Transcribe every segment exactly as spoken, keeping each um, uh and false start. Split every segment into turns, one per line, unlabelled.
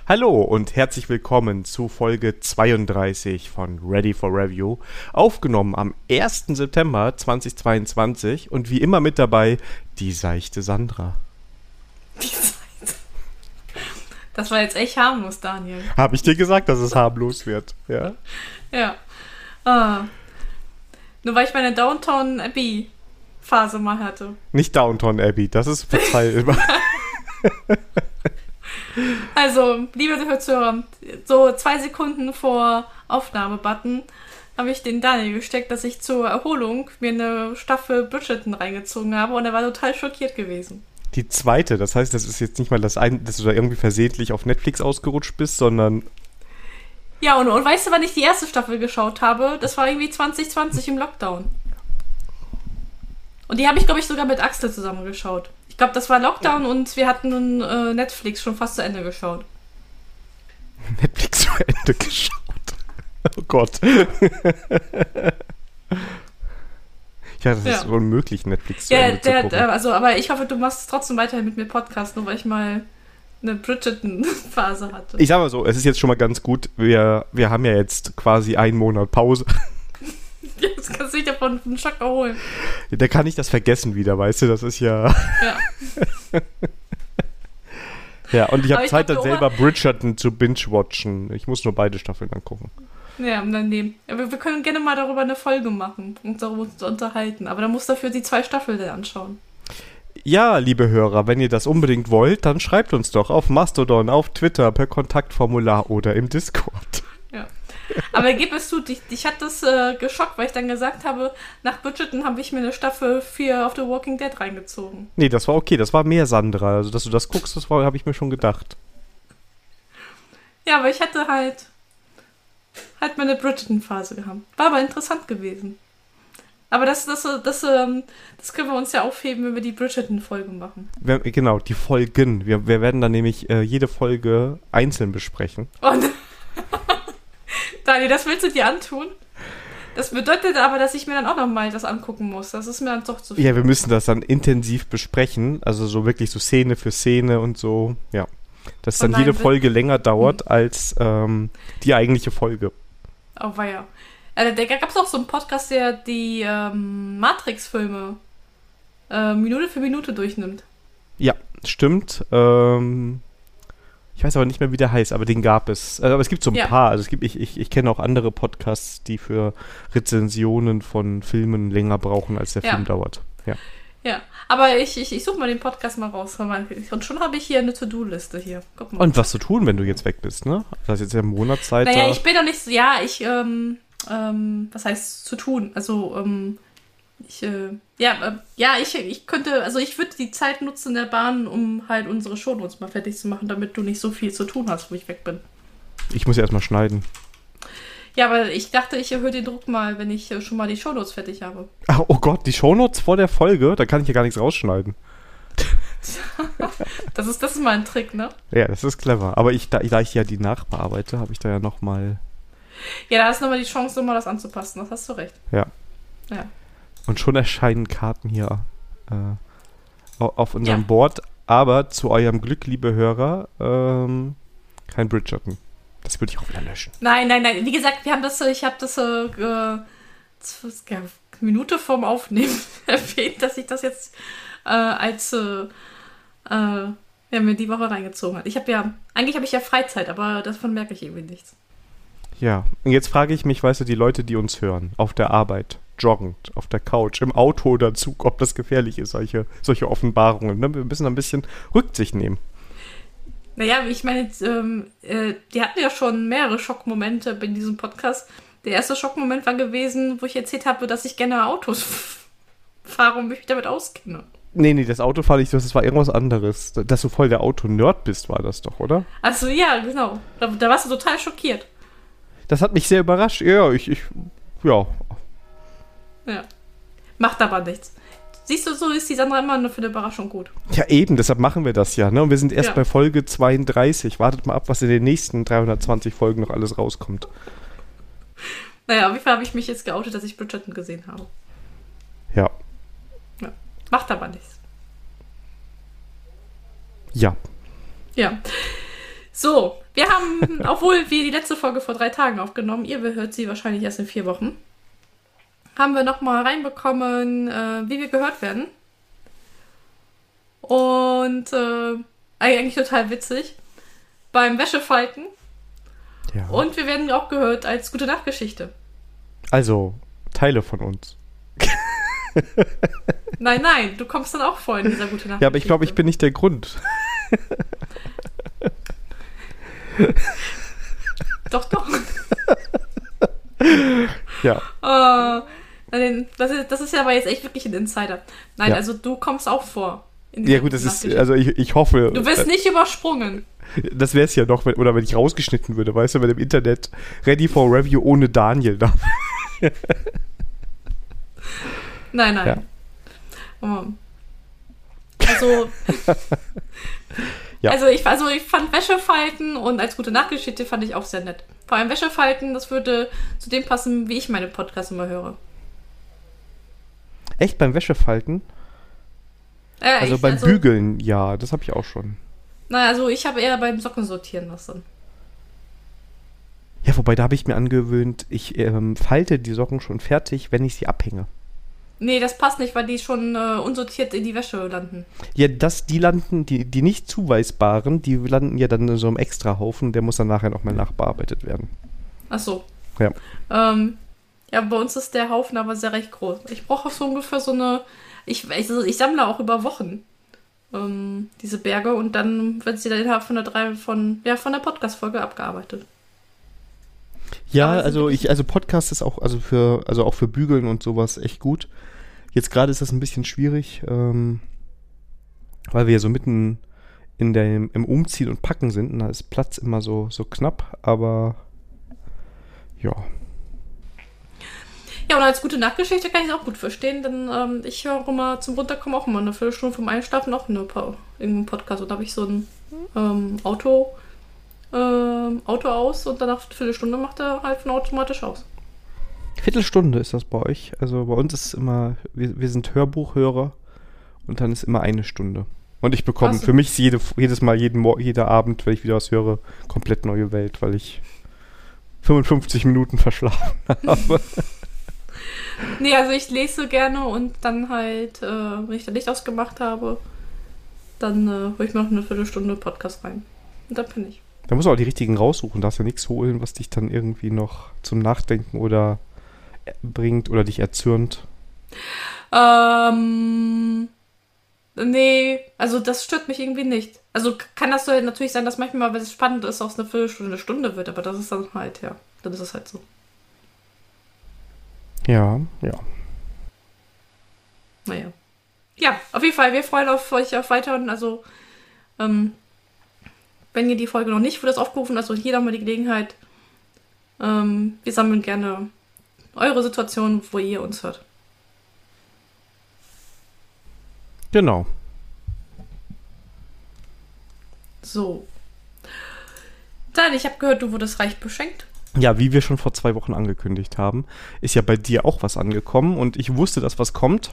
Hallo und herzlich willkommen zu Folge zweiunddreißig von Ready for Review, aufgenommen am ersten September zweitausendzweiundzwanzig und wie immer mit dabei die seichte Sandra.
Die seichte? Das war jetzt echt harmlos, Daniel.
Habe ich dir gesagt, dass es harmlos wird, ja?
Ja. Ah. Nur weil ich meine Downton Abbey Phase mal hatte.
Nicht Downton Abbey, das ist verzeihbar.
Also, liebe Zuhörer, so zwei Sekunden vor Aufnahmebutton habe ich den Daniel gesteckt, dass ich zur Erholung mir eine Staffel Bridgerton reingezogen habe und er war total schockiert gewesen.
Die zweite, das heißt, das ist jetzt nicht mal das ein, dass du da irgendwie versehentlich auf Netflix ausgerutscht bist, sondern...
Ja, und, und weißt du, wann ich die erste Staffel geschaut habe? Das war irgendwie zwanzig zwanzig im Lockdown. Und die habe ich, glaube ich, sogar mit Axel zusammen geschaut. Ich glaube, das war Lockdown ja. Und wir hatten äh, Netflix schon fast zu Ende geschaut.
Netflix zu Ende geschaut? Oh Gott. Ja, das ja. ist unmöglich, Netflix zu
ja,
Ende
der,
zu gucken.
Der, also, aber ich hoffe, du machst trotzdem weiterhin mit mir Podcast, nur weil ich mal eine Bridgerton-Phase hatte.
Ich sag mal so, es ist jetzt schon mal ganz gut, wir, wir haben ja jetzt quasi einen Monat Pause.
Jetzt kannst du dich davon einen Schock erholen.
Da kann ich das vergessen wieder, weißt du, das ist ja...
Ja.
Ja, und ich habe Zeit,
glaub,
dann selber Bridgerton zu binge-watchen. Ich muss nur beide Staffeln angucken.
Ja, und dann nehmen. Ja, wir, wir können gerne mal darüber eine Folge machen und darüber uns unterhalten. Aber dann musst du dafür die zwei Staffeln dann anschauen.
Ja, liebe Hörer, wenn ihr das unbedingt wollt, dann schreibt uns doch auf Mastodon, auf Twitter, per Kontaktformular oder im Discord.
Ja. Aber gib es zu, dich, dich hat das äh, geschockt, weil ich dann gesagt habe, nach Bridgerton habe ich mir eine Staffel vier of The Walking Dead reingezogen.
Nee, das war okay, das war mehr Sandra. Also, dass du das guckst, das habe ich mir schon gedacht.
Ja, aber ich hatte halt halt meine Bridgerton-Phase gehabt. War aber interessant gewesen. Aber das, das, das, ähm, das können wir uns ja aufheben, wenn wir die Bridgerton-Folge machen.
Wir, genau, die Folgen. Wir, wir werden dann nämlich äh, jede Folge einzeln besprechen.
Und Daniel, das willst du dir antun? Das bedeutet aber, dass ich mir dann auch nochmal das angucken muss. Das ist mir dann doch zu viel.
Ja, wir müssen das dann intensiv besprechen. Also so wirklich so Szene für Szene und so. Ja. Dass dann jede Folge länger dauert hm. als ähm, die eigentliche Folge.
Oh, weia. Also, da gab es auch so einen Podcast, der die ähm, Matrix-Filme äh, Minute für Minute durchnimmt.
Ja, stimmt. Ähm... Ich weiß aber nicht mehr, wie der heißt, aber den gab es. Aber es gibt so ein ja. paar. Also es gibt, ich, ich, ich kenne auch andere Podcasts, die für Rezensionen von Filmen länger brauchen, als der ja. Film dauert. Ja,
ja. Aber ich, ich, ich suche mal den Podcast mal raus. Und schon habe ich hier eine To-Do-Liste hier. Guck mal.
Und was zu tun, wenn du jetzt weg bist, ne? Das ist jetzt ja Monatszeit.
Naja, ich bin doch nicht so, ja, ich, ähm, ähm, was heißt zu tun? Also, ähm, Ich, äh, ja, äh, ja, ich, ich könnte, also ich würde die Zeit nutzen in der Bahn, um halt unsere Shownotes mal fertig zu machen, damit du nicht so viel zu tun hast, wo ich weg bin.
Ich muss ja erstmal schneiden.
Ja, aber ich dachte, ich erhöhe den Druck mal, wenn ich äh, schon mal die Shownotes fertig habe.
Ach, oh Gott, die Shownotes vor der Folge? Da kann ich ja gar nichts rausschneiden.
das ist, das ist mal ein Trick, ne?
Ja, das ist clever. Aber ich, da, da ich ja die nachbearbeite, habe ich da ja nochmal...
Ja, da hast du nochmal die Chance, nochmal das anzupassen. Das hast du recht.
Ja.
Ja.
Und schon erscheinen Karten hier äh, auf unserem
ja.
Board. Aber zu eurem Glück, liebe Hörer, ähm, kein Bridgerton. Das würde ich auch wieder löschen.
Nein, nein, nein. Wie gesagt, wir haben das, ich habe das äh, äh, Minute vorm Aufnehmen erwähnt, dass ich das jetzt äh, als äh, äh, ja, mir die Woche reingezogen hat. Ich habe ja, eigentlich habe ich ja Freizeit, aber davon merke ich irgendwie nichts.
Ja, und jetzt frage ich mich, weißt du, die Leute, die uns hören, auf der Arbeit, joggend, auf der Couch, im Auto oder Zug, ob das gefährlich ist, solche, solche Offenbarungen. Ne? Wir müssen ein bisschen Rücksicht nehmen.
Naja, ich meine, ähm, äh, die hatten ja schon mehrere Schockmomente in diesem Podcast. Der erste Schockmoment war gewesen, wo ich erzählt habe, dass ich gerne Autos fahre und mich damit auskenne.
Nee, nee, das Autofahren nicht, das war irgendwas anderes. Dass du voll der Auto-Nerd bist, war das doch, oder?
Achso, ja, genau. Da, da warst du total schockiert.
Das hat mich sehr überrascht. Ja, ich, ich, ja.
Ja. Macht aber nichts. Siehst du, so ist die Sandra immer nur für eine Überraschung gut.
Ja, eben, deshalb machen wir das ja, ne? Und wir sind erst
ja.
bei Folge zweiunddreißig. Wartet mal ab, was in den nächsten dreihundertzwanzig Folgen noch alles rauskommt.
Naja, auf jeden Fall habe ich mich jetzt geoutet, dass ich Bridgerton gesehen habe.
Ja.
ja. Macht aber nichts.
Ja.
Ja. So, wir haben, obwohl wir die letzte Folge vor drei Tagen aufgenommen, ihr hört sie wahrscheinlich erst in vier Wochen, haben wir nochmal reinbekommen, äh, wie wir gehört werden. Und äh, eigentlich total witzig. Beim Wäschefalten.
Ja.
Und wir werden auch gehört als Gute-Nacht-Geschichte.
Also, Teile von uns.
Nein, nein, du kommst dann auch vor in dieser Gute-Nacht-Geschichte.
Ja, aber ich glaube, ich bin nicht der Grund.
Doch, doch.
Ja.
Uh, das, ist, das ist ja aber jetzt echt wirklich ein Insider. Nein,
ja.
also du kommst auch vor.
Ja gut, das ist, also ich, ich hoffe.
Du wirst nicht übersprungen.
Das wäre es ja noch, wenn, oder wenn ich rausgeschnitten würde, weißt du, wenn im Internet Ready for Review ohne Daniel da.
Nein, nein.
Ja.
Um, also,
ja.
also, ich, also ich fand Wäschefalten und als Gute-Nacht-Geschichte fand ich auch sehr nett. Vor allem Wäschefalten, das würde zu dem passen, wie ich meine Podcasts immer höre.
Echt, beim Wäschefalten?
Äh,
also
ich,
beim
also,
Bügeln, ja, das habe ich auch schon.
Naja, also ich habe eher beim Socken sortieren was drin.
Ja, wobei, da habe ich mir angewöhnt, ich ähm, falte die Socken schon fertig, wenn ich sie abhänge.
Nee, das passt nicht, weil die schon äh, unsortiert in die Wäsche landen.
Ja, das, die landen, die, die nicht zuweisbaren, die landen ja dann in so einem Extrahaufen, der muss dann nachher nochmal nachbearbeitet werden.
Ach so.
Ja.
Ähm, ja, bei uns ist der Haufen aber sehr recht groß. Ich brauche so ungefähr so eine, ich, ich, ich sammle auch über Wochen ähm, diese Berge und dann wird sie dann innerhalb von der drei, von, ja, von der Podcast-Folge abgearbeitet.
Ja, also ich, also Podcast ist auch, also für, also auch für Bügeln und sowas echt gut. Jetzt gerade ist das ein bisschen schwierig, ähm, weil wir ja so mitten in dem, im Umziehen und Packen sind und da ist Platz immer so, so knapp, aber ja.
Ja, und als Gute-Nacht-Geschichte kann ich es auch gut verstehen, denn ähm, ich höre immer zum Runterkommen auch immer eine Viertelstunde vom Einschlafen auch eine irgendeinen Podcast und da habe ich so ein ähm, Auto ähm, Auto aus und danach eine Viertelstunde macht er halt von automatisch aus.
Viertelstunde ist das bei euch. Also bei uns ist es immer, wir, wir sind Hörbuchhörer und dann ist immer eine Stunde. Und ich bekomme,
so.
Für mich ist jede, jedes Mal, jeden Mo- jeder Abend, wenn ich wieder was höre, komplett neue Welt, weil ich fünfundfünfzig Minuten verschlafen habe.
Nee, also ich lese gerne und dann halt, äh, wenn ich das Licht ausgemacht habe, dann äh, hole ich mir noch eine Viertelstunde Podcast rein. Und dann bin ich.
Da musst du auch die richtigen raussuchen, darfst ja nichts holen, was dich dann irgendwie noch zum Nachdenken oder bringt oder dich erzürnt.
Ähm, nee, also das stört mich irgendwie nicht. Also kann das so natürlich sein, dass manchmal, wenn es spannend ist, aus einer Viertelstunde eine Stunde wird, aber das ist dann halt, ja, dann ist es halt so.
Ja, ja.
Naja. Ja, auf jeden Fall, wir freuen auf euch auf weiteren, also ähm, wenn ihr die Folge noch nicht, wird das aufgerufen, also hier nochmal die Gelegenheit. Ähm, wir sammeln gerne eure Situation, wo ihr uns hört.
Genau.
So. Dann, ich habe gehört, du wurdest reich beschenkt.
Ja, wie wir schon vor zwei Wochen angekündigt haben, ist ja bei dir auch was angekommen und ich wusste, dass was kommt.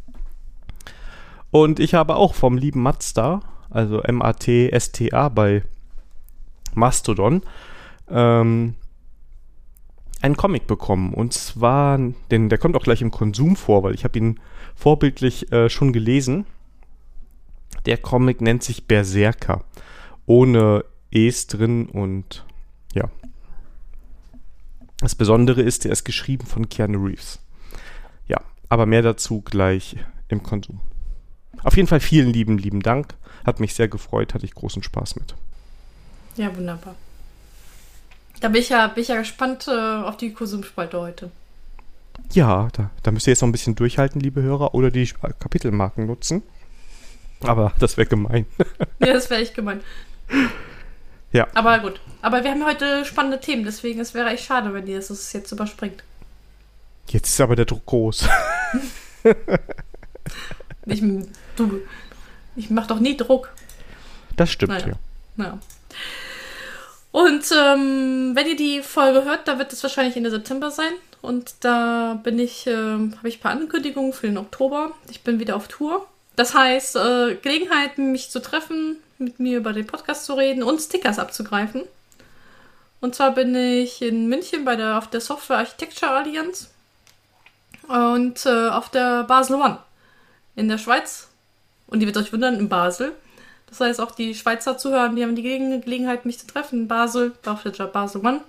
Und ich habe auch vom lieben Mazda, also M A T S T A bei Mastodon, ähm, einen Comic bekommen. Und zwar, denn der kommt auch gleich im Konsum vor, weil ich habe ihn vorbildlich äh, schon gelesen. Der Comic nennt sich Berserker. Ohne Es drin und ja. Das Besondere ist, der ist geschrieben von Keanu Reeves. Ja, aber mehr dazu gleich im Konsum. Auf jeden Fall vielen lieben, lieben Dank. Hat mich sehr gefreut, hatte ich großen Spaß mit.
Ja, wunderbar. Da bin ich ja, bin ich ja gespannt äh, auf die Konsumspalte heute.
Ja, da, da müsst ihr jetzt noch ein bisschen durchhalten, liebe Hörer, oder die Kapitelmarken nutzen. Aber das wäre gemein.
Ja, das wäre echt gemein.
Ja.
Aber gut. Aber wir haben heute spannende Themen, deswegen es wäre echt schade, wenn ihr es jetzt überspringt.
Jetzt ist aber der Druck groß.
Ich, du, ich mach doch nie Druck.
Das stimmt,
naja.
ja.
Naja. Und ähm, wenn ihr die Folge hört, da wird es wahrscheinlich Ende September sein. Und da bin ich, ähm, habe ich ein paar Ankündigungen für den Oktober. Ich bin wieder auf Tour. Das heißt, äh, Gelegenheit, mich zu treffen, mit mir über den Podcast zu reden und Stickers abzugreifen. Und zwar bin ich in München bei der, auf der Software Architecture Allianz und äh, auf der Basel One in der Schweiz. Und die wird euch wundern, in Basel. Das heißt, auch die Schweizer Zuhörer, die haben die Ge- Gelegenheit, mich zu treffen in Basel, auf der Basel One.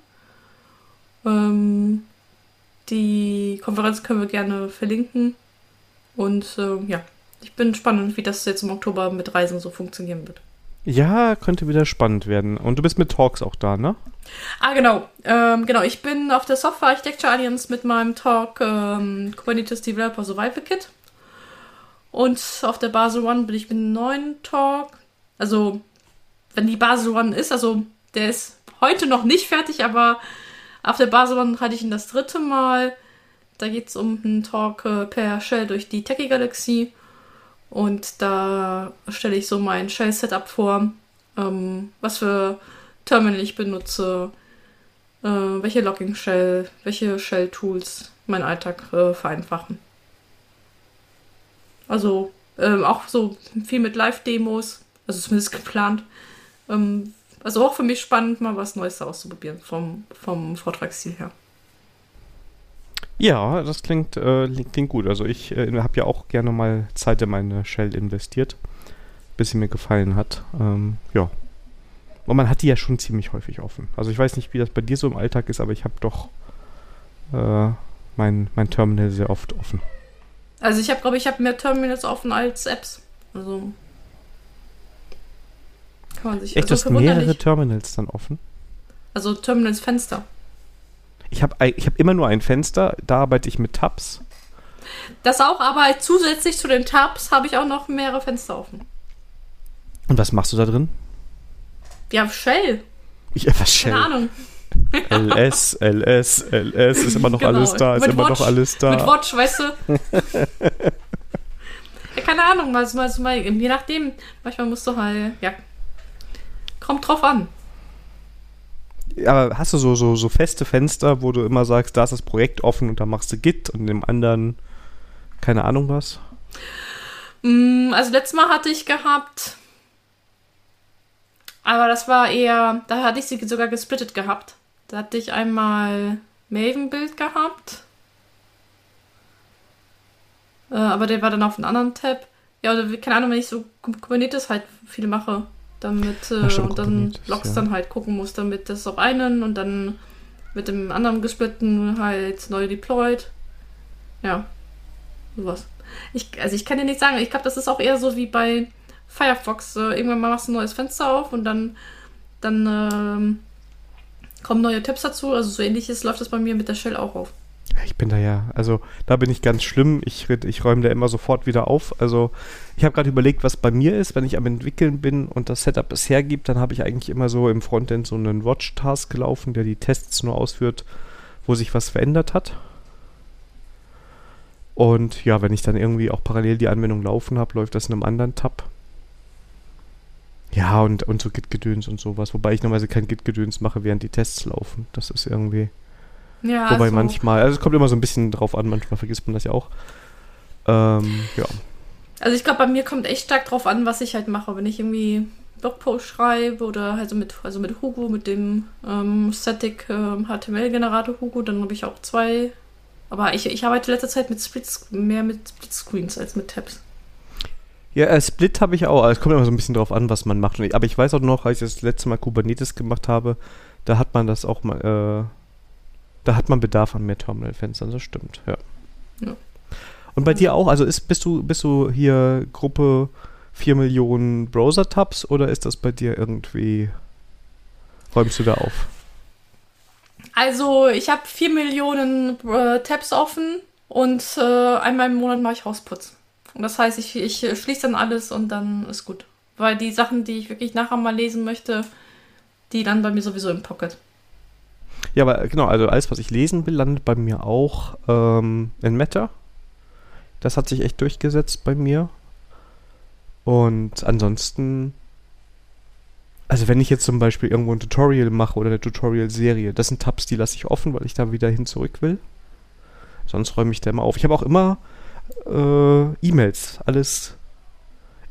Ähm, die Konferenz können wir gerne verlinken. Und äh, ja, ich bin gespannt, wie das jetzt im Oktober mit Reisen so funktionieren wird.
Ja, könnte wieder spannend werden. Und du bist mit Talks auch da, ne?
Ah, genau. Ähm, genau, ich bin auf der Software Architecture Allianz mit meinem Talk ähm, Kubernetes Developer Survival Kit. Und auf der Basel One bin ich mit einem neuen Talk. Also, wenn die Basel One ist, also der ist heute noch nicht fertig, aber auf der Basel One hatte ich ihn das dritte Mal. Da geht es um einen Talk äh, per Shell durch die Techie-Galaxie. Und da stelle ich so mein Shell-Setup vor, ähm, was für Terminal ich benutze, äh, welche Logging-Shell, welche Shell-Tools meinen Alltag äh, vereinfachen. Also ähm, auch so viel mit Live-Demos, also zumindest geplant. Ähm, also auch für mich spannend, mal was Neues auszuprobieren vom, vom Vortragsstil her.
Ja, das klingt, äh, klingt gut. Also ich äh, habe ja auch gerne mal Zeit in meine Shell investiert, bis sie mir gefallen hat. Ähm, ja. Und man hat die ja schon ziemlich häufig offen. Also ich weiß nicht, wie das bei dir so im Alltag ist, aber ich habe doch äh, mein, mein Terminal sehr oft offen.
Also ich habe, glaube ich, habe mehr Terminals offen als Apps. Also kann man sich...
Echt,
also
du hast mehrere Terminals dann offen?
Also Terminals Fenster.
Ich habe ich hab immer nur ein Fenster, da arbeite ich mit Tabs.
Das auch, aber zusätzlich zu den Tabs habe ich auch noch mehrere Fenster offen.
Und was machst du da drin?
Ja, Shell.
Ich, was Shell?
Keine Ahnung.
L S, L S, L S, ist immer noch
genau.
alles da, ist
mit
immer
Watch,
noch alles da.
Mit Watch, weißt du? Ja, keine Ahnung, mal, mal, mal, je nachdem, manchmal musst du halt, ja, kommt drauf an.
Aber hast du so, so, so feste Fenster, wo du immer sagst, da ist das Projekt offen und da machst du Git und dem anderen keine Ahnung was?
Also letztes Mal hatte ich gehabt, aber das war eher, da hatte ich sie sogar gesplittet gehabt. Da hatte ich einmal Maven-Bild gehabt, äh, aber der war dann auf einem anderen Tab. Ja, oder keine Ahnung, wenn ich so Kubernetes halt viel mache, damit äh,
stimmt,
und dann Logs
ja.
dann halt gucken muss, damit das auf einen und dann mit dem anderen gesplitten halt neu deployed. Ja, sowas. Ich, also ich kann dir nicht sagen, ich glaube, das ist auch eher so wie bei Firefox. Äh, irgendwann mal machst du ein neues Fenster auf und dann, dann ähm, kommen neue Tabs dazu. Also so ähnliches läuft das bei mir mit der Shell auch auf.
Ich bin da ja, also da bin ich ganz schlimm. Ich, ich räume da immer sofort wieder auf. Also ich habe gerade überlegt, was bei mir ist, wenn ich am Entwickeln bin und das Setup es hergibt, dann habe ich eigentlich immer so im Frontend so einen Watch-Task gelaufen, der die Tests nur ausführt, wo sich was verändert hat. Und ja, wenn ich dann irgendwie auch parallel die Anwendung laufen habe, läuft das in einem anderen Tab. Ja, und, und so Git-Gedöns und sowas. Wobei ich normalerweise kein Git-Gedöns mache, während die Tests laufen. Das ist irgendwie...
Ja,
Wobei
also,
manchmal, also es kommt immer so ein bisschen drauf an, manchmal vergisst man das ja auch. Ähm, ja.
Also ich glaube, bei mir kommt echt stark drauf an, was ich halt mache. Wenn ich irgendwie Blogpost schreibe oder halt so mit, also mit Hugo, mit dem ähm, Static ähm, H T M L-Generator Hugo, dann habe ich auch zwei. Aber ich, ich arbeite in letzter Zeit mit Split, mehr mit Split-Screens als mit Tabs.
Ja, äh, Split habe ich auch. Also es kommt immer so ein bisschen drauf an, was man macht. Aber ich weiß auch noch, als ich das letzte Mal Kubernetes gemacht habe, da hat man das auch mal, äh, da hat man Bedarf an mehr Terminal-Fenstern, das stimmt, ja.
ja.
Und bei dir auch, also ist, bist du, bist du hier Gruppe vier Millionen Browser-Tabs oder ist das bei dir irgendwie, räumst du da auf?
Also ich habe vier Millionen äh, Tabs offen und äh, einmal im Monat mache ich Hausputz. Und das heißt, ich, ich schließe dann alles und dann ist gut. Weil die Sachen, die ich wirklich nachher mal lesen möchte, die landen bei mir sowieso im Pocket.
Ja, aber genau, also alles, was ich lesen will, landet bei mir auch ähm, in Meta. Das hat sich echt durchgesetzt bei mir. Und ansonsten, also wenn ich jetzt zum Beispiel irgendwo ein Tutorial mache oder eine Tutorial-Serie, das sind Tabs, die lasse ich offen, weil ich da wieder hin zurück will. Sonst räume ich da immer auf. Ich habe auch immer äh, E-Mails, alles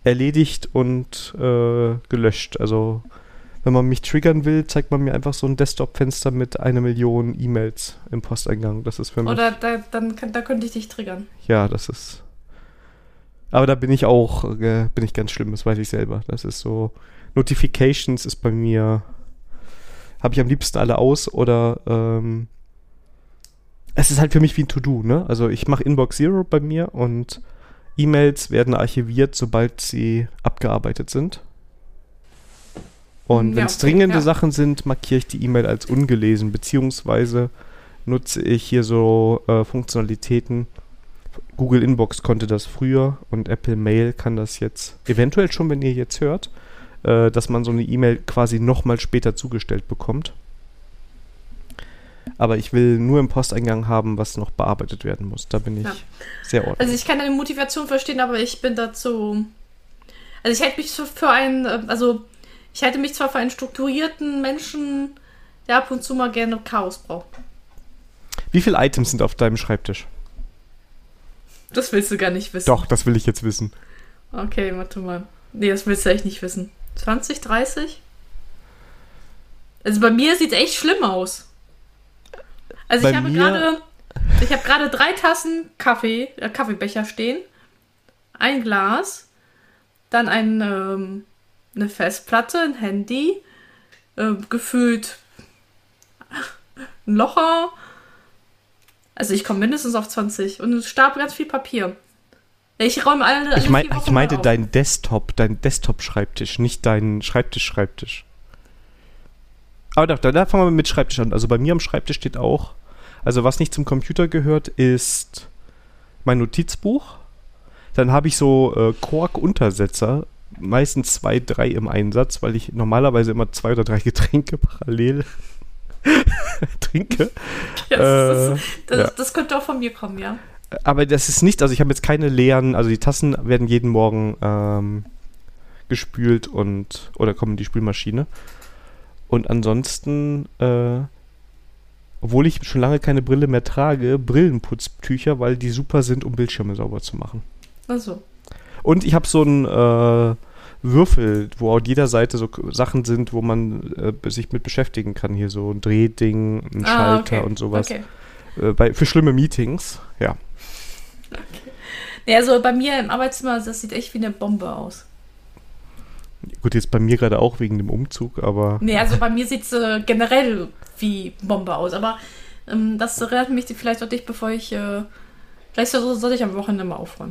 erledigt und äh, gelöscht. Also wenn man mich triggern will, zeigt man mir einfach so ein Desktop-Fenster mit einer Million E-Mails im Posteingang. Das ist für mich...
Oder da, dann, da könnte ich dich triggern.
Ja, das ist... Aber da bin ich auch, äh, bin ich ganz schlimm, das weiß ich selber. Das ist so... Notifications ist bei mir... Habe ich am liebsten alle aus oder... Ähm, es ist halt für mich wie ein To-Do, ne? Also ich mache Inbox Zero bei mir und E-Mails werden archiviert, sobald sie abgearbeitet sind. Und
Ja,
wenn es
okay,
dringende
ja.
Sachen sind, markiere ich die E-Mail als ungelesen, beziehungsweise nutze ich hier so äh, Funktionalitäten. Google Inbox konnte das früher und Apple Mail kann das jetzt eventuell schon, wenn ihr jetzt hört, äh, dass man so eine E-Mail quasi nochmal später zugestellt bekommt. Aber ich will nur im Posteingang haben, was noch bearbeitet werden muss. Da bin ich
Ja.
sehr ordentlich.
Also ich kann deine Motivation verstehen, aber ich bin dazu... Also ich halte mich für einen... Also ich halte mich zwar für einen strukturierten Menschen, der ab und zu mal gerne Chaos braucht.
Wie viele Items sind auf deinem Schreibtisch?
Das willst du gar nicht wissen.
Doch, das will ich jetzt wissen.
Okay, warte mal. Nee, das willst du echt nicht wissen. zwanzig, dreißig? Also bei mir sieht es echt schlimm aus. Also
Bei
ich habe
mir-
gerade ich habe gerade drei Tassen Kaffee, äh, Kaffeebecher stehen, ein Glas, dann ein, ähm, eine Festplatte, ein Handy, äh, gefühlt ein Locher. Also ich komme mindestens auf zwanzig und ein Stapel ganz viel Papier. Ich räume alle, alle
Ich, mein,
vier Wochen
ich meinte
mal auf.
dein Desktop, dein Desktop-Schreibtisch, nicht dein Schreibtisch-Schreibtisch. Aber da, da fangen wir mit Schreibtisch an. Also bei mir am Schreibtisch steht auch, also was nicht zum Computer gehört, ist mein Notizbuch. Dann habe ich so äh, Kork-Untersetzer, meistens zwei, drei im Einsatz, weil ich normalerweise immer zwei oder drei Getränke parallel trinke.
Ja, das, ist,
Äh,
das,
ja.
das könnte auch von mir kommen, ja.
Aber das ist nicht, also ich habe jetzt keine leeren, also die Tassen werden jeden Morgen ähm, gespült und, oder kommen in die Spülmaschine. Und ansonsten, äh, obwohl ich schon lange keine Brille mehr trage, Brillenputztücher, weil die super sind, um Bildschirme sauber zu machen.
Also.
Und ich habe so einen äh, Würfel, wo auf jeder Seite so K- Sachen sind, wo man äh, sich mit beschäftigen kann. Hier so ein Drehding, ein
Ah,
Schalter
okay.
und sowas.
Okay.
Äh, bei, für schlimme Meetings, ja.
Ja, also bei mir im Arbeitszimmer, das sieht echt wie eine Bombe aus.
Gut, jetzt bei mir gerade auch wegen dem Umzug, aber
Nee, also bei mir sieht es äh, generell wie Bombe aus. Aber ähm, das erinnert mich vielleicht auch dich, bevor ich... Äh, vielleicht soll, soll ich am Wochenende mal aufräumen.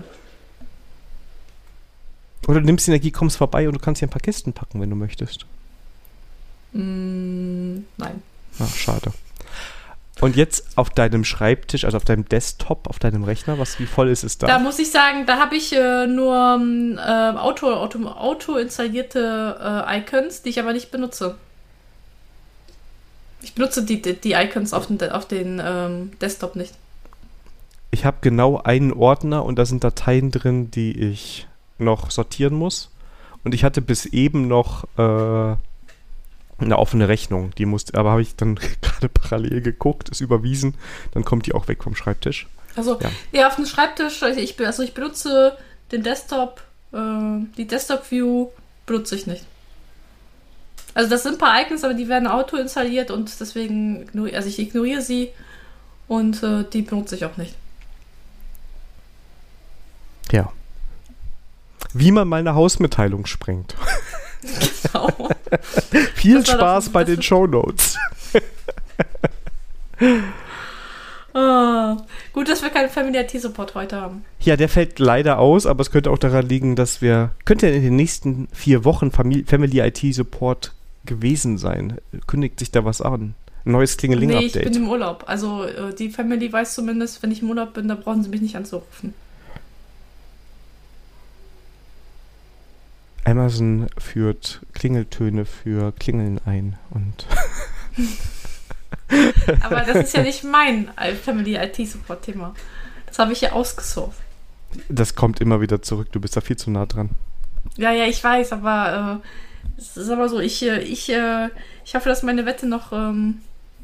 oder du nimmst die Energie, kommst vorbei und du kannst hier ein paar Kisten packen, wenn du möchtest.
Mm, nein.
Ah, schade. Und jetzt auf deinem Schreibtisch, also auf deinem Desktop, auf deinem Rechner, was, wie voll ist es da?
Da muss ich sagen, da habe ich äh, nur ähm, äh, Auto, Auto, Auto installierte äh, Icons, die ich aber nicht benutze. Ich benutze die, die, die Icons auf den, auf den ähm, Desktop nicht.
Ich habe genau einen Ordner und da sind Dateien drin, die ich noch sortieren muss. Und ich hatte bis eben noch äh, eine offene Rechnung. Die musste, aber habe ich dann gerade parallel geguckt, ist überwiesen, dann kommt die auch weg vom Schreibtisch.
Also,
Ja.
ja, auf dem Schreibtisch, ich, also ich benutze den Desktop, äh, die Desktop-View benutze ich nicht. Also das sind ein paar Icons, aber die werden auto installiert und deswegen, ignori- also ich ignoriere sie und äh, die benutze ich auch nicht.
Ja. Wie man mal eine Hausmitteilung sprengt.
Genau.
Viel
Das war doch-
Spaß bei
das
den Shownotes.
Ah, gut, dass wir keinen Family I T-Support heute haben.
Ja, der fällt leider aus, aber es könnte auch daran liegen, dass wir, könnte in den nächsten vier Wochen Famili- Family I T Support gewesen sein. Kündigt sich da was an? Ein neues
Nee, ich bin
Klingeling-Update.
im Urlaub. Also äh, die Family weiß zumindest, wenn ich im Urlaub bin, da brauchen sie mich nicht anzurufen.
Amazon führt Klingeltöne für Klingeln ein und
Aber das ist ja nicht mein Family I T-Support-Thema. Das habe ich ja ausgesourced.
das kommt immer wieder zurück. Du bist da viel zu nah dran.
Ja, ja, ich weiß, aber äh, es ist aber so, ich, äh, ich, äh, ich hoffe, dass meine Wette noch. Ähm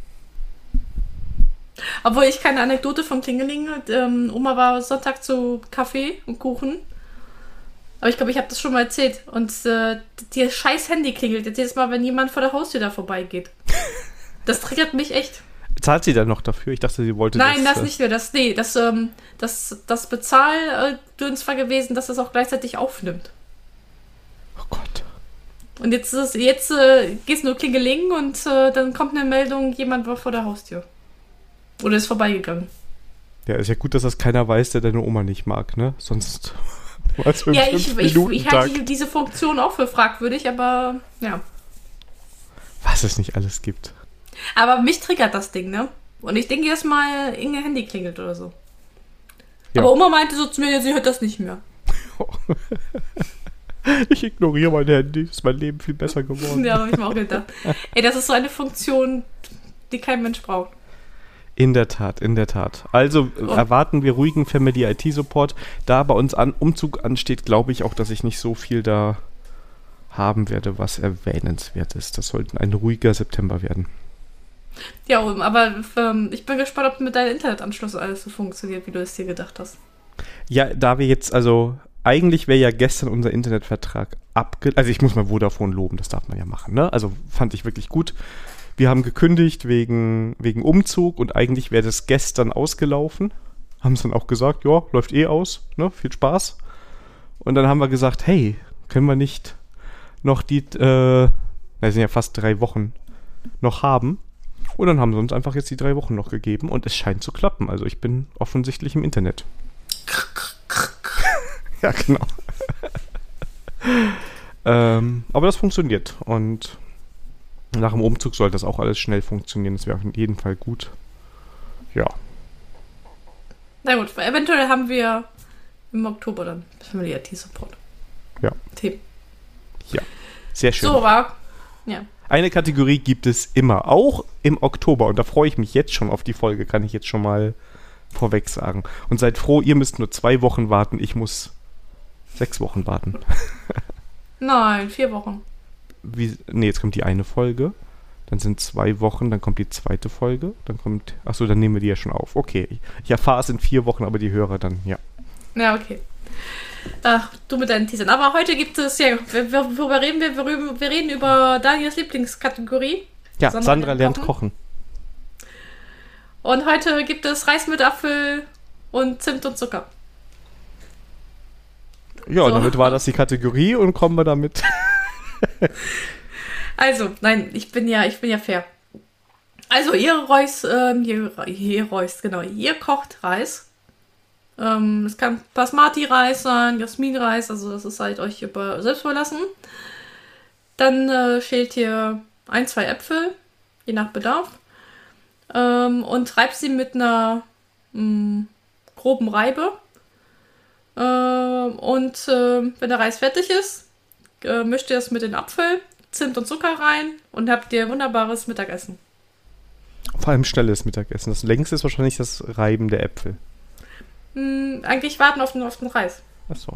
Obwohl ich keine Anekdote vom Klingeling. Ähm, Oma war Sonntag zu Kaffee und Kuchen. Aber ich glaube, ich habe das schon mal erzählt. Und äh, die scheiß Handy klingelt jetzt jedes Mal, wenn jemand vor der Haustür da vorbeigeht. Das triggert mich echt.
Zahlt sie dann noch dafür? Ich dachte, sie wollte
Nein,
das...
das äh, nicht mehr. Das, nee, das, ähm, das, das Bezahldöns war gewesen, dass es auch gleichzeitig aufnimmt.
Oh Gott.
Und jetzt, ist, jetzt äh, geht's nur Klingeling und äh, dann kommt eine Meldung, jemand war vor der Haustür. Oder ist vorbeigegangen.
Ja, ist ja gut, dass das keiner weiß, der deine Oma nicht mag, ne? Sonst...
Ja, ich, ich, ich halte diese Funktion auch für fragwürdig, aber ja.
Was es nicht alles gibt.
Aber mich triggert das Ding, ne? Und ich denke erst mal, Inge Handy klingelt oder so. Ja. Aber Oma meinte so zu mir, sie hört das nicht mehr.
Ich ignoriere mein Handy, ist mein Leben viel besser geworden.
Ja, habe ich mir auch gedacht. Ey, das ist so eine Funktion, die kein Mensch braucht.
In der Tat, in der Tat. Also oh. erwarten wir ruhigen Family I T-Support. Da bei uns an Umzug ansteht, glaube ich auch, dass ich nicht so viel da haben werde, was erwähnenswert ist. Das sollte ein ruhiger September werden.
Ja, aber ähm, ich bin gespannt, ob mit deinem Internetanschluss alles so funktioniert, wie du es dir gedacht hast.
Ja, da wir jetzt, also eigentlich wäre ja gestern unser Internetvertrag abge... Also ich muss mal Vodafone loben, das darf man ja machen, ne? Also fand ich wirklich gut. Wir haben gekündigt wegen, wegen Umzug und eigentlich wäre das gestern ausgelaufen. Haben es dann auch gesagt, ja, läuft eh aus, ne? Viel Spaß. Und dann haben wir gesagt, hey, können wir nicht noch die, äh, das sind ja fast drei Wochen, noch haben? Und dann haben sie uns einfach jetzt die drei Wochen noch gegeben und es scheint zu klappen. Also ich bin offensichtlich im Internet. Ja, genau. ähm, aber das funktioniert und nach dem Umzug sollte das auch alles schnell funktionieren. Das wäre auf jeden Fall gut. Ja.
Na gut, eventuell haben wir im Oktober dann Family I T-Support.
Ja.
Themen.
Ja, sehr schön.
So war, ja.
Eine Kategorie gibt es immer, auch im Oktober. Und da freue ich mich jetzt schon auf die Folge, kann ich jetzt schon mal vorweg sagen. Und seid froh, ihr müsst nur zwei Wochen warten. Ich muss sechs Wochen warten.
Nein, vier Wochen.
Wie, nee, jetzt kommt die eine Folge, dann sind zwei Wochen, dann kommt die zweite Folge, dann kommt, achso, dann nehmen wir die ja schon auf. Okay, ich, ich erfahre es in vier Wochen, aber die Hörer dann, ja.
Ja, okay. Ach, du mit deinen Teasern. Aber heute gibt es, ja, worüber reden wir? Wir, wir reden über Daniels Lieblingskategorie.
Ja, Sandra, Sandra lernt kochen. kochen.
Und heute gibt es Reis mit Apfel und Zimt und Zucker.
Ja, so. Damit war das die Kategorie und kommen wir damit...
Also, nein, ich bin ja, ich bin ja fair. Also, ihr Reus, ähm, ihr, ihr Reus, genau, ihr kocht Reis. Ähm, es kann Basmati-Reis sein, Jasmin-Reis, also das ist halt euch über, selbst überlassen. Dann äh, schält ihr ein, zwei Äpfel, je nach Bedarf. Ähm, und reibt sie mit einer mh, groben Reibe. Ähm, und äh, wenn der Reis fertig ist, äh, mischt ihr das mit den Apfel, Zimt und Zucker rein und habt ihr wunderbares Mittagessen.
Vor allem schnelles Mittagessen. Das längste ist wahrscheinlich das Reiben der Äpfel.
Hm, eigentlich warten auf den, auf den Reis.
Ach so.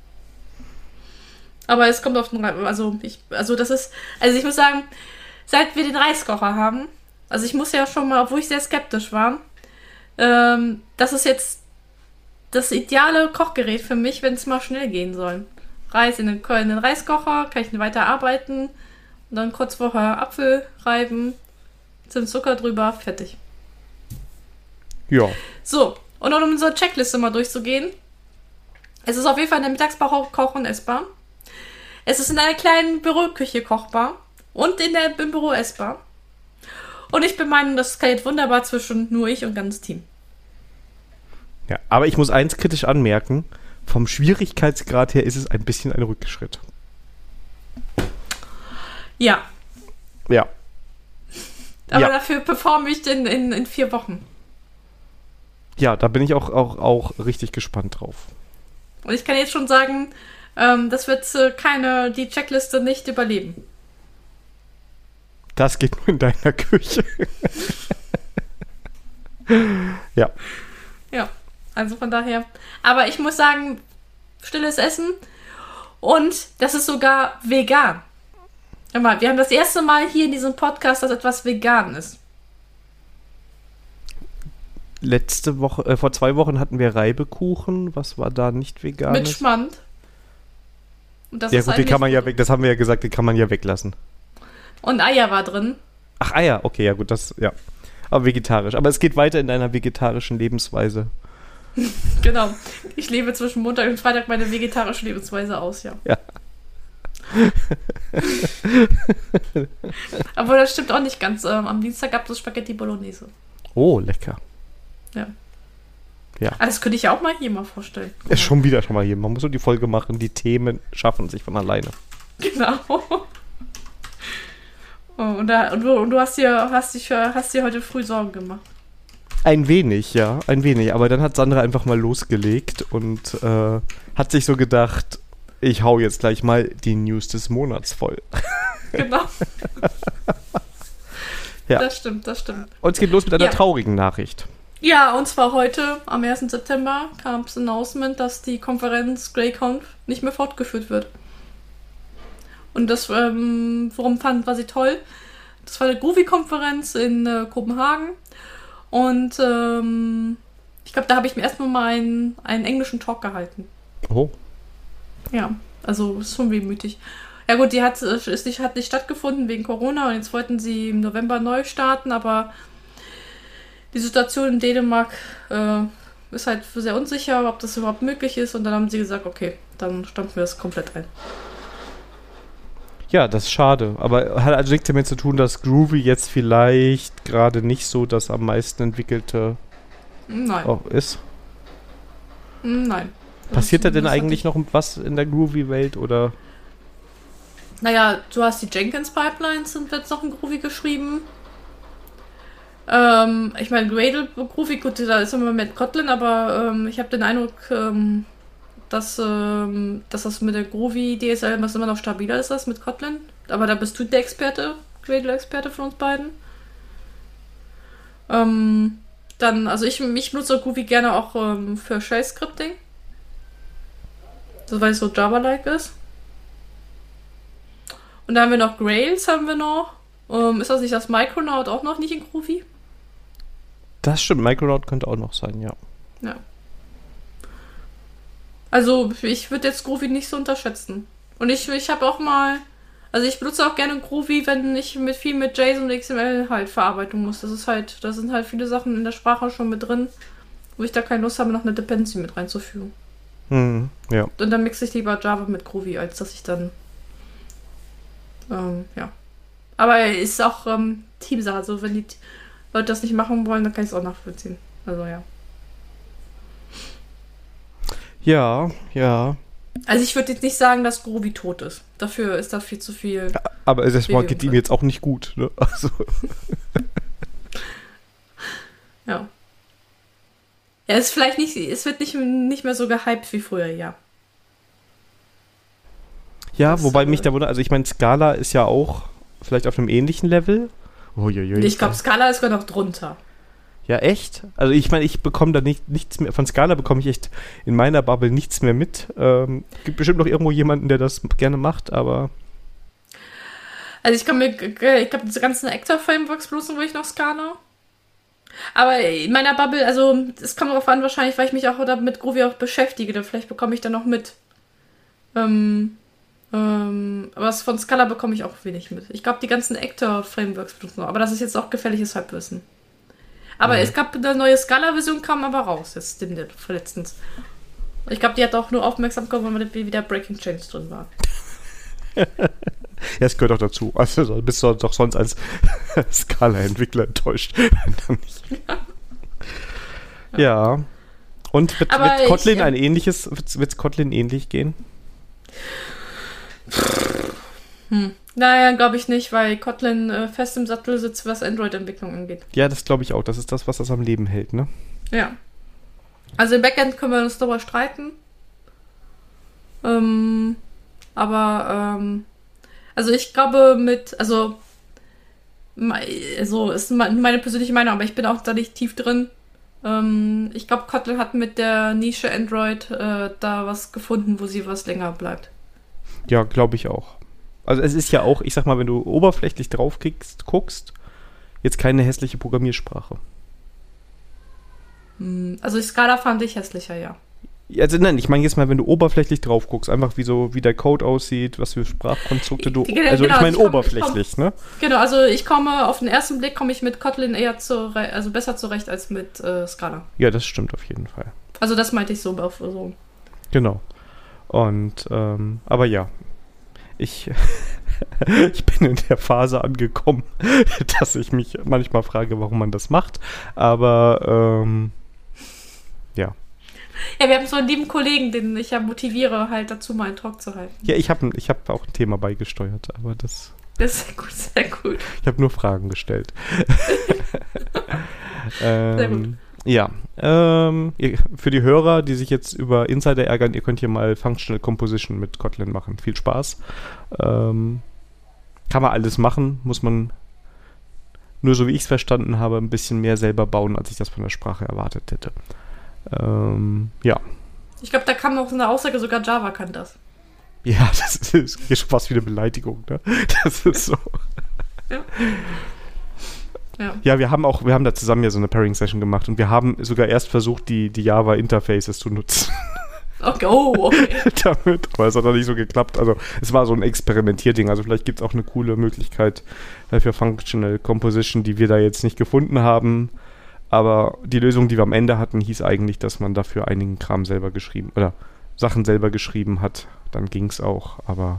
Aber es kommt auf den Reis. Also, ich, also das ist, also ich muss sagen, seit wir den Reiskocher haben, also ich muss ja schon mal, obwohl ich sehr skeptisch war, ähm, das ist jetzt das ideale Kochgerät für mich, wenn es mal schnell gehen soll. Reis in den, in den Reiskocher, kann ich weiter arbeiten und dann kurz vorher Apfel reiben, Zimt, Zucker drüber, fertig.
Ja.
So, und um unsere Checkliste mal durchzugehen. Es ist auf jeden Fall in der Mittagspause kochen essbar. Es ist in einer kleinen Büroküche kochbar und in der, im Büro essbar. Und ich bin meinen, das skaliert wunderbar zwischen nur ich und ganzes Team.
Ja, aber ich muss eins kritisch anmerken. Vom Schwierigkeitsgrad her ist es ein bisschen ein Rückschritt.
Ja.
Ja.
Aber
ja.
dafür performe ich in, in, in vier Wochen.
Ja, da bin ich auch, auch, auch richtig gespannt drauf.
Und ich kann jetzt schon sagen, ähm, das wird äh, keine, die Checkliste nicht überleben.
Das geht nur in deiner Küche. Ja.
Ja. Also von daher. Aber ich muss sagen, stilles Essen. Und das ist sogar vegan. Hör mal, wir haben das erste Mal hier in diesem Podcast, dass etwas vegan ist.
Letzte Woche, äh, vor zwei Wochen hatten wir Reibekuchen. Was war da nicht vegan?
Mit Schmand. Und das
ja
ist
gut, den kann man ja weg, das haben wir ja gesagt, den kann man ja weglassen.
Und Eier war drin.
Ach, Eier, okay, ja gut, das, ja. Aber vegetarisch. Aber es geht weiter in deiner vegetarischen Lebensweise.
Genau. Ich lebe zwischen Montag und Freitag meine vegetarische Lebensweise aus, ja.
Ja.
Aber das stimmt auch nicht ganz. Ähm, am Dienstag gab es Spaghetti Bolognese.
Oh, lecker.
Ja.
Ja.
Ah, das könnte ich ja auch mal hier mal vorstellen.
Ist schon wieder schon mal hier. Man muss nur die Folge machen, die Themen schaffen sich von alleine.
Genau. Oh, und, da, und, du, und du hast dir, hast, dich, hast dir heute früh Sorgen gemacht.
Ein wenig, ja, ein wenig. Aber dann hat Sandra einfach mal losgelegt und äh, hat sich so gedacht, ich hau jetzt gleich mal die News des Monats voll.
Genau.
Ja.
Das stimmt, das stimmt.
Und es geht los mit einer
ja.
traurigen Nachricht.
Ja, und zwar heute, am ersten September, kam das Announcement, dass die Konferenz GreyConf nicht mehr fortgeführt wird. Und das, ähm, worum fand, war sie toll. Das war eine Groovy-Konferenz in äh, Kopenhagen. Und ähm, ich glaube, da habe ich mir erstmal mal einen, einen englischen Talk gehalten.
Oh.
Ja, also ist schon wehmütig. Ja gut, die hat, ist nicht, hat nicht stattgefunden wegen Corona und jetzt wollten sie im November neu starten, aber die Situation in Dänemark äh, ist halt sehr unsicher, ob das überhaupt möglich ist. Und dann haben sie gesagt, okay, dann stampfen wir das komplett ein.
Ja, das ist schade. Aber hat also nichts damit zu tun, dass Groovy jetzt vielleicht gerade nicht so das am meisten entwickelte
Nein.
Oh, ist?
Nein.
Passiert da denn eigentlich noch was in der Groovy-Welt, oder?
Naja, du hast die Jenkins-Pipelines, sind jetzt noch in Groovy geschrieben. Ähm, ich meine, Gradle Groovy, gut, da ist immer mit Kotlin, aber ähm, ich habe den Eindruck, ähm, dass, ähm, dass das mit der Groovy D S L was immer noch stabiler ist als mit Kotlin. Aber da bist du der Experte, Gradle-Experte von uns beiden. Ähm, dann, also ich, ich nutze Groovy gerne auch ähm, für Shell-Scripting. So, weil es so Java-like ist. Und dann haben wir noch Grails, haben wir noch. Ähm, ist das nicht das Micronaut auch noch nicht in Groovy?
Das stimmt, Micronaut könnte auch noch sein, ja.
Ja. Also, ich würde jetzt Groovy nicht so unterschätzen. Und ich, ich habe auch mal, also ich benutze auch gerne Groovy, wenn ich mit viel mit JSON und X M L halt verarbeiten muss. Das ist halt, da sind halt viele Sachen in der Sprache schon mit drin, wo ich da keine Lust habe, noch eine Dependency mit reinzufügen.
Hm, ja.
Und dann mixe ich lieber Java mit Groovy, als dass ich dann, ähm, ja. Aber ist auch ähm, Teamsache. Also wenn die Leute das nicht machen wollen, dann kann ich es auch nachvollziehen. Also ja.
Ja, ja.
Also ich würde jetzt nicht sagen, dass Groovy tot ist. Dafür ist da viel zu viel.
Ja, aber das
Bewegung
geht ihm
drin.
jetzt auch nicht gut, ne? Also.
Ja. Ja, es ist vielleicht nicht, es wird nicht, nicht mehr so gehypt wie früher, ja.
Ja,
Das,
wobei
äh,
mich da wundert, also ich meine, Scala ist ja auch vielleicht auf einem ähnlichen Level. Uiuiui.
Ich glaube, Scala ist sogar noch drunter.
Ja, echt? Also ich meine, ich bekomme da nicht, nichts mehr, von Scala bekomme ich echt in meiner Bubble nichts mehr mit. Ähm, gibt bestimmt noch irgendwo jemanden, der das gerne macht, aber...
Also ich kann mir, ich glaube, diese ganzen Actor-Frameworks benutzen, wo ich noch Scala. Aber in meiner Bubble, also es kommt darauf an, wahrscheinlich, weil ich mich auch mit Groovy auch beschäftige, dann vielleicht bekomme ich da noch mit. Ähm, ähm, aber was von Scala bekomme ich auch wenig mit. Ich glaube, die ganzen Actor-Frameworks benutzen noch, aber das ist jetzt auch gefährliches Halbwissen. Aber mhm. es gab eine neue Scala-Version, kam aber raus, jetzt den letztens. Ich glaube, die hat auch nur aufmerksam geworden, weil wieder Breaking Change drin war.
Ja, es gehört auch dazu. Also bist du doch sonst als Scala-Entwickler enttäuscht.
Ja.
Ja. Und wird,
Aber
wird Kotlin
ich,
ein ähnliches, wird es Kotlin ähnlich gehen?
Hm. Naja, glaube ich nicht, weil Kotlin äh, fest im Sattel sitzt, was Android-Entwicklung angeht.
Ja, das glaube ich auch. Das ist das, was das am Leben hält, ne?
Ja. Also im Backend können wir uns darüber streiten. Ähm, aber, ähm, also ich glaube mit, also, also ist meine persönliche Meinung, aber ich bin auch da nicht tief drin. Ähm, ich glaube, Kotlin hat mit der Nische Android äh, da was gefunden, wo sie was länger bleibt.
Ja, glaube ich auch. Also es ist ja auch, ich sag mal, wenn du oberflächlich drauf kriegst, guckst, jetzt keine hässliche Programmiersprache.
Also Scala fand ich hässlicher, ja.
Also nein, ich meine jetzt mal, wenn du oberflächlich drauf guckst, einfach wie so, wie der Code aussieht, was für Sprachkonstrukte du,
Genau,
also
genau,
ich meine
ich komm,
oberflächlich,
ich komm,
ne?
Genau, also ich komme, auf den ersten Blick komme ich mit Kotlin eher zurecht, also besser zurecht als mit äh, Scala.
Ja, das stimmt auf jeden Fall.
Also das meinte ich so. Auf, so.
Genau. Und, ähm, aber ja, ich, ich bin in der Phase angekommen, dass ich mich manchmal frage, warum man das macht, aber, ähm, ja.
Ja, wir haben so einen lieben Kollegen, den ich ja motiviere, halt dazu mal einen Talk zu halten.
Ja, ich habe ich hab auch ein Thema beigesteuert, aber das...
Das ist sehr gut, sehr gut.
Ich habe nur Fragen gestellt. ähm,
sehr gut.
Ja, ähm, ihr, für die Hörer, die sich jetzt über Insider ärgern, ihr könnt hier mal Functional Composition mit Kotlin machen. Viel Spaß. Ähm, kann man alles machen, muss man nur, so wie ich es verstanden habe, ein bisschen mehr selber bauen, als ich das von der Sprache erwartet hätte. Ähm, ja.
Ich glaube, da kam noch so eine Aussage, sogar Java kann das.
Ja, das ist, ist schon fast wie eine Beleidigung, ne? Das ist so.
Ja. Ja.
Ja, wir haben auch, wir haben da zusammen ja so eine Pairing-Session gemacht und wir haben sogar erst versucht, die, die Java-Interfaces zu nutzen.
Okay, oh, okay.
Damit, aber es hat noch nicht so geklappt. Also es war so ein Experimentierding. Also vielleicht gibt es auch eine coole Möglichkeit für Functional Composition, die wir da jetzt nicht gefunden haben. Aber die Lösung, die wir am Ende hatten, hieß eigentlich, dass man dafür einigen Kram selber geschrieben oder Sachen selber geschrieben hat. Dann ging es auch, aber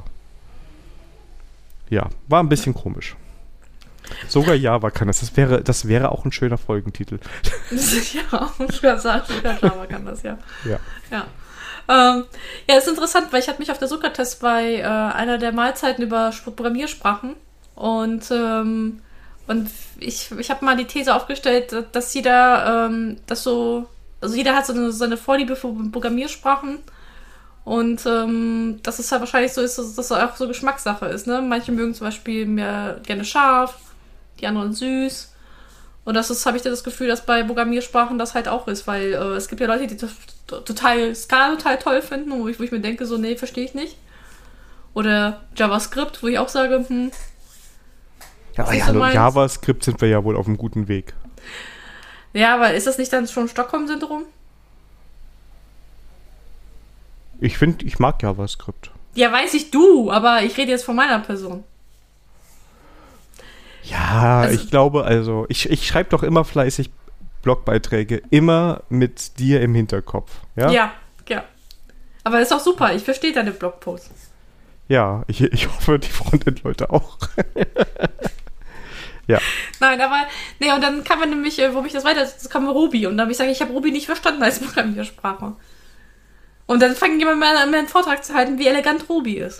ja, war ein bisschen komisch. Sogar Java kann das. Das wäre, das wäre auch ein schöner Folgentitel.
Ja, ich kann sagen, sogar Java kann das, ja.
Ja.
Ja. Ähm, ja, ist interessant, weil ich hatte mich auf der Sokrates bei äh, einer der Mahlzeiten über Programmiersprachen und ähm, und ich, ich habe mal die These aufgestellt, dass jeder ähm, das so, also jeder hat so eine, seine Vorliebe für Programmiersprachen und ähm, dass es halt wahrscheinlich so ist, dass das auch so Geschmackssache ist, ne? Manche mögen zum Beispiel mehr gerne scharf, die anderen süß. Und das ist, habe ich das Gefühl, dass bei Programmiersprachen das halt auch ist, weil äh, es gibt ja Leute, die t- total Scala total toll finden, wo ich, wo ich mir denke, so, nee, verstehe ich nicht. Oder JavaScript, wo ich auch sage, hm.
Ja, ja, so JavaScript sind wir ja wohl auf einem guten Weg.
Ja, aber ist das nicht dann schon Stockholm-Syndrom?
Ich finde, ich mag JavaScript.
Ja, weiß ich du, aber ich rede jetzt von meiner Person.
Ja,
also,
ich glaube, also, ich, ich schreibe doch immer fleißig Blogbeiträge, immer mit dir im Hinterkopf. Ja,
ja. ja. Aber ist auch super, ich verstehe deine Blogposts.
Ja, ich, ich hoffe, die Frontend-Leute auch. Ja.
Nein, aber, nee, und dann kann man nämlich, wo mich das weiter, das kam Ruby. Und dann habe ich gesagt, ich habe Ruby nicht verstanden als Programmiersprache. Und dann fängt jemand mal an, mir einen Vortrag zu halten, wie elegant Ruby ist.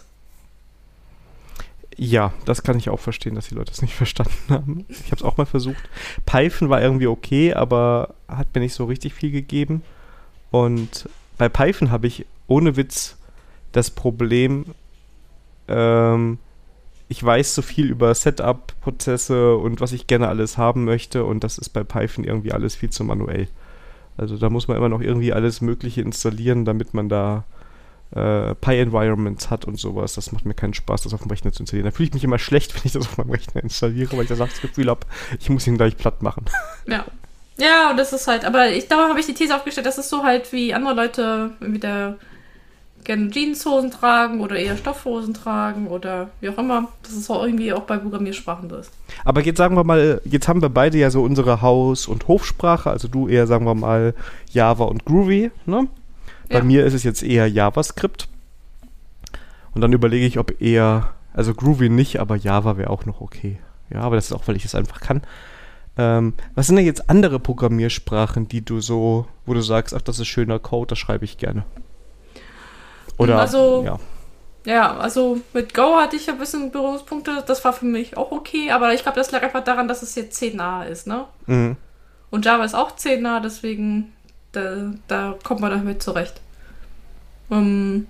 Ja, das kann ich auch verstehen, dass die Leute es nicht verstanden haben. Ich habe es auch mal versucht. Python war irgendwie okay, aber hat mir nicht so richtig viel gegeben. Und bei Python habe ich ohne Witz das Problem, ähm, ich weiß so viel über Setup-Prozesse und was ich gerne alles haben möchte und das ist bei Python irgendwie alles viel zu manuell. Also da muss man immer noch irgendwie alles Mögliche installieren, damit man da äh, Pi-Environments hat und sowas. Das macht mir keinen Spaß, das auf dem Rechner zu installieren. Da fühle ich mich immer schlecht, wenn ich das auf meinem Rechner installiere, weil ich das Gefühl habe, ich muss ihn gleich platt machen.
Ja. Ja, und das ist halt, aber ich, da habe ich die These aufgestellt, das ist so halt, wie andere Leute wieder gerne Jeanshosen tragen oder eher Stoffhosen tragen oder wie auch immer. Das ist auch irgendwie auch bei Programmiersprachen so ist.
Aber jetzt sagen wir mal, jetzt haben wir beide ja so unsere Haus- und Hofsprache, also du eher, sagen wir mal, Java und Groovy, ne? Bei ja. mir ist es jetzt eher JavaScript. Und dann überlege ich, ob eher, also Groovy nicht, aber Java wäre auch noch okay. Ja, aber das ist auch, weil ich es einfach kann. Ähm, was sind denn jetzt andere Programmiersprachen, die du so, wo du sagst, ach, das ist schöner Code, das schreibe ich gerne? Oder,
also,
ja.
Ja, also mit Go hatte ich ein bisschen Berührungspunkte, das war für mich auch okay, aber ich glaube, das lag einfach daran, dass es jetzt C-nah ist, ne?
Mhm.
Und Java ist auch C-nah, deswegen da, da kommt man damit zurecht. Um,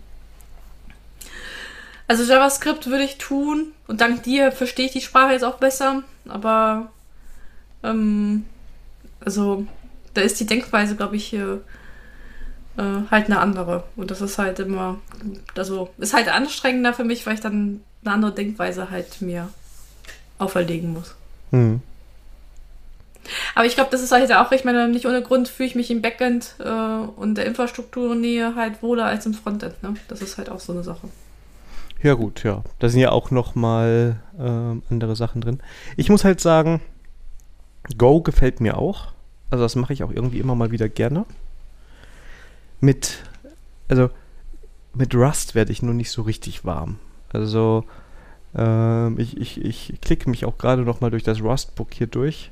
also JavaScript würde ich tun und dank dir verstehe ich die Sprache jetzt auch besser, aber ähm, also da ist die Denkweise, glaube ich, hier Äh, halt eine andere. Und das ist halt immer, also ist halt anstrengender für mich, weil ich dann eine andere Denkweise halt mir auferlegen muss.
Hm.
Aber ich glaube, das ist halt auch, ich meine, nicht ohne Grund fühle ich mich im Backend äh, und der Infrastrukturnähe halt wohler als im Frontend. Ne? Das ist halt auch so eine Sache.
Ja gut, ja. Da sind ja auch nochmal ähm, andere Sachen drin. Ich muss halt sagen, Go gefällt mir auch. Also das mache ich auch irgendwie immer mal wieder gerne. Mit, also mit Rust werde ich nur nicht so richtig warm. Also ähm, ich, ich, ich klicke mich auch gerade nochmal durch das Rust-Book hier durch.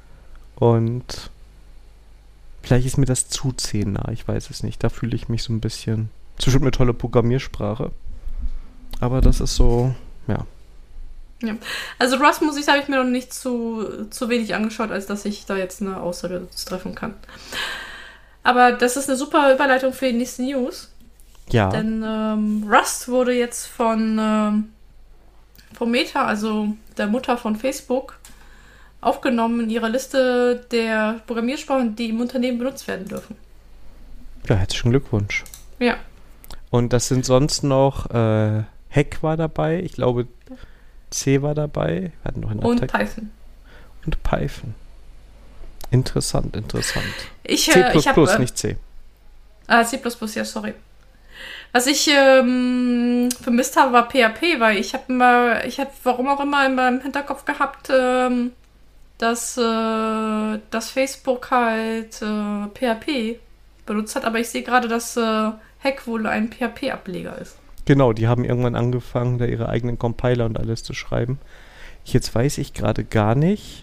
Und vielleicht ist mir das zu zähnah, ich weiß es nicht. Da fühle ich mich so ein bisschen. Es ist bestimmt eine tolle Programmiersprache. Aber das ist so, ja.
Ja. Also Rust, muss ich sagen, habe ich mir noch nicht zu, zu wenig angeschaut, als dass ich da jetzt eine Aussage treffen kann. Aber das ist eine super Überleitung für die nächste News.
Ja.
Denn ähm, Rust wurde jetzt von, ähm, von Meta, also der Mutter von Facebook, aufgenommen in ihrer Liste der Programmiersprachen, die im Unternehmen benutzt werden dürfen.
Ja, herzlichen Glückwunsch.
Ja.
Und das sind sonst noch, äh, Hack war dabei, ich glaube C war dabei. Wir hatten noch einen
Und
Attack.
Python.
Und Python. Interessant, interessant.
Ich, äh,
C plus
ich hab,
plus,
äh,
nicht C.
Ah, C plus plus, ja, sorry. Was ich ähm, vermisst habe, war P H P, weil ich habe immer, ich habe warum auch immer in meinem Hinterkopf gehabt, ähm, dass, äh, dass Facebook halt äh, P H P benutzt hat, aber ich sehe gerade, dass äh, Hack wohl ein P H P-Ableger ist.
Genau, die haben irgendwann angefangen, da ihre eigenen Compiler und alles zu schreiben. Jetzt weiß ich gerade gar nicht,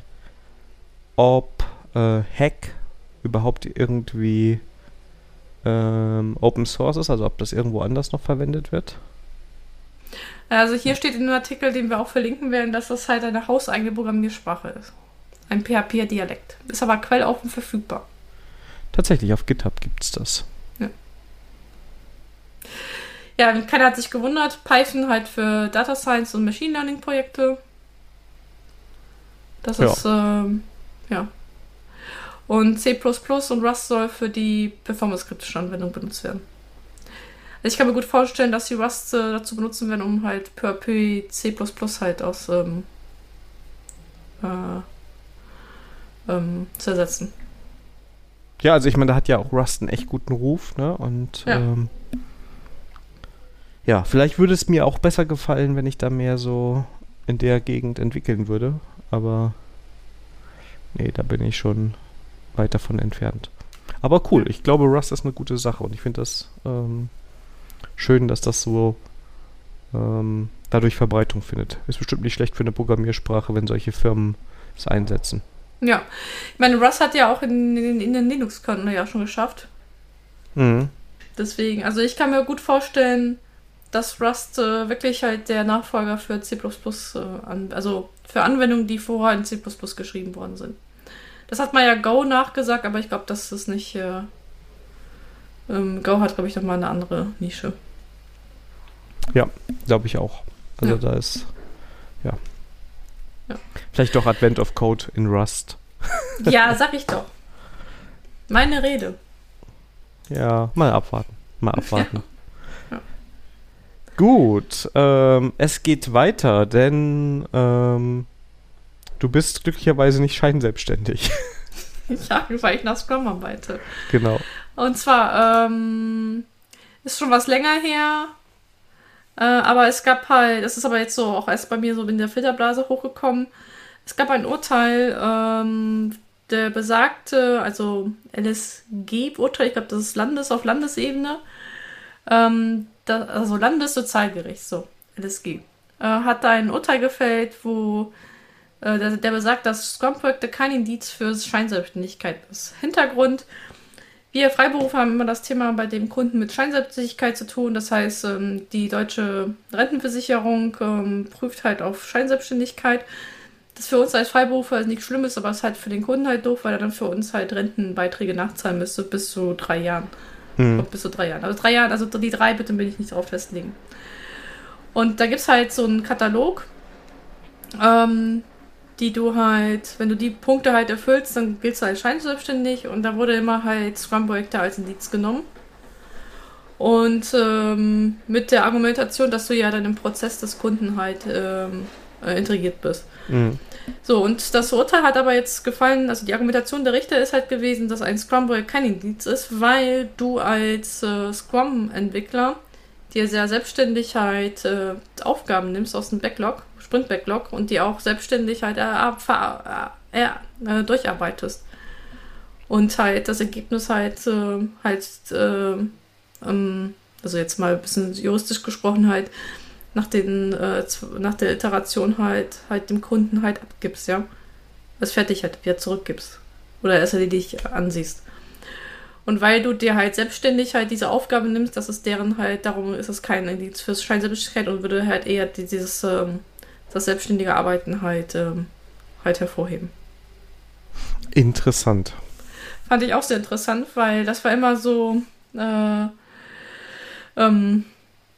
ob äh, Hack überhaupt irgendwie ähm, Open Source ist, also ob das irgendwo anders noch verwendet wird.
Also hier steht in einem Artikel, den wir auch verlinken werden, dass das halt eine hauseigene Programmiersprache ist. Ein P H P-Dialekt. Ist aber quelloffen verfügbar.
Tatsächlich, auf GitHub gibt es das.
Ja. Ja, und keiner hat sich gewundert. Python halt für Data Science und Machine Learning Projekte. Das
Ja.
ist, ähm, ja. Und C plus plus und Rust soll für die performance-kritische Anwendung benutzt werden. Also ich kann mir gut vorstellen, dass sie Rust äh, dazu benutzen werden, um halt peu à peu C plus plus halt aus ähm, äh, ähm, zu ersetzen.
Ja, also ich meine, da hat ja auch Rust einen echt guten Ruf, ne? Und
Ja.
ähm, ja, vielleicht würde es mir auch besser gefallen, wenn ich da mehr so in der Gegend entwickeln würde. Aber nee, da bin ich schon weit davon entfernt. Aber cool, ich glaube, Rust ist eine gute Sache und ich finde das ähm, schön, dass das so ähm, dadurch Verbreitung findet. Ist bestimmt nicht schlecht für eine Programmiersprache, wenn solche Firmen es einsetzen.
Ja. Ich meine, Rust hat ja auch in, in, in den Linux-Konten ja schon geschafft.
Mhm.
Deswegen, also ich kann mir gut vorstellen, dass Rust äh, wirklich halt der Nachfolger für C plus plus, äh, an, also für Anwendungen, die vorher in C plus plus geschrieben worden sind. Das hat man ja Go nachgesagt, aber ich glaube, das ist nicht. Äh, ähm, Go hat, glaube ich, nochmal eine andere Nische.
Ja, glaube ich auch. Also
Ja.
da ist, ja.
Ja.
Vielleicht doch Advent of Code in Rust.
Ja, sag ich doch. Meine Rede.
Ja, mal abwarten. Mal abwarten.
Ja. Ja.
Gut, ähm, es geht weiter, denn ähm, du bist glücklicherweise nicht scheinselbstständig.
Ja, weil ich nach Scrum arbeite.
Genau.
Und zwar, ähm, ist schon was länger her, äh, aber es gab halt, das ist aber jetzt so auch erst bei mir so in der Filterblase hochgekommen, es gab ein Urteil, ähm, der besagte, also L S G-Urteil, ich glaube, das ist Landes auf Landesebene, ähm, da, also Landessozialgericht, so, L S G, äh, hat da ein Urteil gefällt, wo äh, der, der besagt, dass Scrum-Projekte kein Indiz für Scheinselbstständigkeit ist. Hintergrund: Wir Freiberufer haben immer das Thema bei dem Kunden mit Scheinselbstständigkeit zu tun. Das heißt, ähm, die deutsche Rentenversicherung ähm, prüft halt auf Scheinselbstständigkeit. Das für uns als Freiberufer nichts Schlimmes, aber es ist halt für den Kunden halt doof, weil er dann für uns halt Rentenbeiträge nachzahlen müsste bis zu drei Jahren.
Hm.
Bis zu drei Jahren. Also drei Jahre, also die drei bitte will ich nicht drauf festlegen. Und da gibt es halt so einen Katalog, ähm, die du halt, wenn du die Punkte halt erfüllst, dann giltst du als scheinselbstständig, und da wurde immer halt Scrum-Projekte als Indiz genommen. Und ähm, mit der Argumentation, dass du ja dann im Prozess des Kunden halt ähm, äh, integriert bist.
Mhm.
So, und das Urteil hat aber jetzt gefallen, also die Argumentation der Richter ist halt gewesen, dass ein Scrum-Projekt kein Indiz ist, weil du als äh, Scrum-Entwickler dir sehr selbstständig halt äh, Aufgaben nimmst aus dem Backlog, Sprint-Backlog, und die auch selbstständig halt er, er, er, äh, durcharbeitest. Und halt das Ergebnis halt, äh, halt äh, ähm, also jetzt mal ein bisschen juristisch gesprochen halt, nach den äh, nach der Iteration halt halt dem Kunden halt abgibst, ja. Was fertig halt wieder zurückgibst. Oder erst die dich ansiehst. Und weil du dir halt selbstständig halt diese Aufgabe nimmst, dass es deren halt, darum ist es kein Indiz für Scheinselbstständigkeit und würde halt eher dieses ähm, das selbstständige Arbeiten halt ähm, halt hervorheben.
Interessant.
Fand ich auch sehr interessant, weil das war immer so äh, ähm,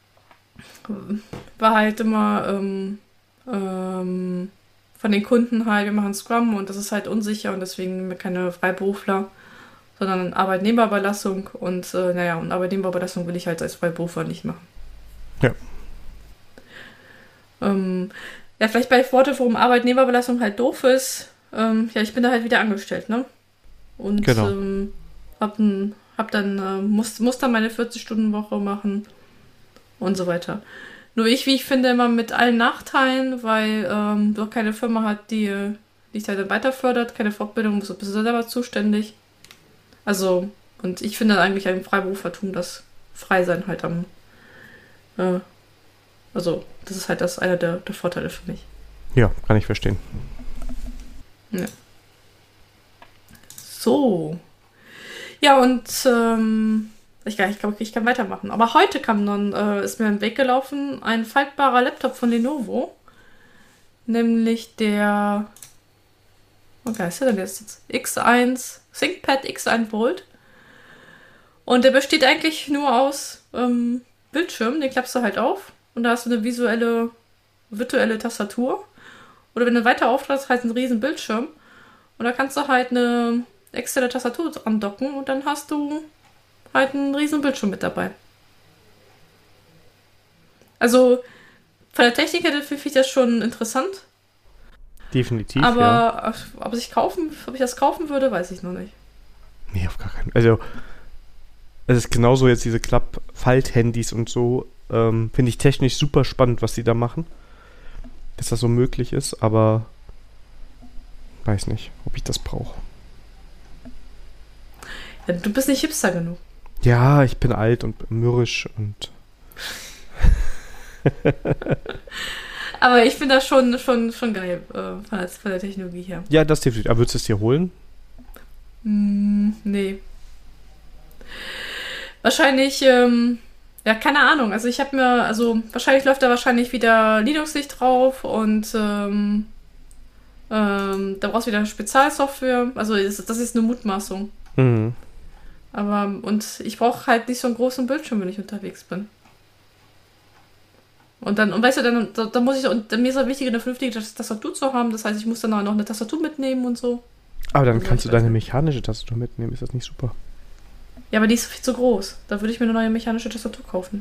war halt immer ähm, ähm, von den Kunden halt, wir machen Scrum und das ist halt unsicher und deswegen nehmen wir keine Freiberufler, sondern Arbeitnehmerüberlassung und äh, naja, und Arbeitnehmerüberlassung will ich halt als Freiberufler nicht machen.
Ja.
Ähm, ja, vielleicht bei Worte, warum Arbeitnehmerüberlassung halt doof ist. Ähm, ja, ich bin da halt wieder angestellt, ne? Und
genau.
ähm, hab, ein, hab dann, äh, muss, muss dann meine vierzig-Stunden-Woche machen und so weiter. Nur ich, wie ich finde, immer mit allen Nachteilen, weil ähm, du auch keine Firma hat, die, die dich dann weiter fördert, keine Fortbildung, bist du selber zuständig. Also, und ich finde eigentlich ein Freiberuflertum, das Freisein halt am, äh, also, das ist halt das einer der, der Vorteile für mich.
Ja, kann ich verstehen.
Ja. So. Ja, und ähm, ich, ich glaube, ich kann weitermachen. Aber heute kam dann, äh, ist mir im Weg gelaufen, ein faltbarer Laptop von Lenovo. Nämlich der, was heißt der denn jetzt? X eins, ThinkPad X eins Volt. Und der besteht eigentlich nur aus ähm, Bildschirm, den klappst du halt auf. Und da hast du eine visuelle, virtuelle Tastatur. Oder wenn du weiter aufklappst, halt einen riesen Bildschirm. Und da kannst du halt eine externe Tastatur andocken und dann hast du halt einen riesen Bildschirm mit dabei. Also von der Technik her finde ich das schon interessant.
Definitiv,
aber
ja.
ob ich kaufen, ob ich das kaufen würde, weiß ich noch nicht.
Nee, auf gar keinen Fall. Also es ist genauso jetzt diese Klapp-Falt-Handys und so, ähm, finde ich technisch super spannend, was die da machen. Dass das so möglich ist, aber weiß nicht, ob ich das brauche.
Ja, du bist nicht hipster genug.
Ja, ich bin alt und mürrisch und
aber ich finde das schon, schon, schon geil äh, von, der, von der Technologie her.
Ja, das definitiv. Aber würdest du es dir holen?
Mm, nee. Wahrscheinlich, ähm, ja, keine Ahnung. Also ich habe mir, also wahrscheinlich läuft da wahrscheinlich wieder Linux nicht drauf und ähm, ähm, da brauchst du wieder Spezialsoftware. Also das ist eine Mutmaßung.
Mhm.
Aber, und ich brauche halt nicht so einen großen Bildschirm, wenn ich unterwegs bin. Und dann, und weißt du, dann, da, da muss ich, und mir ist es wichtig, eine vernünftige Tastatur zu haben. Das heißt, ich muss dann auch noch eine Tastatur mitnehmen und so.
Aber dann
also
kannst du deine mechanische Tastatur mitnehmen. Ist das nicht super?
Ja, aber die ist viel zu groß. Da würde ich mir eine neue mechanische Tastatur kaufen.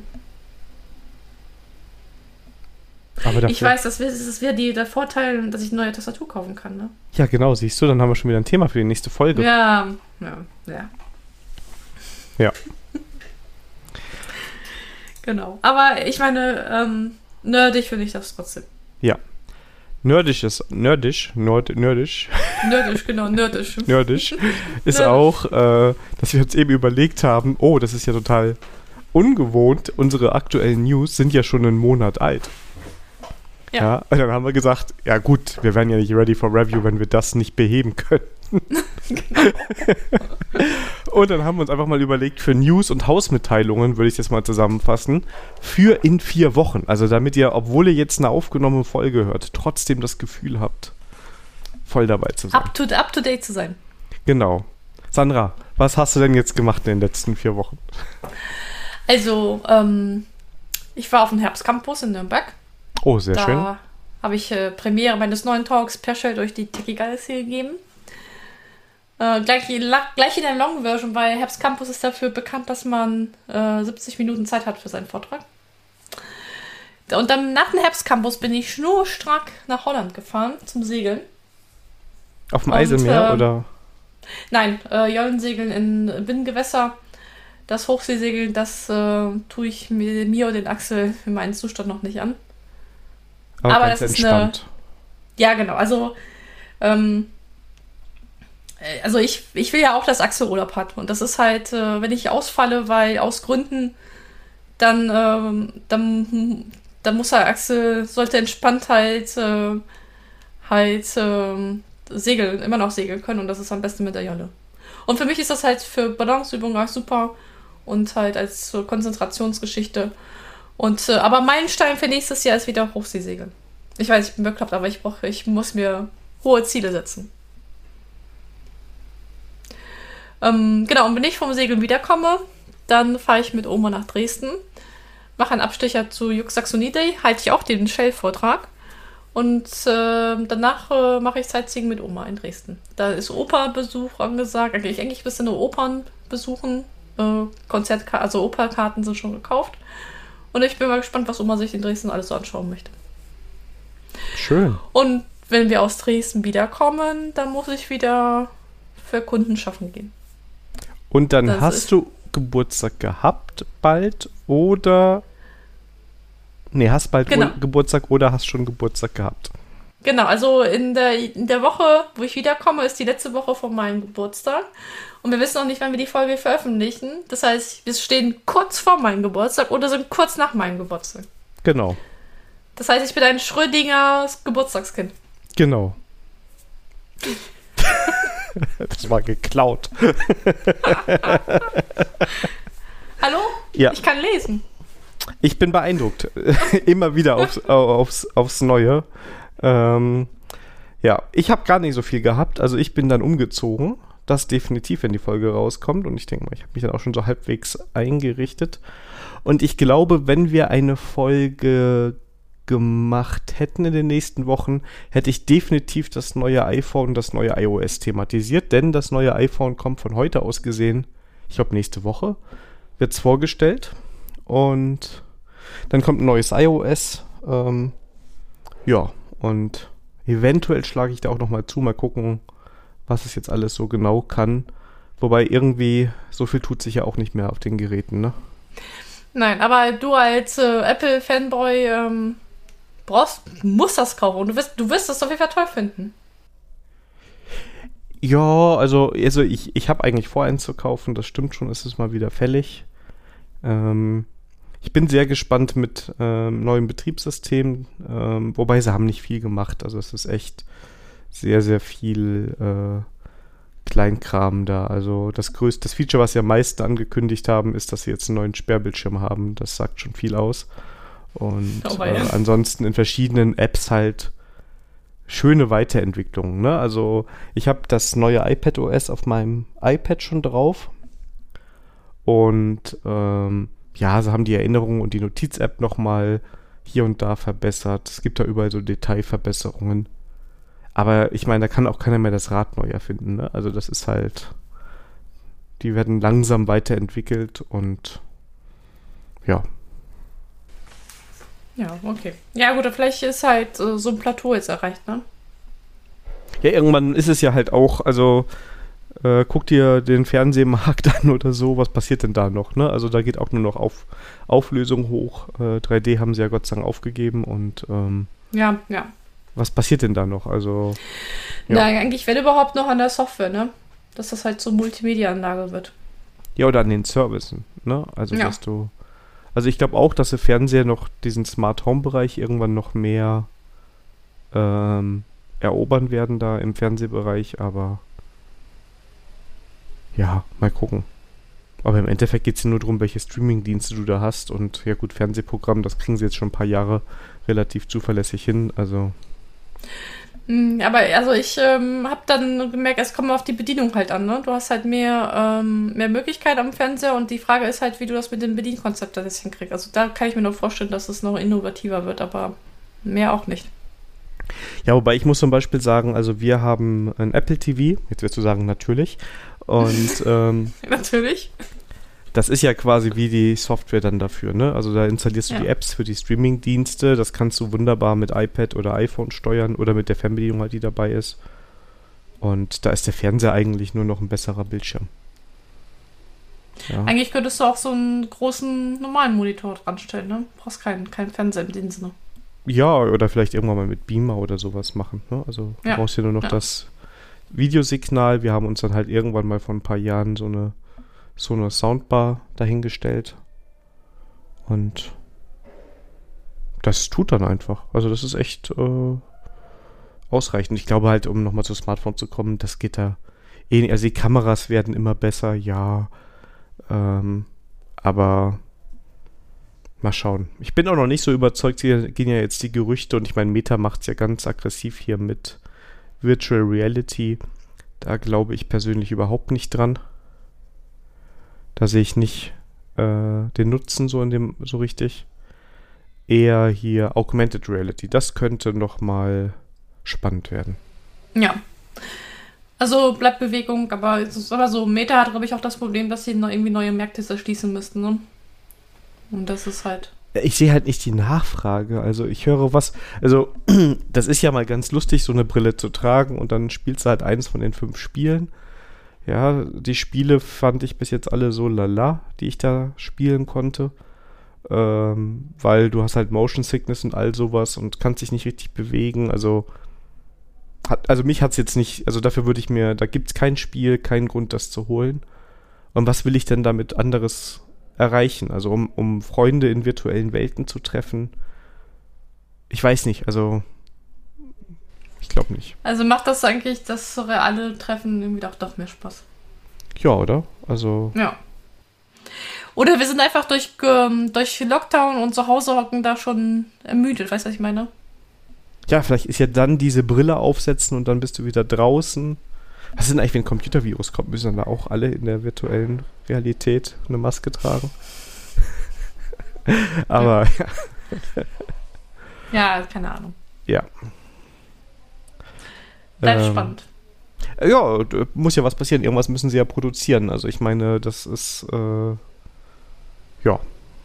Aber dafür,
ich weiß, das wäre das wär die, der Vorteil, dass ich eine neue Tastatur kaufen kann, ne?
Ja, genau, siehst du, dann haben wir schon wieder ein Thema für die nächste Folge.
Ja, ja, ja.
Ja.
Genau. Aber ich meine, ähm, nerdig finde ich das trotzdem.
Ja. Nerdisch ist, nerdisch, nerd, nerdisch.
Nerdisch, genau, nerdisch.
nerdisch ist
nerdisch.
auch, äh, dass wir uns eben überlegt haben, oh, das ist ja total ungewohnt, unsere aktuellen News sind ja schon einen Monat alt. Ja. ja. Und dann haben wir gesagt, ja gut, wir wären ja nicht ready for review, wenn wir das nicht beheben könnten. Genau. Und dann haben wir uns einfach mal überlegt, für News und Hausmitteilungen, würde ich das mal zusammenfassen, für in vier Wochen. Also damit ihr, obwohl ihr jetzt eine aufgenommene Folge hört, trotzdem das Gefühl habt, voll dabei zu sein.
Up to, up to date zu sein.
Genau. Sandra, was hast du denn jetzt gemacht in den letzten vier Wochen?
Also, ähm, ich war auf dem Herbstcampus in Nürnberg.
Oh, sehr
da
schön.
Da habe ich äh, Premiere meines neuen Talks per Shell durch die Techie Galaxy gegeben. Äh, gleich, gleich in der Long-Version, weil Herbst Campus ist dafür bekannt, dass man äh, siebzig Minuten Zeit hat für seinen Vortrag. Und dann nach dem Herbst Campus bin ich schnurstracks nach Holland gefahren zum Segeln.
Auf dem Eiselmeer,
ähm,
oder?
Nein, äh, Jollensegeln in Binnengewässer. Das Hochseesegeln, das äh, tue ich mir, mir und den Axel in meinem Zustand noch nicht an.
Aber,
Aber
ganz
das ist
entspannt.
eine... Ja, genau. Also, ähm, also ich, ich will ja auch, dass Axel Urlaub hat. Und das ist halt, äh, wenn ich ausfalle, weil aus Gründen, dann, ähm, dann, dann muss er Axel, sollte entspannt halt, äh, halt äh, segeln, immer noch segeln können. Und das ist am besten mit der Jolle. Und für mich ist das halt für Balanceübungen auch super. Und halt als so Konzentrationsgeschichte. Und, äh, aber Meilenstein für nächstes Jahr ist wieder Hochseesegeln. Ich weiß, ich bin bekloppt, aber ich brauche, ich muss mir hohe Ziele setzen. Ähm, genau, und wenn ich vom Segeln wiederkomme, dann fahre ich mit Oma nach Dresden, mache einen Abstecher zu Jux Saxonidae, halte ich auch den Shell-Vortrag. Und äh, danach äh, mache ich Sightseeing mit Oma in Dresden. Da ist Operbesuch angesagt. Eigentlich, eigentlich bist du nur Opern besuchen. Äh, Konzertkarten, also Operkarten sind schon gekauft. Und ich bin mal gespannt, was Oma sich in Dresden alles so anschauen möchte.
Schön.
Und wenn wir aus Dresden wiederkommen, dann muss ich wieder für Kunden schaffen gehen.
Und dann
Das
hast
ist-
du Geburtstag gehabt bald oder... Nee, hast bald
Genau.
wohl Geburtstag oder hast schon Geburtstag gehabt.
Genau, also in der, in der Woche, wo ich wiederkomme, ist die letzte Woche von meinem Geburtstag. Und wir wissen noch nicht, wann wir die Folge veröffentlichen. Das heißt, wir stehen kurz vor meinem Geburtstag oder sind kurz nach meinem Geburtstag.
Genau.
Das heißt, ich bin ein Schrödinger Geburtstagskind.
Genau. Das war geklaut.
Hallo?
Ja.
Ich kann lesen.
Ich bin beeindruckt. Immer wieder aufs, aufs, aufs Neue. Ähm, ja, ich habe gar nicht so viel gehabt. Also ich bin dann umgezogen. Das definitiv, wenn die Folge rauskommt. Und ich denke mal, ich habe mich dann auch schon so halbwegs eingerichtet. Und ich glaube, wenn wir eine Folge gemacht hätten in den nächsten Wochen, hätte ich definitiv das neue iPhone, das neue iOS thematisiert. Denn das neue iPhone kommt von heute aus gesehen, ich glaube nächste Woche, wird es vorgestellt. Und dann kommt ein neues iOS. Ähm, ja, und eventuell schlage ich da auch nochmal zu, mal gucken, was es jetzt alles so genau kann. Wobei irgendwie, so viel tut sich ja auch nicht mehr auf den Geräten, ne?
Nein, aber du als äh, Apple-Fanboy ähm, brauchst, musst das kaufen. Und du wirst, du wirst das auf jeden Fall toll finden.
Ja, also, also ich, ich habe eigentlich vor, eins zu kaufen. Das stimmt schon, ist es mal wieder fällig. Ähm, ich bin sehr gespannt mit ähm, neuem Betriebssystem, ähm, wobei sie haben nicht viel gemacht. Also es ist echt sehr, sehr viel äh, Kleinkram da. Also das größte, das Feature, was sie am meisten angekündigt haben, ist, dass sie jetzt einen neuen Sperrbildschirm haben. Das sagt schon viel aus. Und
Oh,
äh,
ja.
ansonsten in verschiedenen Apps halt schöne Weiterentwicklungen. Ne? Also ich habe das neue iPadOS auf meinem iPad schon drauf. Und ähm, ja, sie haben die Erinnerungen und die Notiz-App nochmal hier und da verbessert. Es gibt da überall so Detailverbesserungen. Aber ich meine, da kann auch keiner mehr das Rad neu erfinden. Ne? Also das ist halt, die werden langsam weiterentwickelt und ja.
Ja, okay. Ja gut, vielleicht ist halt äh, so ein Plateau jetzt erreicht, ne?
Ja, irgendwann ist es ja halt auch, also äh, guck dir den Fernsehmarkt an oder so, was passiert denn da noch, ne? Also da geht auch nur noch auf Auflösung hoch. Äh, drei D haben sie ja Gott sei Dank aufgegeben und ähm,
Ja, ja.
was passiert denn da noch? Also ja.
Na, eigentlich, wenn überhaupt noch an der Software, ne? Dass das halt so Multimedia-Anlage wird.
Ja, oder an den Servicen, ne? Also
Ja.
dass du, also ich glaube auch, dass der Fernseher noch diesen Smart Home Bereich irgendwann noch mehr ähm, erobern werden da im Fernsehbereich, aber ja, mal gucken. Aber im Endeffekt geht es ja nur darum, welche Streaming-Dienste du da hast und ja gut, Fernsehprogramm, das kriegen sie jetzt schon ein paar Jahre relativ zuverlässig hin, also
Hm, aber also ich ähm, habe dann gemerkt, es kommt auf die Bedienung halt an, ne? Du hast halt mehr, ähm, mehr Möglichkeit am Fernseher und die Frage ist halt, wie du das mit dem Bedienkonzept alles hinkriegst. Also da kann ich mir nur vorstellen, dass es noch innovativer wird, aber mehr auch nicht.
ja, wobei ich muss zum Beispiel sagen, also wir haben ein Apple T V, jetzt wirst du sagen, natürlich, und ähm,
Natürlich.
das ist ja quasi wie die Software dann dafür, ne? Also da installierst du
Ja.
die Apps für die Streaming-Dienste, das kannst du wunderbar mit iPad oder iPhone steuern oder mit der Fernbedienung halt, die dabei ist. Und da ist der Fernseher eigentlich nur noch ein besserer Bildschirm.
Ja. Eigentlich könntest du auch so einen großen normalen Monitor dran stellen, ne? Du brauchst keinen, keinen Fernseher in dem Sinne.
Ja, oder vielleicht irgendwann mal mit Beamer oder sowas machen, ne? Also du ja. brauchst ja nur noch ja. das Videosignal. Wir haben uns dann halt irgendwann mal vor ein paar Jahren so eine, so eine Soundbar dahingestellt. Und das tut dann einfach. Also das ist echt äh, ausreichend. Ich glaube halt, um nochmal zu Smartphone zu kommen, das geht da eh nicht. Also die Kameras werden immer besser, ja. Ähm, aber mal schauen. Ich bin auch noch nicht so überzeugt, hier gehen ja jetzt die Gerüchte und ich meine, Meta macht es ja ganz aggressiv hier mit Virtual Reality. Da glaube ich persönlich überhaupt nicht dran. Da sehe ich nicht äh, den Nutzen so in dem so richtig. Eher hier Augmented Reality. Das könnte noch mal spannend werden.
Ja. Also bleibt Bewegung, aber es ist aber so, Meta hat, glaube ich, auch das Problem, dass sie noch irgendwie neue Märkte erschließen müssten, ne? Und das ist halt...
Ich sehe halt nicht die Nachfrage. Also ich höre was... Also das ist ja mal ganz lustig, so eine Brille zu tragen und dann spielst du halt eins von den fünf Spielen. Ja, die Spiele fand ich bis jetzt alle so lala, die ich da spielen konnte. Ähm, weil du hast halt Motion Sickness und all sowas und kannst dich nicht richtig bewegen. Also... Hat, also mich hat es jetzt nicht, also dafür würde ich mir, da gibt es kein Spiel, keinen Grund, das zu holen. Und was will ich denn damit anderes erreichen? Also um, um Freunde in virtuellen Welten zu treffen? Ich weiß nicht, also ich glaube nicht.
Also macht das eigentlich das reale Treffen irgendwie doch, doch mehr Spaß?
Ja, oder? Also...
Ja. Oder wir sind einfach durch, ähm, durch Lockdown und zu Hause hocken da schon ermüdet, weißt du, was ich meine?
Ja, vielleicht ist ja dann diese Brille aufsetzen und dann bist du wieder draußen. Was ist denn eigentlich, wenn ein Computervirus kommt? Müssen dann da auch alle in der virtuellen Realität eine Maske tragen? Aber, ja.
Ja, keine Ahnung.
Ja.
Bleibt ähm, spannend.
Ja, muss ja was passieren. Irgendwas müssen sie ja produzieren. Also ich meine, das ist, äh, ja.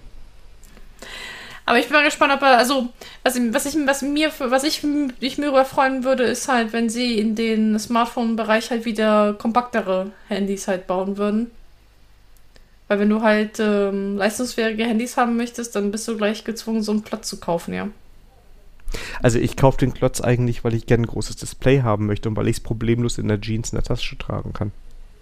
Aber ich bin mal gespannt, ob er, also, was, was ich, was mir, was ich, ich mir darüber freuen würde, ist halt, wenn sie in den Smartphone-Bereich halt wieder kompaktere Handys halt bauen würden. Weil wenn du halt ähm, leistungsfähige Handys haben möchtest, dann bist du gleich gezwungen, so einen Klotz zu kaufen, ja.
Also ich kaufe den Klotz eigentlich, weil ich gerne ein großes Display haben möchte und weil ich es problemlos in der Jeans in der Tasche tragen kann.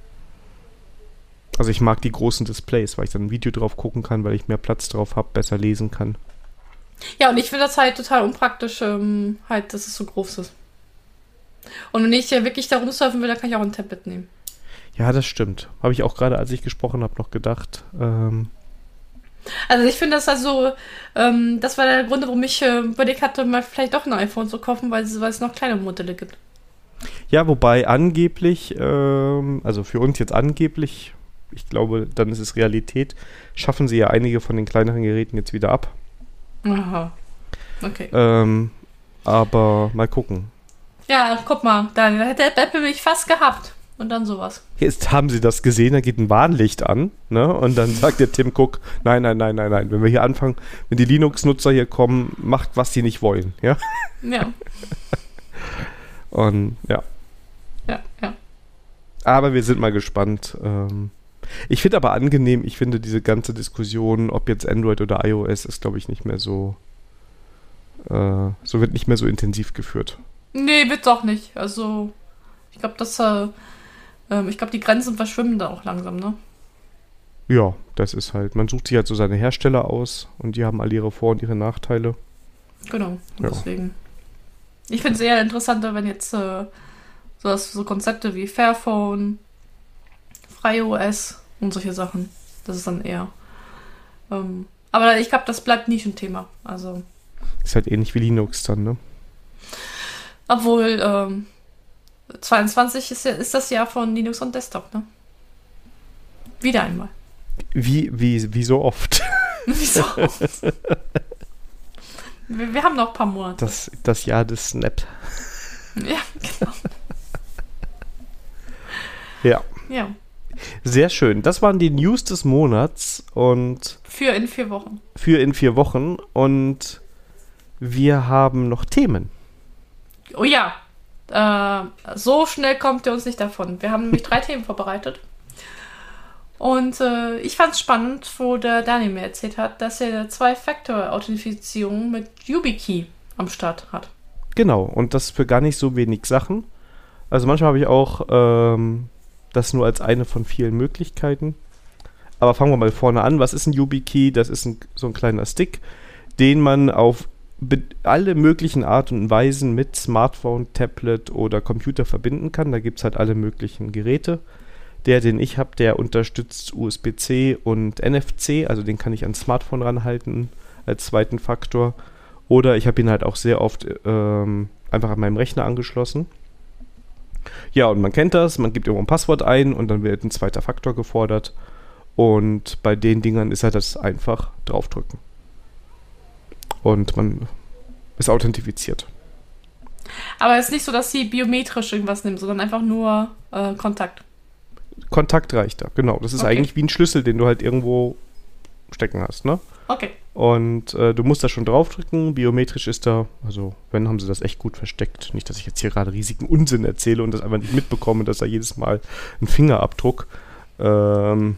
Also ich mag die großen Displays, weil ich dann ein Video drauf gucken kann, weil ich mehr Platz drauf habe, besser lesen kann.
Ja, und ich finde das halt total unpraktisch, ähm, halt, dass es so groß ist. Und wenn ich ja wirklich da rumsurfen will, dann kann ich auch ein Tablet nehmen.
Ja, das stimmt. Habe ich auch gerade, als ich gesprochen habe, noch gedacht. Ähm
also ich finde das also, ähm, das war der Grund, warum ich äh, überlegt hatte, mal vielleicht doch ein iPhone zu kaufen, weil es, weil es noch kleine Modelle gibt.
Ja, wobei angeblich, ähm, also für uns jetzt angeblich, ich glaube, dann ist es Realität, schaffen sie ja einige von den kleineren Geräten jetzt wieder ab.
Aha. Okay.
Ähm, aber mal gucken.
Ja, guck mal, da hätte Apple mich fast gehabt. Und dann sowas.
Jetzt haben sie das gesehen, da geht ein Warnlicht an, ne? Und dann sagt der Tim Cook, nein, nein, nein, nein, nein. Wenn wir hier anfangen, wenn die Linux-Nutzer hier kommen, macht, was sie nicht wollen, ja?
Ja.
Und ja.
Ja, ja.
Aber wir sind mal gespannt. Ähm, ich finde aber angenehm, ich finde diese ganze Diskussion, ob jetzt Android oder iOS, ist, glaube ich, nicht mehr so, äh, so wird nicht mehr so intensiv geführt.
Nee, wird doch nicht. Also, ich glaube, das, äh, ähm, ich glaube, die Grenzen verschwimmen da auch langsam, ne?
Ja, das ist halt, man sucht sich halt so seine Hersteller aus und die haben alle ihre Vor- und ihre Nachteile.
Genau,
ja.
Deswegen. Ich finde es eher interessanter, wenn jetzt äh, so, so Konzepte wie Fairphone, FreeOS und solche Sachen, das ist dann eher. Ähm, aber ich glaube, das bleibt nicht ein Thema. Also.
Ist halt ähnlich wie Linux dann, ne?
Obwohl, ähm, zweiundzwanzig ist, ja, ist das Jahr von Linux und Desktop, ne? Wieder einmal.
Wie, wie, wie so oft.
Wie so oft. wir, wir haben noch ein paar Monate.
Das, das Jahr des Snap.
Ja, genau.
Ja.
Ja.
Sehr schön. Das waren die News des Monats und
für in vier Wochen.
Für in vier Wochen und wir haben noch Themen.
Oh ja. Äh, so schnell kommt ihr uns nicht davon. Wir haben nämlich drei Themen vorbereitet. Und äh, ich fand es spannend, wo der Daniel mir erzählt hat, dass er Zwei-Faktor-Authentifizierung mit YubiKey am Start hat.
Genau, und das für gar nicht so wenig Sachen. Also manchmal habe ich auch ähm, das nur als eine von vielen Möglichkeiten. Aber fangen wir mal vorne an. Was ist ein YubiKey? Das ist ein, so ein kleiner Stick, den man auf be- alle möglichen Arten und Weisen mit Smartphone, Tablet oder Computer verbinden kann. Da gibt es halt alle möglichen Geräte. Der, den ich habe, der unterstützt U S B C und N F C, also den kann ich ans Smartphone ranhalten als zweiten Faktor. Oder ich habe ihn halt auch sehr oft ähm, einfach an meinem Rechner angeschlossen. Ja, und man kennt das, man gibt irgendwo ein Passwort ein und dann wird ein zweiter Faktor gefordert. Und bei den Dingern ist halt das einfach draufdrücken. Und man ist authentifiziert.
Aber es ist nicht so, dass sie biometrisch irgendwas nimmt, sondern einfach nur äh, Kontakt.
Kontakt reicht da, genau. Das ist okay. Eigentlich wie ein Schlüssel, den du halt irgendwo stecken hast, ne?
Okay.
Und äh, du musst da schon draufdrücken. Biometrisch ist da, also wenn, haben sie das echt gut versteckt. Nicht, dass ich jetzt hier gerade riesigen Unsinn erzähle und das einfach nicht mitbekomme, dass da jedes Mal ein Fingerabdruck. Ähm,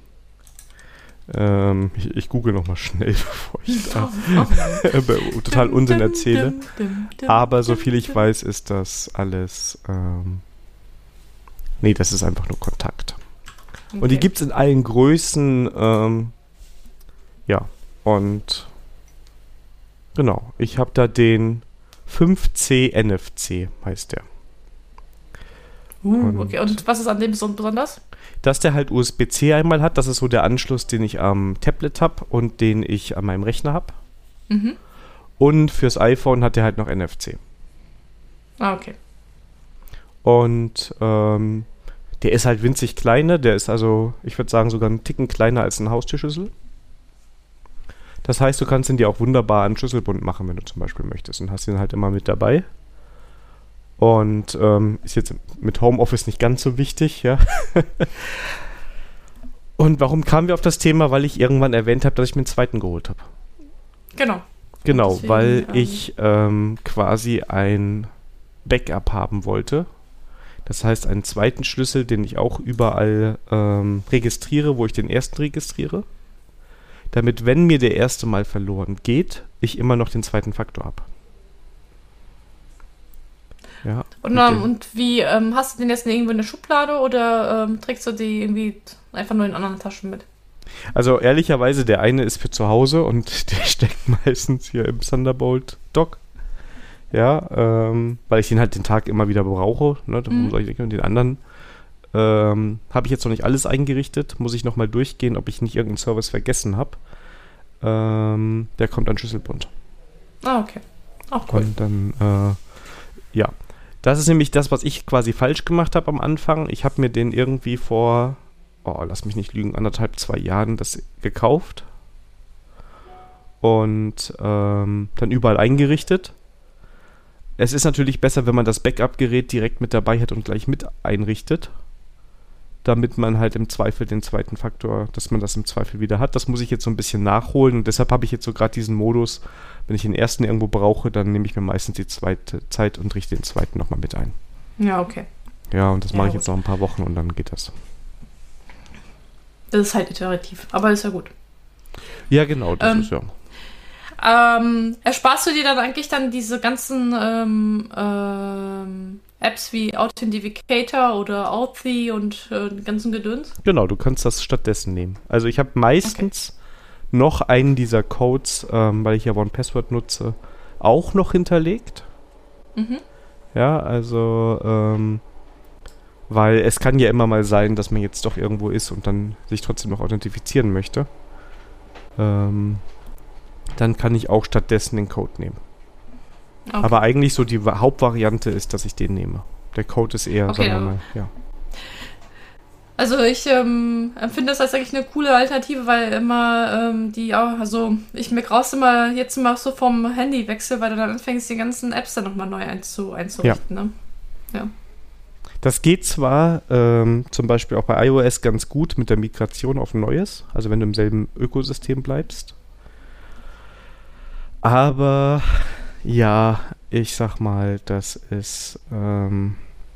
ähm, ich, ich google nochmal schnell, bevor ich da total Unsinn erzähle. Aber soviel ich weiß, ist das alles... Ähm, nee, das ist einfach nur Kontakt. Okay. Und die gibt es in allen Größen. Ähm, ja, und genau, ich habe da den fünf C N F C, heißt der.
Uh, und okay, und was ist an dem so besonders?
Dass der halt U S B C einmal hat, das ist so der Anschluss, den ich am Tablet habe und den ich an meinem Rechner habe. Mhm. Und fürs iPhone hat der halt noch N F C.
Ah, okay.
Und ähm, der ist halt winzig kleiner, der ist also, ich würde sagen, sogar einen Ticken kleiner als ein Haustürschlüssel. Das heißt, du kannst ihn dir auch wunderbar an Schlüsselbund machen, wenn du zum Beispiel möchtest und hast ihn halt immer mit dabei. Und ähm, ist jetzt mit Homeoffice nicht ganz so wichtig, ja. Und warum kamen wir auf das Thema? Weil ich irgendwann erwähnt habe, dass ich mir einen zweiten geholt habe.
Genau.
Genau,
deswegen,
weil
ähm,
ich ähm, quasi ein Backup haben wollte. Das heißt, einen zweiten Schlüssel, den ich auch überall ähm, registriere, wo ich den ersten registriere. Damit, wenn mir der erste mal verloren geht, ich immer noch den zweiten Faktor habe. Ja,
und, und, und wie, ähm, hast du den jetzt irgendwo in der Schublade oder ähm, trägst du die irgendwie einfach nur in anderen Taschen mit?
Also ehrlicherweise, der eine ist für zu Hause und der steckt meistens hier im Thunderbolt-Dock. Ja, ähm, weil ich den halt den Tag immer wieder brauche. Ne? Mhm. Soll ich denken, und den anderen ähm, habe ich jetzt noch nicht alles eingerichtet. Muss ich nochmal durchgehen, ob ich nicht irgendeinen Service vergessen habe. Ähm, der kommt an Schlüsselbund.
Ah, okay. Auch cool.
Und dann, äh, ja. Das ist nämlich das, was ich quasi falsch gemacht habe am Anfang. Ich habe mir den irgendwie vor, oh, lass mich nicht lügen, anderthalb, zwei Jahren das gekauft. Und ähm, dann überall eingerichtet. Es ist natürlich besser, wenn man das Backup-Gerät direkt mit dabei hat und gleich mit einrichtet, damit man halt im Zweifel den zweiten Faktor, dass man das im Zweifel wieder hat. Das muss ich jetzt so ein bisschen nachholen und deshalb habe ich jetzt so gerade diesen Modus, wenn ich den ersten irgendwo brauche, dann nehme ich mir meistens die zweite Zeit und richte den zweiten nochmal mit ein.
Ja, okay.
Ja, und das
Ja,
mache ich
gut.
jetzt noch ein paar Wochen und dann geht das.
Das ist halt iterativ, aber ist ja gut.
Ja, genau, das
Ähm,
ist ja.
Ähm, ersparst du dir dann eigentlich dann diese ganzen ähm, ähm, Apps wie Authenticator oder Authy und äh, den ganzen Gedöns?
Genau, du kannst das stattdessen nehmen. Also ich habe meistens noch einen dieser Codes, ähm, weil ich ja OnePassword nutze, auch noch hinterlegt.
Mhm.
Ja, also ähm, weil es kann ja immer mal sein, dass man jetzt doch irgendwo ist und dann sich trotzdem noch authentifizieren möchte. Ähm, dann kann ich auch stattdessen den Code nehmen. Okay. Aber eigentlich so die Wa- Hauptvariante ist, dass ich den nehme. Der Code ist eher,
Okay,
sagen wir
aber-
mal, ja.
Also ich ähm, empfinde das als eigentlich eine coole Alternative, weil immer ähm, die auch, also ich mir raus immer jetzt immer so vom Handy wechsel, weil du dann anfängst, die ganzen Apps dann nochmal neu einzu, einzurichten. Ne? Ja.
Das geht zwar ähm, zum Beispiel auch bei iOS ganz gut mit der Migration auf ein neues, also wenn du im selben Ökosystem bleibst. Aber ja, ich sag mal, das ist ähm,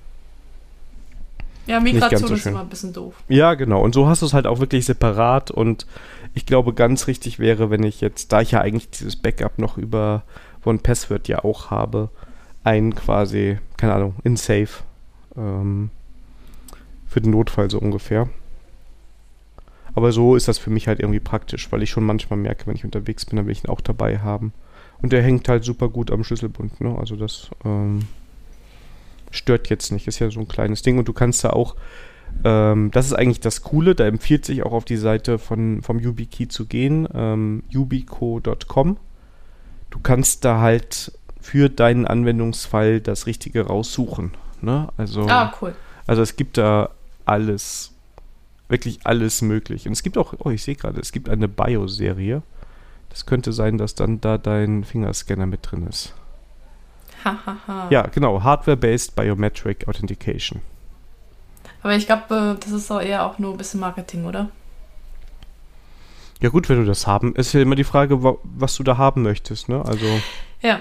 ja, Migration so ist immer ein bisschen doof.
Ja, genau. Und so hast du es halt auch wirklich separat. Und ich glaube, ganz richtig wäre, wenn ich jetzt, da ich ja eigentlich dieses Backup noch über One Password ja auch habe, ein quasi, keine Ahnung, in Safe ähm, für den Notfall so ungefähr. Aber so ist das für mich halt irgendwie praktisch, weil ich schon manchmal merke, wenn ich unterwegs bin, dann will ich ihn auch dabei haben. Und der hängt halt super gut am Schlüsselbund, ne? Also das ähm, stört jetzt nicht. Ist ja so ein kleines Ding. Und du kannst da auch, ähm, das ist eigentlich das Coole, da empfiehlt sich auch auf die Seite von, vom YubiKey zu gehen, ähm, yubico Punkt com. Du kannst da halt für deinen Anwendungsfall das Richtige raussuchen, ne? Also,
ah, cool.
Also es gibt da alles, wirklich alles möglich. Und es gibt auch, oh, ich sehe gerade, es gibt eine Bio-Serie. Das könnte sein, dass dann da dein Fingerscanner mit drin ist.
Hahaha. Ha, ha.
Ja, genau. Hardware-Based Biometric Authentication.
Aber ich glaube, das ist auch eher auch nur ein bisschen Marketing, oder?
Ja gut, wenn du das haben, ist ja immer die Frage, was du da haben möchtest, ne? Also.
Ja.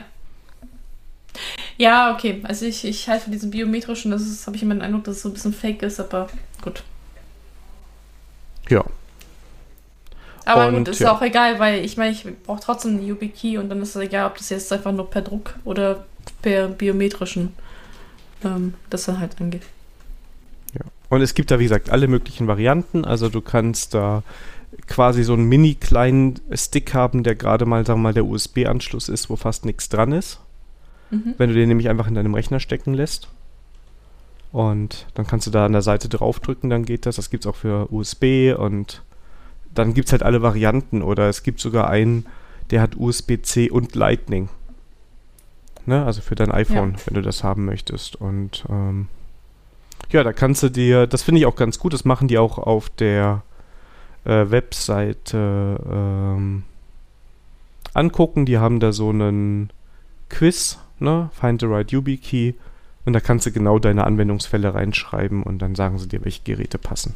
Ja, okay. Also ich, ich halte von diesem biometrischen, das ist, habe ich immer den Eindruck, dass es so ein bisschen fake ist, aber gut.
Ja.
Aber
und,
gut, ist ja auch egal, weil ich meine, ich brauche trotzdem einen YubiKey und dann ist es egal, ob das jetzt einfach nur per Druck oder per biometrischen ähm, das dann halt angeht.
Ja. Und es gibt da, wie gesagt, alle möglichen Varianten. Also du kannst da quasi so einen mini kleinen Stick haben, der gerade mal, sagen wir mal, der U S B-Anschluss ist, wo fast nichts dran ist. Mhm. Wenn du den nämlich einfach in deinem Rechner stecken lässt. Und dann kannst du da an der Seite draufdrücken, dann geht das. Das gibt es auch für U S B und dann gibt es halt alle Varianten. Oder es gibt sogar einen, der hat U S B C und Lightning. Ne? Also für dein iPhone, ja, wenn du das haben möchtest. Und ähm, ja, da kannst du dir, das finde ich auch ganz gut, das machen die auch auf der äh, Webseite ähm, angucken. Die haben da so einen Quiz, ne? Find the right YubiKey. Und da kannst du genau deine Anwendungsfälle reinschreiben und dann sagen sie dir, welche Geräte passen.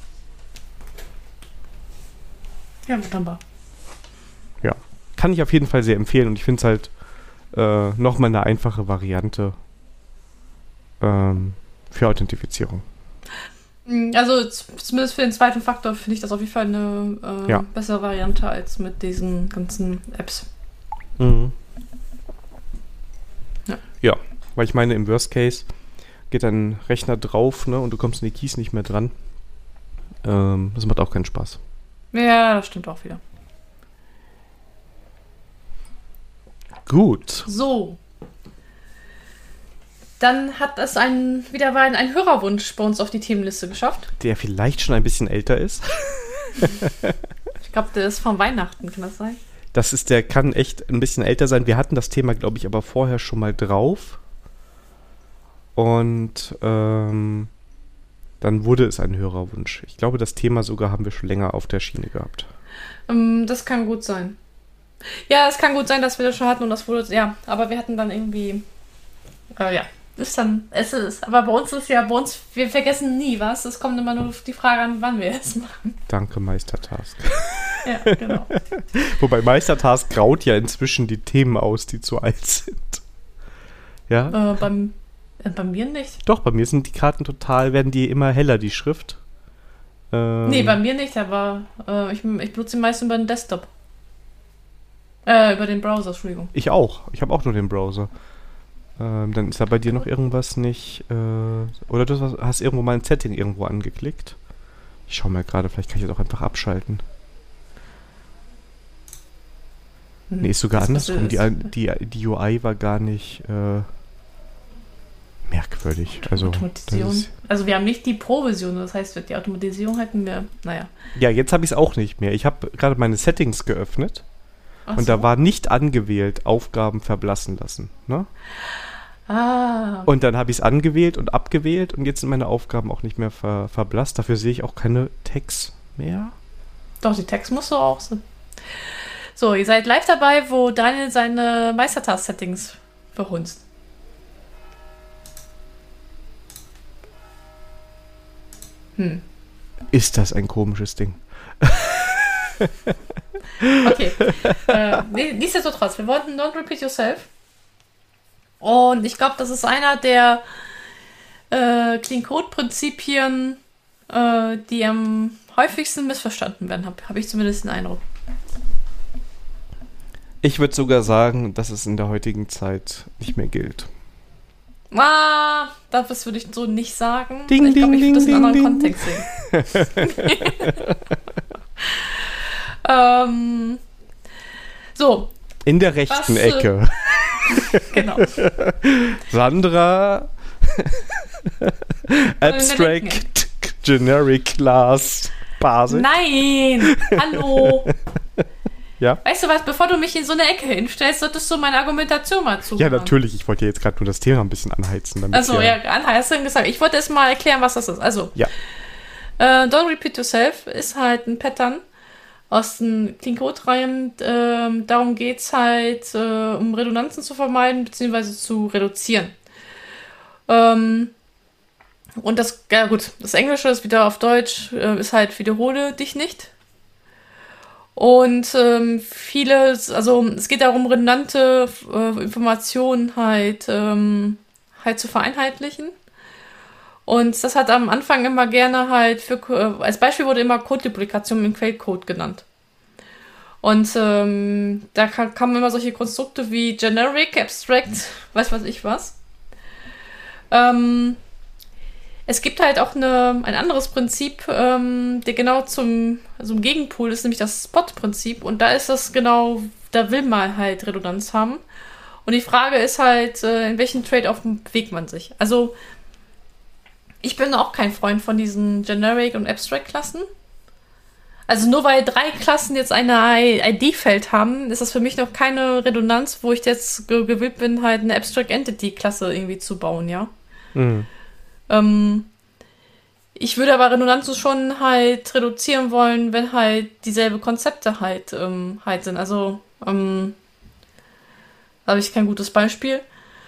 Ja, wunderbar.
Ja, kann ich auf jeden Fall sehr empfehlen und ich finde es halt äh, nochmal eine einfache Variante ähm, für Authentifizierung.
Also zumindest für den zweiten Faktor finde ich das auf jeden Fall eine äh, ja. bessere Variante als mit diesen ganzen Apps.
Mhm. Ja. Ja, weil ich meine, im Worst Case geht dein Rechner drauf, ne, und du kommst in die Keys nicht mehr dran. Ähm, das macht auch keinen Spaß.
Ja, das stimmt auch wieder.
Gut.
So. Dann hat es ein, wieder mal ein Hörerwunsch bei uns auf die Themenliste geschafft.
Der vielleicht schon ein bisschen älter ist.
Ich glaube, der ist von Weihnachten, kann das sein?
Das ist, der kann echt ein bisschen älter sein. Wir hatten das Thema, glaube ich, aber vorher schon mal drauf. Und ähm, dann wurde es ein Hörerwunsch. Ich glaube, das Thema sogar haben wir schon länger auf der Schiene gehabt.
Um, das kann gut sein. Ja, es kann gut sein, dass wir das schon hatten und das wurde, ja, aber wir hatten dann irgendwie, äh, ja, ist dann, es ist, aber bei uns ist ja, bei uns, wir vergessen nie was. Es kommt immer nur die Frage an, wann wir es machen.
Danke, Meistertask.
Ja, genau.
Wobei Meistertask graut ja inzwischen die Themen aus, die zu alt sind. Ja?
Äh, beim, äh, bei mir nicht.
Doch, bei mir sind die Karten total, werden die immer heller, die Schrift. Ähm,
nee, bei mir nicht, aber äh, ich, ich benutze die meisten über den Desktop. Äh, über den Browser, Entschuldigung.
Ich auch. Ich habe auch nur den Browser. Ähm, dann ist da bei dir noch irgendwas nicht, äh, oder du hast, hast irgendwo mal ein Setting irgendwo angeklickt. Ich schau mal gerade, vielleicht kann ich das auch einfach abschalten. Hm, nee, ist sogar andersrum. Die, die, die U I war gar nicht äh, merkwürdig. Also,
Automatisierung. Also wir haben nicht die Pro-Version, das heißt, die Automatisierung hätten wir, naja.
Ja, jetzt habe ich es auch nicht mehr. Ich habe gerade meine Settings geöffnet. Ach und so. Da war nicht angewählt, Aufgaben verblassen lassen. Ne?
Ah.
Und dann habe ich es angewählt und abgewählt und jetzt sind meine Aufgaben auch nicht mehr ver- verblasst. Dafür sehe ich auch keine Tags mehr.
Doch, die Tags musst du auch. So. so, ihr seid live dabei, wo Daniel seine Meistertask-Settings verhunzt. Hm.
Ist das ein komisches Ding?
Okay. äh, nichtsdestotrotz, wir wollten Don't Repeat Yourself. Und ich glaube, das ist einer der äh, Clean Code-Prinzipien, äh, die am häufigsten missverstanden werden, habe hab ich zumindest den Eindruck.
Ich würde sogar sagen, dass es in der heutigen Zeit nicht mehr gilt.
Ah, das würde ich so nicht sagen.
Ding,
ich glaube, ich würde das in einem anderen
ding.
Kontext sehen. ähm, so.
In der rechten
was,
Ecke.
Genau.
Sandra Abstract Generic Class Basis.
Nein! Hallo!
Ja?
Weißt du was, bevor du mich in so eine Ecke hinstellst, solltest du meine Argumentation mal zuhören.
Ja, natürlich. Ich wollte ja jetzt gerade nur das Thema ein bisschen anheizen. Damit
Also, ja, anheizen gesagt. Ich wollte erst mal erklären, was das ist. Also,
ja.
äh, Don't Repeat Yourself ist halt ein Pattern aus den Clean Code-Reihen. Ähm, darum geht es halt, äh, um Redundanzen zu vermeiden, beziehungsweise zu reduzieren. Ähm, und das, ja gut, das Englische ist wieder auf Deutsch, äh, ist halt wiederhole dich nicht. Und ähm, viele, also es geht darum, redundante äh, Informationen halt, ähm, halt zu vereinheitlichen. Und das hat am Anfang immer gerne halt, für, äh, als Beispiel wurde immer Code-Duplikation im Quellcode genannt. Und ähm, da kam, kamen immer solche Konstrukte wie Generic, Abstract, weiß was ich was. Ähm, Es gibt halt auch eine, ein anderes Prinzip, ähm, der genau zum, also im Gegenpol ist, nämlich das Spot-Prinzip. Und da ist das genau, da will man halt Redundanz haben. Und die Frage ist halt, äh, in welchen Trade-off bewegt man sich. Also, ich bin auch kein Freund von diesen Generic- und Abstract-Klassen. Also nur weil drei Klassen jetzt eine I D-Feld haben, ist das für mich noch keine Redundanz, wo ich jetzt ge- gewillt bin, halt eine Abstract-Entity-Klasse irgendwie zu bauen, ja.
Mhm.
Ähm, ich würde aber Redundanzen schon halt reduzieren wollen, wenn halt dieselbe Konzepte halt, ähm, halt sind. Also, ähm, da habe ich kein gutes Beispiel.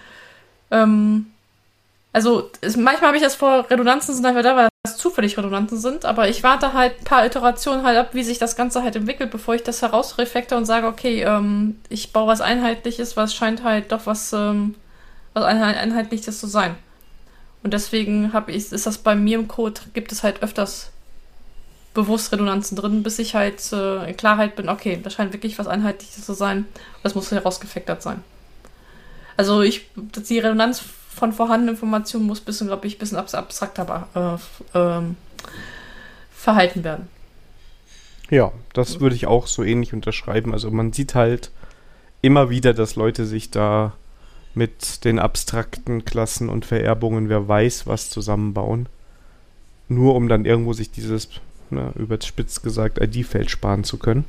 Ähm, also, es, manchmal habe ich das vor, Redundanzen sind einfach da, weil das zufällig Redundanzen sind, aber ich warte halt ein paar Iterationen halt ab, wie sich das Ganze halt entwickelt, bevor ich das herausreflekte und sage, okay, ähm, ich baue was Einheitliches, was scheint halt doch was, ähm, was Einheitliches zu sein. Und deswegen habe ich, ist das bei mir im Code, gibt es halt öfters bewusst Redundanzen drin, bis ich halt äh, in Klarheit bin, okay, das scheint wirklich was Einheitliches zu sein. Das muss herausgefiltert sein. Also ich, die Redundanz von vorhandenen Informationen muss ein bisschen, glaube ich, ein bisschen abstrakter äh, äh, verhalten werden.
Ja, das würde ich auch so ähnlich unterschreiben. Also man sieht halt immer wieder, dass Leute sich da mit den abstrakten Klassen und Vererbungen, wer weiß, was zusammenbauen. Nur um dann irgendwo sich dieses, ne, überspitzt gesagt, I D-Feld sparen zu können.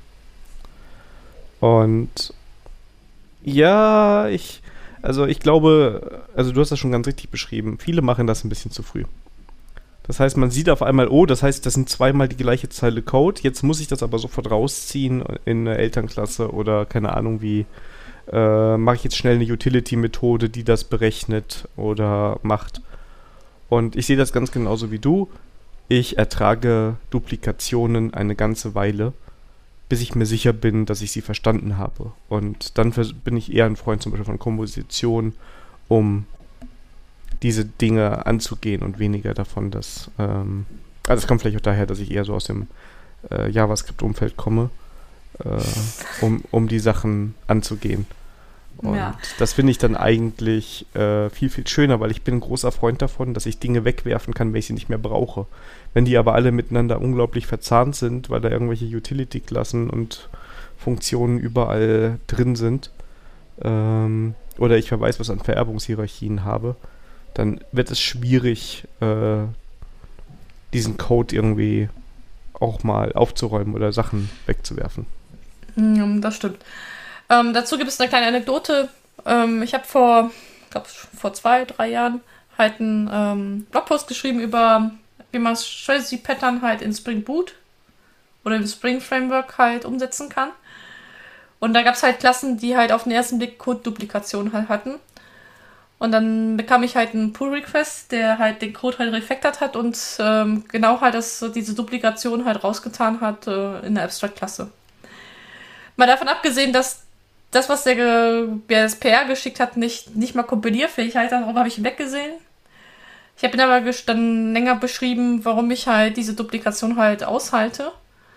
Und ja, ich, also ich glaube, also du hast das schon ganz richtig beschrieben, viele machen das ein bisschen zu früh. Das heißt, man sieht auf einmal, oh, das heißt, das sind zweimal die gleiche Zeile Code, jetzt muss ich das aber sofort rausziehen in eine Elternklasse oder keine Ahnung wie, äh, mache ich jetzt schnell eine Utility-Methode, die das berechnet oder macht. Und ich sehe das ganz genauso wie du. Ich ertrage Duplikationen eine ganze Weile, bis ich mir sicher bin, dass ich sie verstanden habe. Und dann vers- bin ich eher ein Freund zum Beispiel von Komposition, um diese Dinge anzugehen und weniger davon, dass, ähm, also es kommt vielleicht auch daher, dass ich eher so aus dem äh, JavaScript-Umfeld komme, äh, um, um die Sachen anzugehen. Und
Ja.
das finde ich dann eigentlich äh, viel, viel schöner, weil ich bin ein großer Freund davon, dass ich Dinge wegwerfen kann, wenn ich sie nicht mehr brauche. Wenn die aber alle miteinander unglaublich verzahnt sind, weil da irgendwelche Utility-Klassen und Funktionen überall drin sind, ähm, oder ich wer weiß, was an Vererbungshierarchien habe, dann wird es schwierig, äh, diesen Code irgendwie auch mal aufzuräumen oder Sachen wegzuwerfen.
Mm, Das stimmt. Ähm, dazu gibt es eine kleine Anekdote. Ähm, ich habe vor, ich glaube, vor zwei, drei Jahren halt einen ähm, Blogpost geschrieben über, wie man Strategy Pattern halt in Spring Boot oder im Spring Framework halt umsetzen kann. Und da gab es halt Klassen, die halt auf den ersten Blick Code-Duplikation halt hatten. Und dann bekam ich halt einen Pull-Request, der halt den Code halt refactored hat und ähm, genau halt das, diese Duplikation halt rausgetan hat äh, in der Abstract-Klasse. Mal davon abgesehen, dass das, was der, der das P R geschickt hat, nicht, nicht mal kompilierfähig halt, darüber habe ich weggesehen. Ich habe ihn aber dann länger beschrieben, warum ich halt diese Duplikation halt aushalte.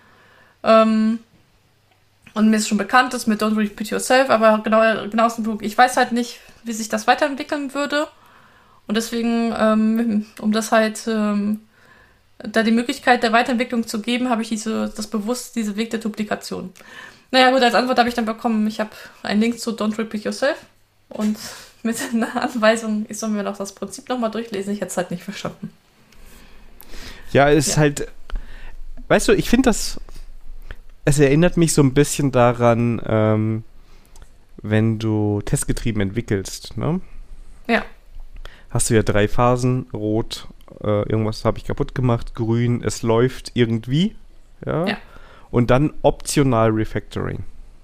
Ähm, und mir ist schon bekannt, das mit Don't Repeat Yourself, aber genau, genau aus dem Punkt, ich weiß halt nicht, wie sich das weiterentwickeln würde. Und deswegen, ähm, um das halt, ähm, da die Möglichkeit der Weiterentwicklung zu geben, habe ich diese, das bewusst, diese Weg der Duplikation. Naja gut, als Antwort habe ich dann bekommen, ich habe einen Link zu Don't Repeat Yourself und mit einer Anweisung, ich soll mir noch das Prinzip nochmal durchlesen, ich hätte es halt nicht verstanden.
Ja, es ist ja. halt, weißt du, ich finde das, es erinnert mich so ein bisschen daran, ähm, wenn du testgetrieben entwickelst, ne?
Ja.
Hast du ja drei Phasen, rot, äh, irgendwas habe ich kaputt gemacht, grün, es läuft irgendwie, ja?
Ja.
Und dann optional Refactoring.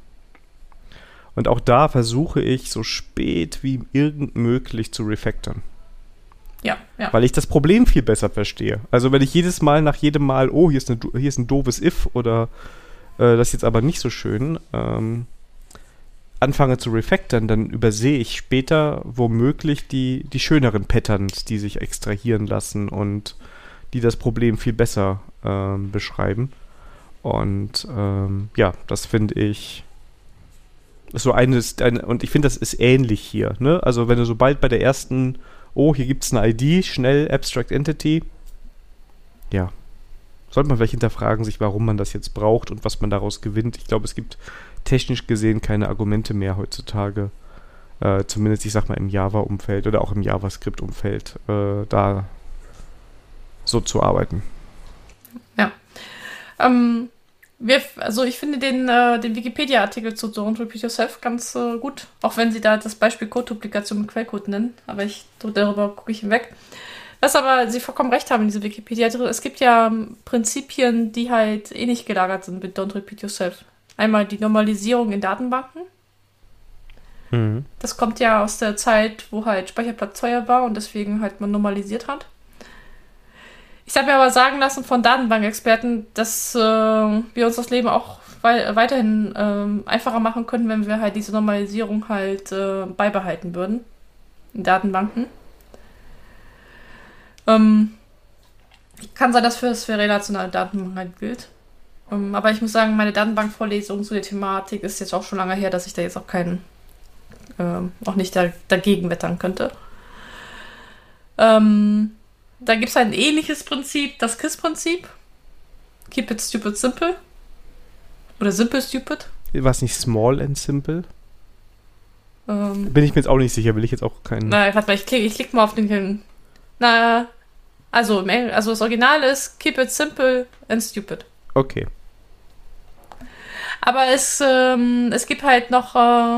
Und auch da versuche ich so spät wie irgend möglich zu refactoren.
Ja, ja.
Weil ich das Problem viel besser verstehe. Also wenn ich jedes Mal nach jedem Mal, oh, hier ist, eine, hier ist ein doofes If oder äh, das ist jetzt aber nicht so schön, ähm, anfange zu refactoren, dann übersehe ich später womöglich die, die schöneren Patterns, die sich extrahieren lassen und die das Problem viel besser ähm, beschreiben. Und ähm, ja, das finde ich so eines, eine, und ich finde, das ist ähnlich hier, ne? Also wenn du sobald bei der ersten, oh, hier gibt es eine I D, schnell Abstract Entity, ja, sollte man vielleicht hinterfragen sich, warum man das jetzt braucht und was man daraus gewinnt. Ich glaube, es gibt technisch gesehen keine Argumente mehr heutzutage, äh, zumindest, ich sag mal, im Java-Umfeld oder auch im JavaScript-Umfeld, äh, da so zu arbeiten.
Ja. Ähm, wir, also ich finde den, äh, den Wikipedia-Artikel zu Don't Repeat Yourself ganz äh, gut, auch wenn sie da das Beispiel Code-Duplikation mit Quellcode nennen, aber ich, darüber gucke ich hinweg. Was aber sie vollkommen recht haben in diese Wikipedia-Artikel, es gibt ja ähm, Prinzipien, die halt ähnlich gelagert sind mit Don't Repeat Yourself. Einmal die Normalisierung in Datenbanken. Mhm. Das kommt ja aus der Zeit, wo halt Speicherplatz teuer war und deswegen halt man normalisiert hat. Ich habe mir aber sagen lassen von Datenbankexperten, dass äh, wir uns das Leben auch wei- weiterhin äh, einfacher machen können, wenn wir halt diese Normalisierung halt äh, beibehalten würden in Datenbanken. Ähm, kann sein, dass für, das für relationale Datenbanken halt gilt. Um, aber ich muss sagen, meine Datenbankvorlesung zu der Thematik ist jetzt auch schon lange her, dass ich da jetzt auch keinen, ähm, auch nicht da, dagegen wettern könnte. Ähm, da gibt es ein ähnliches Prinzip, das K I S-Prinzip. Keep it stupid simple. Oder simple stupid.
War es nicht small and simple?
Ähm,
Bin ich mir jetzt auch nicht sicher, will ich jetzt auch keinen...
Na, warte mal, ich klicke ich klick mal auf den... Na, also, im Engl- also das Original ist Keep it simple and stupid.
Okay.
Aber es, ähm, es gibt halt noch, äh,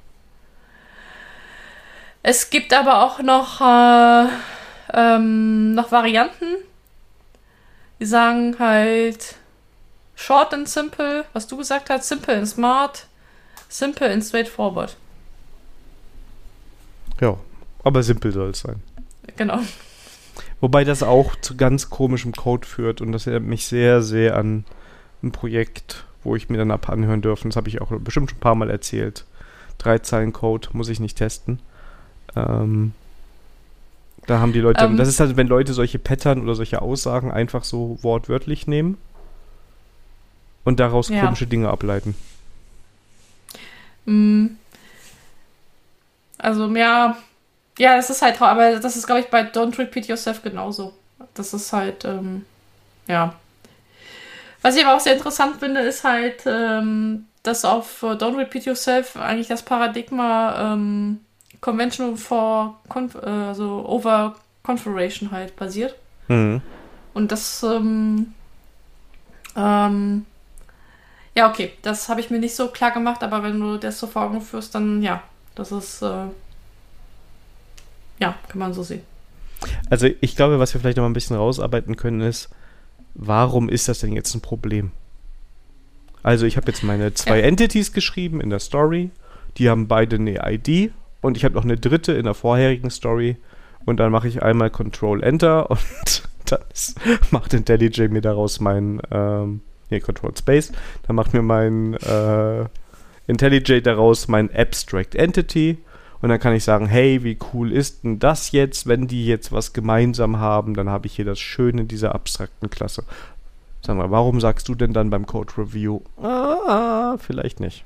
es gibt aber auch noch, äh, ähm, noch Varianten. Die sagen halt short and simple, was du gesagt hast, simple and smart, simple and straightforward.
Ja, aber simpel soll es sein.
Genau.
Wobei das auch zu ganz komischem Code führt und das erinnert mich sehr, sehr an ein Projekt, wo ich mir dann ab anhören dürfen. Das habe ich auch bestimmt schon ein paar Mal erzählt. Drei Zeilen Code muss ich nicht testen. Ähm, da haben die Leute, ähm, das ist halt, wenn Leute solche Pattern oder solche Aussagen einfach so wortwörtlich nehmen und daraus ja. komische Dinge ableiten.
Also, ja, ja, das ist halt, aber das ist, glaube ich, bei Don't Repeat Yourself genauso. Das ist halt, ähm, ja. Was ich aber auch sehr interessant finde, ist halt, ähm, dass auf Don't Repeat Yourself eigentlich das Paradigma ähm, Conventional for Conf- äh, also Over Configuration halt basiert. Mhm. Und das, ähm, ähm, ja, okay, das habe ich mir nicht so klar gemacht, aber wenn du das so vor Augen führst, dann ja, das ist, äh, ja, kann man so sehen.
Also ich glaube, was wir vielleicht noch mal ein bisschen rausarbeiten können, ist, warum ist das denn jetzt ein Problem? Also ich habe jetzt meine zwei ja. Entities geschrieben in der Story, die haben beide eine I D und ich habe noch eine dritte in der vorherigen Story und dann mache ich einmal Control-Enter und dann ist, macht IntelliJ mir daraus mein, ähm, nee, Control-Space, dann macht mir mein äh, IntelliJ daraus mein Abstract Entity und dann kann ich sagen, hey, wie cool ist denn das jetzt, wenn die jetzt was gemeinsam haben, dann habe ich hier das Schöne dieser abstrakten Klasse. Sag mal, warum sagst du denn dann beim Code Review, ah, vielleicht nicht?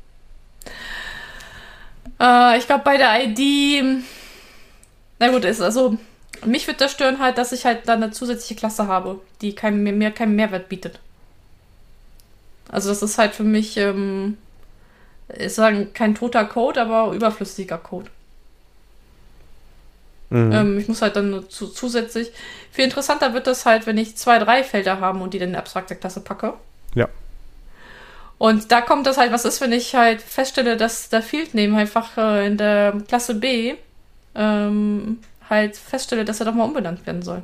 Äh, ich glaube, bei der I D, na gut, ist also, mich wird das stören halt, dass ich halt dann eine zusätzliche Klasse habe, die kein, mir mehr, keinen Mehrwert bietet. Also das ist halt für mich, ähm, ich sagen, kein toter Code, aber überflüssiger Code. Mhm. Ähm, ich muss halt dann nur zu, zusätzlich, viel interessanter wird das halt, wenn ich zwei, drei Felder habe und die dann in eine abstrakte Klasse packe.
Ja.
Und da kommt das halt, was ist, wenn ich halt feststelle, dass der Field Name einfach äh, in der Klasse B ähm, halt feststelle, dass er doch mal umbenannt werden soll.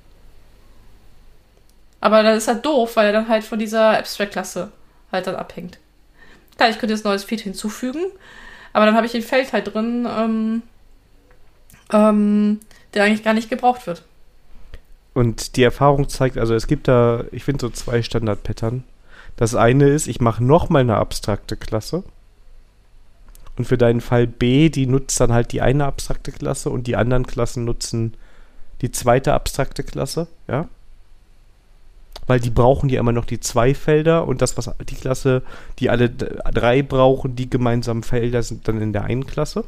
Aber das ist halt doof, weil er dann halt von dieser Abstract-Klasse halt dann abhängt. Klar, ich könnte jetzt ein neues Field hinzufügen, aber dann habe ich ein Feld halt drin, ähm, ähm, der eigentlich gar nicht gebraucht wird.
Und die Erfahrung zeigt, also es gibt da, ich finde so zwei Standard-Pattern. Das eine ist, ich mache nochmal eine abstrakte Klasse. Und für deinen Fall B, die nutzt dann halt die eine abstrakte Klasse und die anderen Klassen nutzen die zweite abstrakte Klasse, ja. Weil die brauchen ja immer noch die zwei Felder und das, was die Klasse, die alle d- drei brauchen, die gemeinsamen Felder sind dann in der einen Klasse.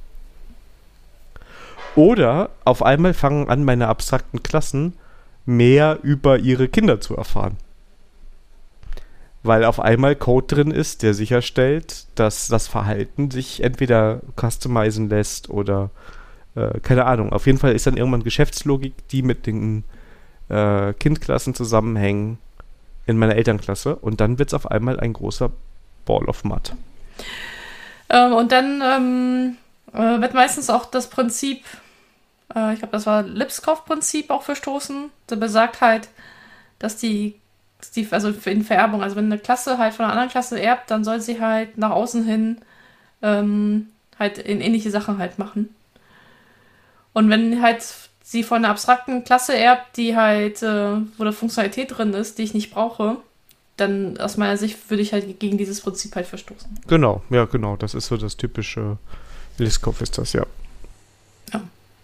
Oder auf einmal fangen an, meine abstrakten Klassen mehr über ihre Kinder zu erfahren. Weil auf einmal Code drin ist, der sicherstellt, dass das Verhalten sich entweder customizen lässt oder äh, keine Ahnung. Auf jeden Fall ist dann irgendwann Geschäftslogik, die mit den äh, Kindklassen zusammenhängen in meiner Elternklasse und dann wird es auf einmal ein großer Ball of Mud.
Ähm, und dann ähm, äh, wird meistens auch das Prinzip, äh, ich glaube, das war Lipskov-Prinzip auch verstoßen. Der besagt halt, dass die Die, also in Vererbung, also wenn eine Klasse halt von einer anderen Klasse erbt, dann soll sie halt nach außen hin ähm, halt in ähnliche Sachen halt machen. Und wenn halt sie von einer abstrakten Klasse erbt, die halt, äh, wo eine Funktionalität drin ist, die ich nicht brauche, dann aus meiner Sicht würde ich halt gegen dieses Prinzip halt verstoßen.
Genau, ja genau, das ist so das typische Liskov ist das, ja.
Ja.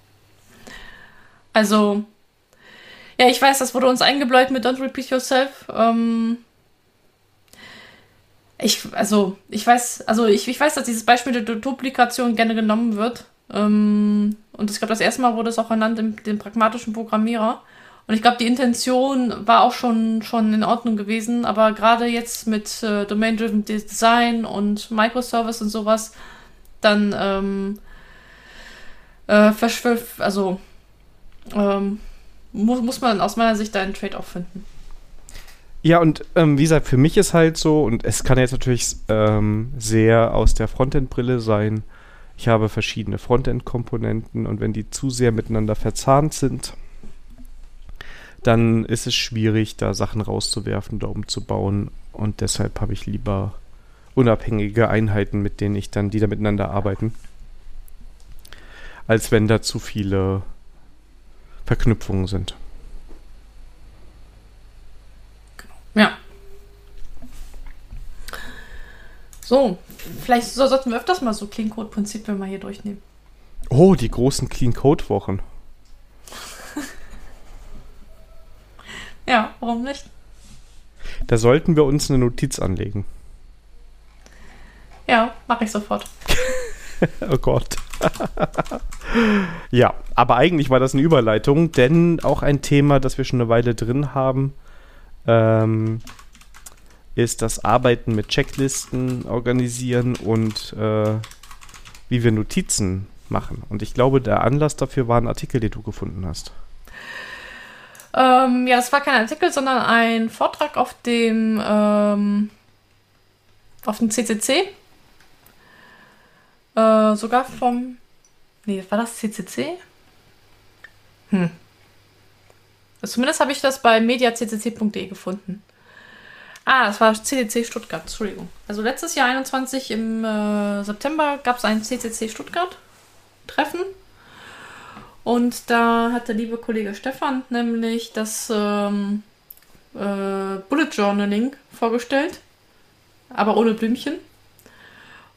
Also ja, ich weiß, das wurde uns eingebläut mit Don't Repeat Yourself. Ähm, ich, also, ich weiß, also ich, ich weiß, dass dieses Beispiel der Duplikation gerne genommen wird. Ähm, und ich glaube, das erste Mal wurde es auch ernannt im dem pragmatischen Programmierer. Und ich glaube, die Intention war auch schon, schon in Ordnung gewesen, aber gerade jetzt mit äh, Domain-Driven Design und Microservice und sowas, dann ähm, äh, verschwölf, also ähm, Muss, muss man aus meiner Sicht da einen Trade-off finden.
Ja, und ähm, wie gesagt, für mich ist halt so, und es kann jetzt natürlich ähm, sehr aus der Frontend-Brille sein, ich habe verschiedene Frontend-Komponenten und wenn die zu sehr miteinander verzahnt sind, dann ist es schwierig, da Sachen rauszuwerfen oder umzubauen und deshalb habe ich lieber unabhängige Einheiten, mit denen ich dann, die da miteinander arbeiten, als wenn da zu viele Verknüpfungen sind.
Ja. So, vielleicht so, sollten wir öfters mal so Clean Code Prinzipien mal hier durchnehmen.
Oh, die großen Clean Code Wochen.
Ja, warum nicht?
Da sollten wir uns eine Notiz anlegen.
Ja, mache ich sofort.
Oh Gott. Ja, aber eigentlich war das eine Überleitung, denn auch ein Thema, das wir schon eine Weile drin haben, ähm, ist das Arbeiten mit Checklisten organisieren und äh, wie wir Notizen machen. Und ich glaube, der Anlass dafür war ein Artikel, den du gefunden hast.
Ähm, ja, das war kein Artikel, sondern ein Vortrag auf dem ähm, auf dem C C C. Äh, sogar vom... Nee, war das C C C? Hm. Also zumindest habe ich das bei media c c c punkt d e gefunden. Ah, das war C C C Stuttgart, Entschuldigung. Also letztes Jahr einundzwanzig im äh, September gab es ein C C C Stuttgart-Treffen. Und da hat der liebe Kollege Stefan nämlich das ähm, äh, Bullet Journaling vorgestellt, aber ohne Blümchen.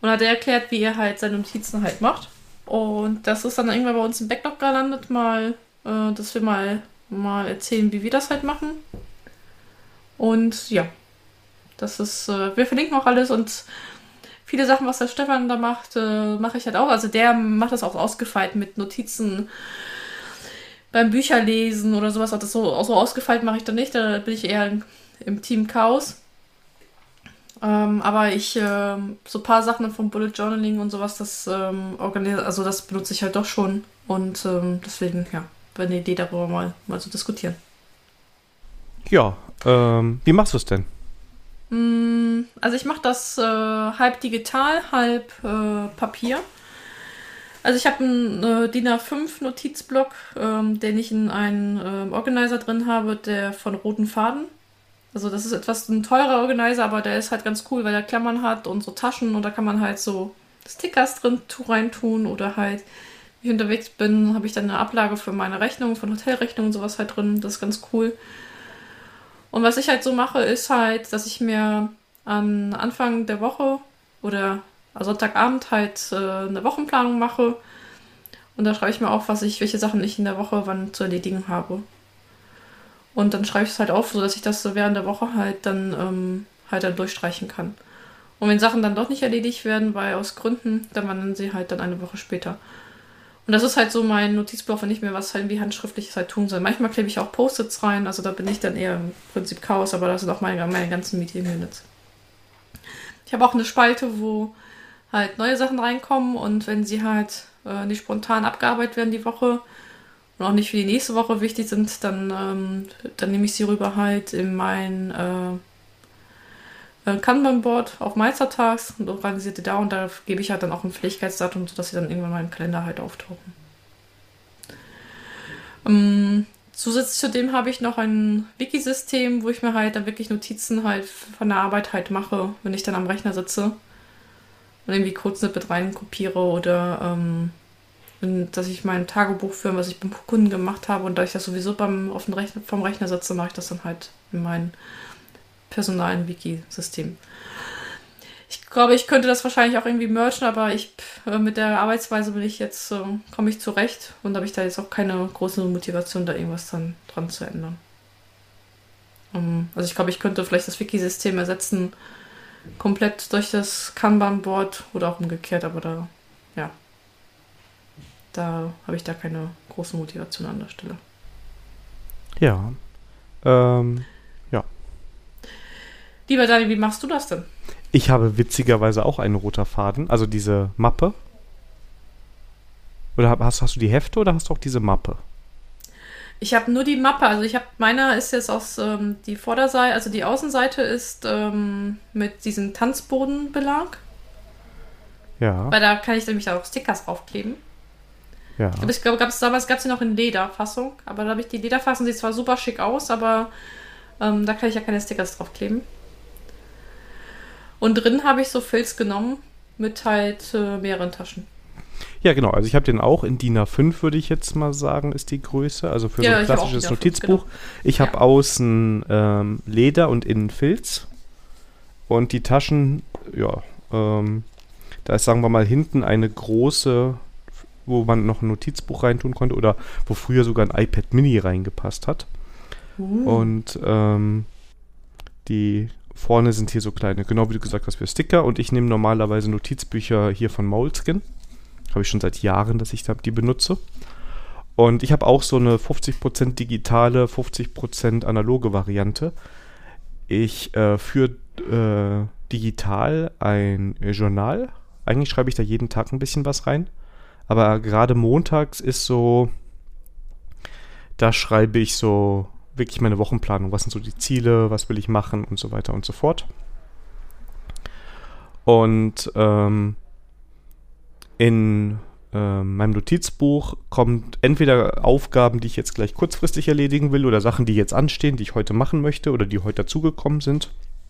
Und hat er erklärt, wie er halt seine Notizen halt macht. Und das ist dann irgendwann bei uns im Backlog gelandet, mal, äh, dass wir mal, mal erzählen, wie wir das halt machen. Und ja, das ist, äh, wir verlinken auch alles und viele Sachen, was der Stefan da macht, äh, mache ich halt auch. Also der macht das auch ausgefeilt mit Notizen beim Bücherlesen oder sowas. Also das so, so ausgefeilt mache ich dann nicht, da bin ich eher im Team Chaos. Ähm, aber ich, äh, so ein paar Sachen vom Bullet Journaling und sowas, das ähm, organisiert, also das benutze ich halt doch schon. Und ähm, deswegen, ja, wäre eine Idee, darüber mal, mal zu diskutieren.
Ja, ähm, wie machst du es denn?
Also ich mache das äh, halb digital, halb äh, Papier. Also ich habe einen äh, D I N A fünf Notizblock, ähm, den ich in einen äh, Organizer drin habe, der von roten Faden. Also das ist etwas ein teurer Organizer, aber der ist halt ganz cool, weil er Klammern hat und so Taschen und da kann man halt so Stickers drin reintun oder halt, wenn ich unterwegs bin, habe ich dann eine Ablage für meine Rechnung, von Hotelrechnungen und sowas halt drin. Das ist ganz cool. Und was ich halt so mache, ist halt, dass ich mir am Anfang der Woche oder Sonntagabend halt äh, eine Wochenplanung mache. Und da schreibe ich mir auf, was ich, welche Sachen ich in der Woche wann zu erledigen habe. Und dann schreibe ich es halt auf, sodass ich das so während der Woche halt dann ähm, halt dann durchstreichen kann. Und wenn Sachen dann doch nicht erledigt werden, weil aus Gründen, dann wandern sie halt dann eine Woche später. Und das ist halt so mein Notizblock, wenn ich mir was halt wie handschriftliches halt tun soll. Manchmal klebe ich auch Post-its rein, also da bin ich dann eher im Prinzip Chaos, aber das sind auch meine, meine ganzen Meeting-Minutes. Ich habe auch eine Spalte, wo halt neue Sachen reinkommen und wenn sie halt äh, nicht spontan abgearbeitet werden die Woche und auch nicht für die nächste Woche wichtig sind, dann, ähm, dann nehme ich sie rüber halt in mein äh, Kanban-Board auf Meistertags und organisierte da und da gebe ich halt dann auch ein Fähigkeitsdatum, sodass sie dann irgendwann mal im Kalender halt auftauchen. Ähm, zusätzlich zu dem habe ich noch ein Wiki-System, wo ich mir halt dann wirklich Notizen halt von der Arbeit halt mache, wenn ich dann am Rechner sitze und irgendwie Codesnippet rein kopiere oder ähm, dass ich mein Tagebuch führe, was ich beim Kunden gemacht habe und da ich das sowieso beim, auf dem Rechner, vom Rechner sitze, mache ich das dann halt in meinem personalen Wiki-System. Ich glaube, ich könnte das wahrscheinlich auch irgendwie mergen, aber ich äh, mit der Arbeitsweise bin ich jetzt, äh, komme ich zurecht und habe ich da jetzt auch keine große Motivation, da irgendwas dann dran zu ändern. Um, also ich glaube, ich könnte vielleicht das Wiki-System ersetzen, komplett durch das Kanban-Board oder auch umgekehrt, aber da, ja, da habe ich da keine große Motivation an der Stelle.
Ja, ähm, ja.
Lieber Dani, wie machst du das denn?
Ich habe witzigerweise auch einen roter Faden, also diese Mappe. Oder hast, hast du die Hefte oder hast du auch diese Mappe?
Ich habe nur die Mappe, also ich habe, meiner ist jetzt aus ähm, die Vorderseite, also die Außenseite ist ähm, mit diesem Tanzbodenbelag.
Ja.
Weil da kann ich nämlich auch Stickers draufkleben.
Ja.
Aber ich glaube, gab's, damals gab es sie noch in Lederfassung, aber da habe ich die Lederfassung, sieht zwar super schick aus, aber ähm, da kann ich ja keine Stickers draufkleben. Und drin habe ich so Filz genommen mit halt äh, mehreren Taschen.
Ja, genau. Also ich habe den auch in D I N A fünf, würde ich jetzt mal sagen, ist die Größe. Also für
ja,
so ein klassisches Notizbuch. Genau. Ich habe ja. außen ähm, Leder und innen Filz. Und die Taschen, ja, ähm, da ist, sagen wir mal, hinten eine große, wo man noch ein Notizbuch reintun konnte oder wo früher sogar ein iPad Mini reingepasst hat. Uh. Und ähm, die vorne sind hier so kleine, genau wie du gesagt hast, für Sticker. Und ich nehme normalerweise Notizbücher hier von Moleskine. Habe ich schon seit Jahren, dass ich die benutze. Und ich habe auch so eine fünfzig Prozent digitale, fünfzig Prozent analoge Variante. Ich äh, führe äh, digital ein Journal. Eigentlich schreibe ich da jeden Tag ein bisschen was rein. Aber gerade montags ist so, da schreibe ich so wirklich meine Wochenplanung. Was sind so die Ziele, was will ich machen und so weiter und so fort. Und ähm, in äh, meinem Notizbuch kommt entweder Aufgaben, die ich jetzt gleich kurzfristig erledigen will oder Sachen, die jetzt anstehen, die ich heute machen möchte oder die heute dazugekommen sind.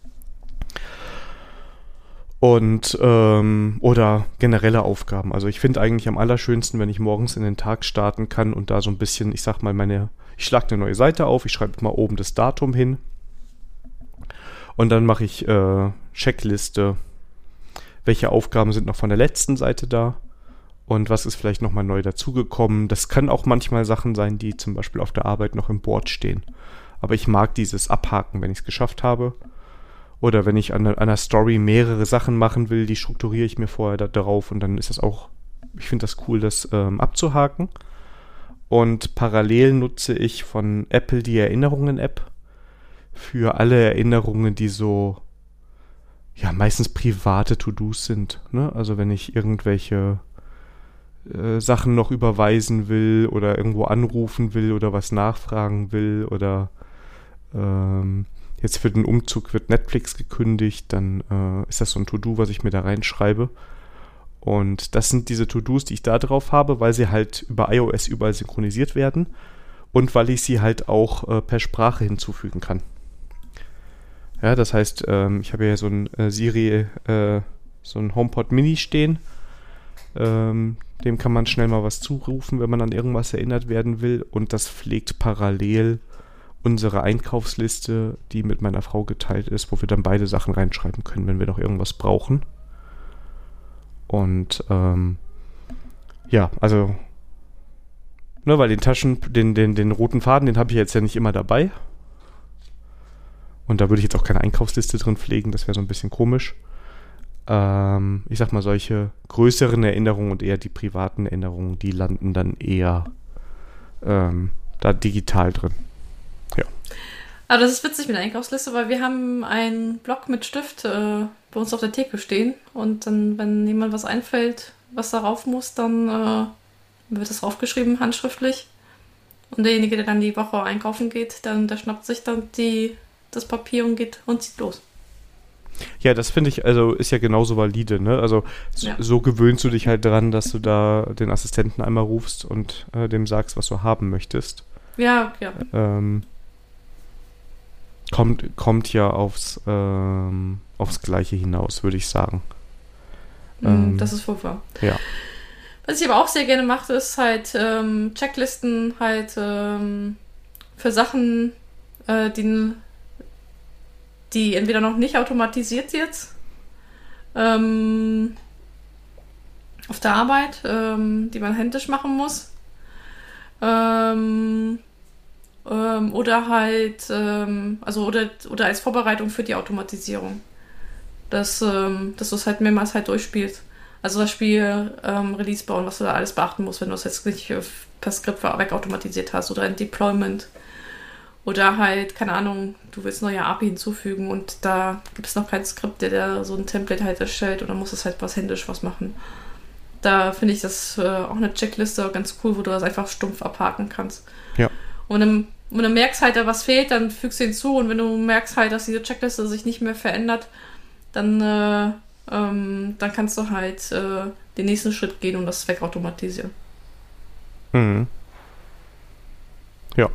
Und ähm, oder generelle Aufgaben. Also ich finde eigentlich am allerschönsten, wenn ich morgens in den Tag starten kann und da so ein bisschen, ich sag mal, meine, ich schlage eine neue Seite auf, ich schreibe mal oben das Datum hin und dann mache ich äh, Checkliste. welche Aufgaben sind noch von der letzten Seite da und was ist vielleicht nochmal neu dazugekommen. Das können auch manchmal Sachen sein, die zum Beispiel auf der Arbeit noch im Board stehen. Aber ich mag dieses Abhaken, wenn ich es geschafft habe. Oder wenn ich an einer Story mehrere Sachen machen will, die strukturiere ich mir vorher da, darauf und dann ist das auch, ich finde das cool, das ähm, abzuhaken. Und parallel nutze ich von Apple die Erinnerungen-App für alle Erinnerungen, die so, ja, meistens private To-Dos sind. Ne? Also wenn ich irgendwelche äh, Sachen noch überweisen will oder irgendwo anrufen will oder was nachfragen will oder ähm, jetzt für den Umzug wird Netflix gekündigt, dann äh, ist das so ein To-Do, was ich mir da reinschreibe. Und das sind diese To-Dos, die ich da drauf habe, weil sie halt über iOS überall synchronisiert werden und weil ich sie halt auch äh, per Sprache hinzufügen kann. Ja, das heißt, ähm, ich habe ja so ein äh, Siri, äh, so ein HomePod Mini stehen. Ähm, dem kann man schnell mal was zurufen, wenn man an irgendwas erinnert werden will. Und das pflegt parallel unsere Einkaufsliste, die mit meiner Frau geteilt ist, wo wir dann beide Sachen reinschreiben können, wenn wir noch irgendwas brauchen. Und ähm, ja, also ne, weil den Taschen, den, den, den roten Faden, den habe ich jetzt ja nicht immer dabei. Und da würde ich jetzt auch keine Einkaufsliste drin pflegen, das wäre so ein bisschen komisch. Ähm, ich sag mal, solche größeren Erinnerungen und eher die privaten Erinnerungen, die landen dann eher ähm, da digital drin. Ja.
Aber das ist witzig mit der Einkaufsliste, weil wir haben einen Block mit Stift äh, bei uns auf der Theke stehen und dann, wenn jemand was einfällt, was darauf muss, dann äh, wird das draufgeschrieben, handschriftlich. Und derjenige, der dann die Woche einkaufen geht, dann der schnappt sich dann die, das Papier und geht und zieht los.
Ja, das finde ich, also ist ja genauso valide, ne? Also so, ja. so gewöhnst du dich halt dran, dass du da den Assistenten einmal rufst und äh, dem sagst, was du haben möchtest.
Ja, ja.
Ähm, kommt, kommt ja aufs, ähm, aufs Gleiche hinaus, würde ich sagen.
Mm,
ähm,
das ist wohl wahr.
Ja.
Was ich aber auch sehr gerne mache, ist halt ähm, Checklisten halt ähm, für Sachen, äh, die, die entweder noch nicht automatisiert jetzt ähm, auf der Arbeit, ähm, die man händisch machen muss. Ähm, ähm, oder halt, ähm, also oder, oder als Vorbereitung für die Automatisierung. Dass, ähm, dass du es halt mehrmals halt durchspielst. Also das Spiel ähm, Release bauen, was du da alles beachten musst, wenn du es jetzt nicht per Skript wegautomatisiert hast oder ein Deployment. Oder halt, keine Ahnung, du willst neue A P I hinzufügen und da gibt es noch kein Skript, der, der so ein Template halt erstellt und dann musst du halt was händisch was machen. Da finde ich das äh, auch eine Checkliste ganz cool, wo du das einfach stumpf abhaken kannst.
Ja.
Und dann, wenn du merkst halt, da was fehlt, dann fügst du hinzu und wenn du merkst halt, dass diese Checkliste sich nicht mehr verändert, dann, äh, ähm, dann kannst du halt äh, den nächsten Schritt gehen und das wegautomatisieren.
Mhm. Ja.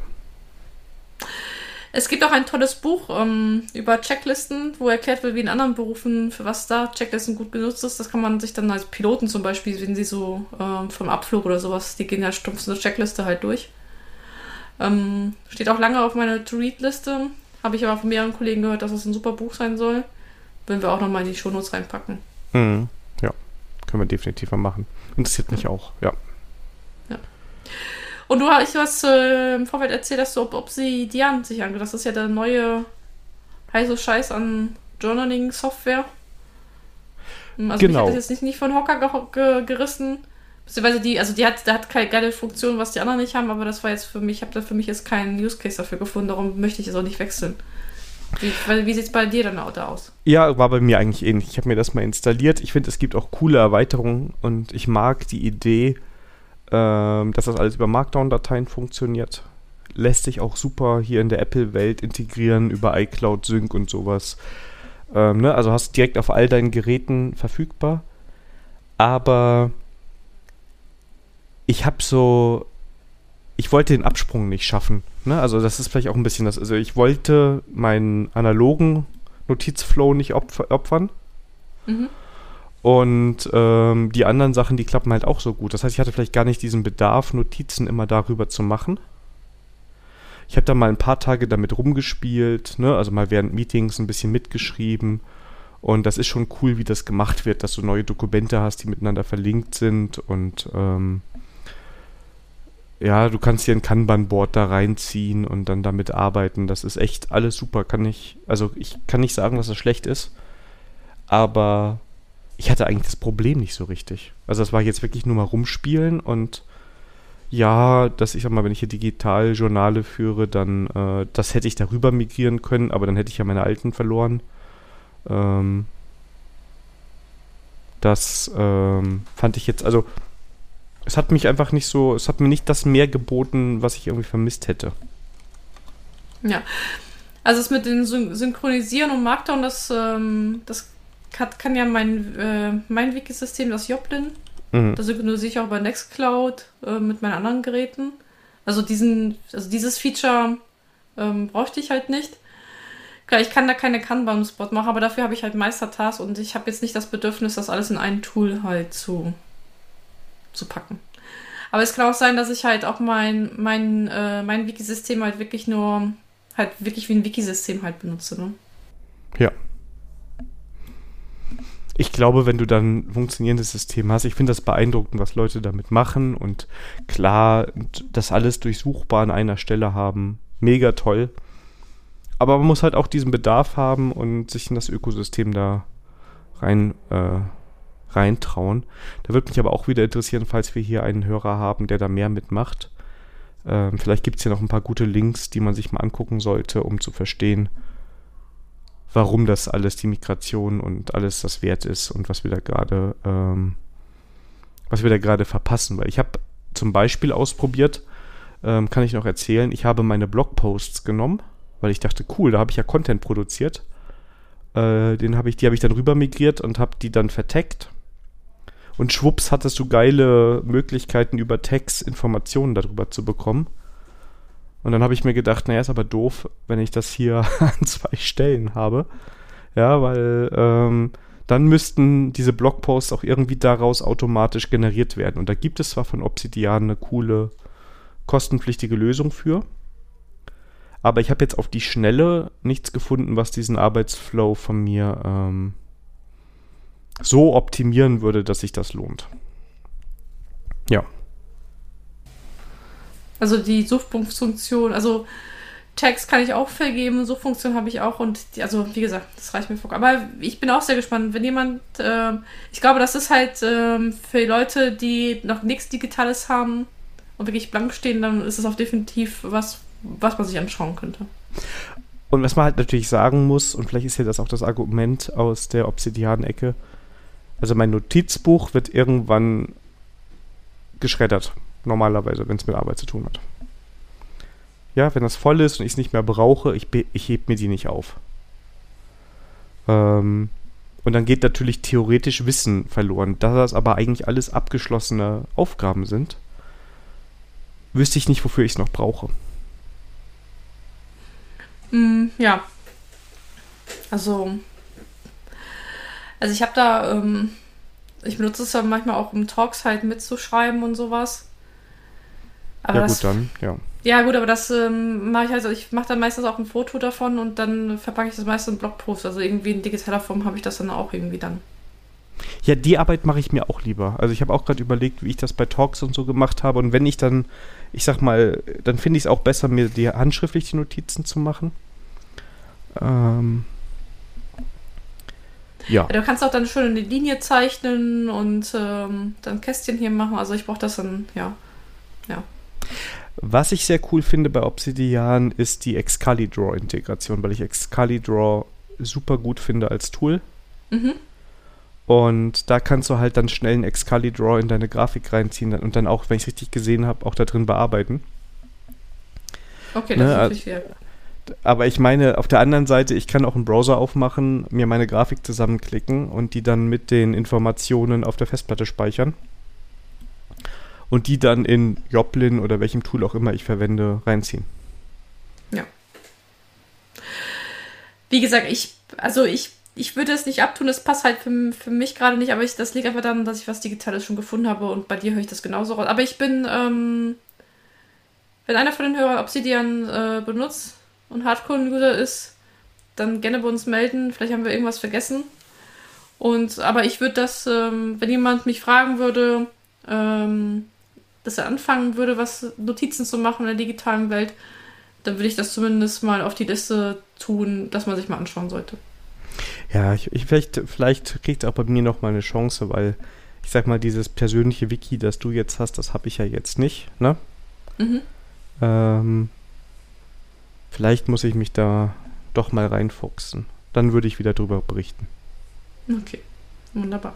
Es gibt auch ein tolles Buch ähm, über Checklisten, wo erklärt wird, wie in anderen Berufen, für was da Checklisten gut genutzt ist. Das kann man sich dann als Piloten zum Beispiel, wenn sie so ähm, vom Abflug oder sowas, die gehen ja stumpf so eine Checkliste halt durch. Ähm, steht auch lange auf meiner To-Read-Liste. Habe ich aber von mehreren Kollegen gehört, dass es ein super Buch sein soll. Würden wir auch nochmal in die Shownotes reinpacken.
Mhm. Ja, können wir definitiv mal machen. Interessiert mich auch, ja.
Ja. Und du hast was äh, im Vorfeld erzählt, dass du ob, ob sie Dian sich angeht. Das ist ja der neue heiße Scheiß an Journaling-Software. Also
genau.
mich hat das jetzt nicht, nicht von Hocker ge- ge- gerissen. Beziehungsweise die, also die hat, die hat keine geile Funktion, was die anderen nicht haben, aber das war jetzt für mich, ich habe da für mich jetzt keinen Use Case dafür gefunden, darum möchte ich es auch nicht wechseln. Wie, wie sieht es bei dir dann da aus?
Ja, war bei mir eigentlich ähnlich. Ich habe mir das mal installiert. Ich finde, es gibt auch coole Erweiterungen und ich mag die Idee, ähm, dass das alles über Markdown-Dateien funktioniert. Lässt sich auch super hier in der Apple-Welt integrieren über iCloud Sync und sowas. Ähm, ne? Also hast direkt auf all deinen Geräten verfügbar. Aber ich habe so, ich wollte den Absprung nicht schaffen. Ne? Also das ist vielleicht auch ein bisschen das, also ich wollte meinen analogen Notizflow nicht opfer, opfern.
Mhm.
Und ähm, die anderen Sachen, die klappen halt auch so gut. Das heißt, ich hatte vielleicht gar nicht diesen Bedarf, Notizen immer darüber zu machen. Ich habe da mal ein paar Tage damit rumgespielt, ne? Also mal während Meetings ein bisschen mitgeschrieben Und das ist schon cool, wie das gemacht wird, dass du neue Dokumente hast, die miteinander verlinkt sind und ähm, ja, du kannst dir ein Kanban-Board da reinziehen und dann damit arbeiten. Das ist echt alles super. Kann ich, also ich kann nicht sagen, dass das schlecht ist, aber ich hatte eigentlich das Problem nicht so richtig. Also das war jetzt wirklich nur mal rumspielen und ja, dass ich sag mal, wenn ich hier Digitaljournale führe, dann äh, das hätte ich darüber migrieren können, aber dann hätte ich ja meine alten verloren. Ähm, das ähm, fand ich jetzt, also es hat mich einfach nicht so, es hat mir nicht das mehr geboten, was ich irgendwie vermisst hätte.
Ja, also es mit dem Syn- Synchronisieren und Markdown, das, ähm, das hat, kann ja mein, äh, mein Wiki-System, das Joplin. Mhm. Das synchronisiere ich auch bei Nextcloud äh, mit meinen anderen Geräten. Also diesen, also dieses Feature ähm, brauchte ich halt nicht. Klar, ich kann da keine Kanban-Spot machen, aber dafür habe ich halt Meistertask und ich habe jetzt nicht das Bedürfnis, das alles in ein Tool halt zu, zu packen. Aber es kann auch sein, dass ich halt auch mein, mein, äh, mein Wiki-System halt wirklich nur, halt wirklich wie ein Wiki-System halt benutze, ne?
Ja. Ich glaube, wenn du dann ein funktionierendes System hast, ich finde das beeindruckend, was Leute damit machen und klar, das alles durchsuchbar an einer Stelle haben, mega toll. Aber man muss halt auch diesen Bedarf haben und sich in das Ökosystem da rein äh, reintrauen. Da würde mich aber auch wieder interessieren, falls wir hier einen Hörer haben, der da mehr mitmacht. Ähm, vielleicht gibt es hier noch ein paar gute Links, die man sich mal angucken sollte, um zu verstehen, warum das alles, die Migration und alles das wert ist und was wir da gerade ähm, was wir da gerade verpassen. Weil ich habe zum Beispiel ausprobiert, ähm, kann ich noch erzählen, ich habe meine Blogposts genommen, weil ich dachte, cool, da habe ich ja Content produziert. Äh, den habe ich, die habe ich dann rüber migriert und habe die dann vertaggt. Und schwupps hattest du geile Möglichkeiten, über Tags Informationen darüber zu bekommen. Und dann habe ich mir gedacht, naja, ist aber doof, wenn ich das hier an zwei Stellen habe. Ja, weil ähm, dann müssten diese Blogposts auch irgendwie daraus automatisch generiert werden. Und da gibt es zwar von Obsidian eine coole, kostenpflichtige Lösung für. Aber ich habe jetzt auf die Schnelle nichts gefunden, was diesen Arbeitsflow von mir ähm, so optimieren würde, dass sich das lohnt. Ja.
Also die Suchfunktion, also Tags kann ich auch vergeben, Suchfunktion habe ich auch und die, also wie gesagt, das reicht mir vollkommen. Aber ich bin auch sehr gespannt, wenn jemand, äh, ich glaube, das ist halt äh, für Leute, die noch nichts Digitales haben und wirklich blank stehen, dann ist es auch definitiv was, was man sich anschauen könnte.
Und was man halt natürlich sagen muss, und vielleicht ist ja das auch das Argument aus der Obsidian-Ecke, also mein Notizbuch wird irgendwann geschreddert, normalerweise, wenn es mit Arbeit zu tun hat. Ja, wenn das voll ist und ich es nicht mehr brauche, ich, be- ich heb mir die nicht auf. Ähm, und dann geht natürlich theoretisch Wissen verloren. Da das aber eigentlich alles abgeschlossene Aufgaben sind, wüsste ich nicht, wofür ich es noch brauche.
Mm, ja. Also, also ich habe da, ähm, ich benutze es ja manchmal auch, um Talks halt mitzuschreiben und sowas. Aber
ja
das,
gut, dann, ja.
Ja gut, aber das ähm, mache ich also, ich mache dann meistens auch ein Foto davon und dann verpacke ich das meistens in Blogpost. Also irgendwie in digitaler Form habe ich das dann auch irgendwie dann.
Ja, die Arbeit mache ich mir auch lieber. Also ich habe auch gerade überlegt, wie ich das bei Talks und so gemacht habe. Und wenn ich dann, ich sag mal, dann finde ich es auch besser, mir die handschriftlich die Notizen zu machen. Ähm, ja.
ja. Du kannst auch dann schön eine Linie zeichnen und ähm, dann Kästchen hier machen. Also ich brauche das dann, ja. Ja.
Was ich sehr cool finde bei Obsidian ist die Excalidraw-Integration, weil ich Excalidraw super gut finde als Tool. Mhm. Und da kannst du halt dann schnell einen Excalidraw in deine Grafik reinziehen und dann auch, wenn ich es richtig gesehen habe, auch da drin bearbeiten.
Okay, das ne, ist natürlich viel.
Aber ich meine, auf der anderen Seite, ich kann auch einen Browser aufmachen, mir meine Grafik zusammenklicken und die dann mit den Informationen auf der Festplatte speichern. Und die dann in Joplin oder welchem Tool auch immer ich verwende, reinziehen.
Ja. Wie gesagt, ich, also ich, ich würde es nicht abtun, es passt halt für, für mich gerade nicht, aber ich, das liegt einfach daran, dass ich was Digitales schon gefunden habe und bei dir höre ich das genauso raus. Aber ich bin, ähm, wenn einer von den Hörern Obsidian äh, benutzt und Hardcore-User ist, dann gerne bei uns melden. Vielleicht haben wir irgendwas vergessen. Und, aber ich würde das, ähm, wenn jemand mich fragen würde, ähm, dass er anfangen würde, was Notizen zu machen in der digitalen Welt, dann würde ich das zumindest mal auf die Liste tun, dass man sich mal anschauen sollte.
Ja, ich, ich vielleicht, vielleicht kriegt auch bei mir noch mal eine Chance, weil ich sag mal, dieses persönliche Wiki, das du jetzt hast, das habe ich ja jetzt nicht, ne?
Mhm.
Ähm, vielleicht muss ich mich da doch mal reinfuchsen. Dann würde ich wieder drüber berichten.
Okay, wunderbar.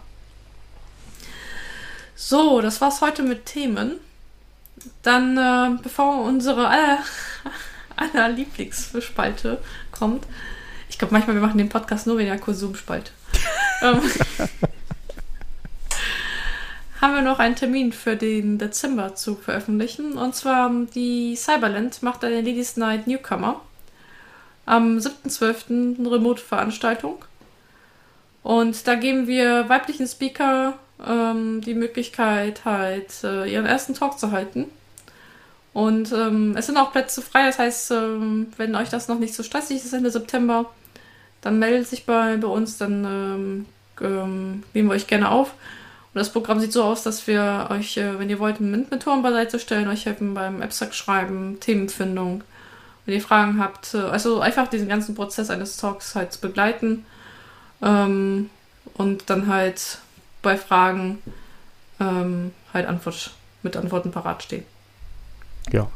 So, das war's heute mit Themen. Dann, äh, bevor unsere aller, aller Lieblingsspalte kommt, ich glaube manchmal, wir machen den Podcast nur wegen der Konsumspalte, ähm, haben wir noch einen Termin für den Dezember zu veröffentlichen. Und zwar die Cyberland macht eine Ladies Night Newcomer am siebten zwölften eine Remote-Veranstaltung. Und da geben wir weiblichen Speaker ähm, die Möglichkeit, halt äh, ihren ersten Talk zu halten. Und ähm, es sind auch Plätze frei, das heißt, ähm, wenn euch das noch nicht so stressig ist Ende September, dann meldet sich bei, bei uns, dann ähm, ähm, nehmen wir euch gerne auf. Und das Programm sieht so aus, dass wir euch, äh, wenn ihr wollt, Mentoren beiseite stellen, euch helfen beim Abstract-Schreiben, Themenfindung. Wenn ihr Fragen habt, äh, also einfach diesen ganzen Prozess eines Talks halt begleiten. Ähm, und dann halt bei Fragen ähm, halt Antwort, mit Antworten parat stehen.
Ja.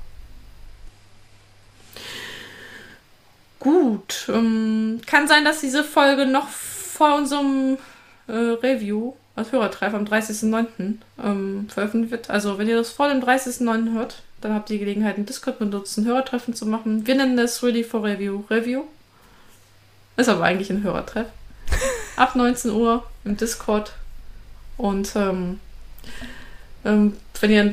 Gut. Ähm, kann sein, dass diese Folge noch vor unserem äh, Review als Hörertreff am dreißigsten neunten Ähm, veröffentlicht wird. Also wenn ihr das vor dem dreißigsten neunten hört, dann habt ihr die Gelegenheit, einen Discord benutzen, Hörertreffen zu machen. Wir nennen das Ready for Review Review. Ist aber eigentlich ein Hörertreff. Ab neunzehn Uhr im Discord. Und ähm, ähm, wenn ihr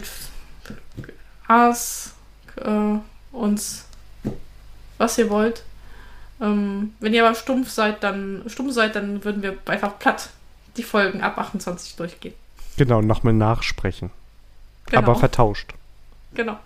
Ask äh, uns was ihr wollt. Ähm, wenn ihr aber stumpf seid, dann stumm seid, dann würden wir einfach platt die Folgen ab achtundzwanzig durchgehen.
Genau, nochmal nachsprechen.
Genau.
Aber vertauscht.
Genau.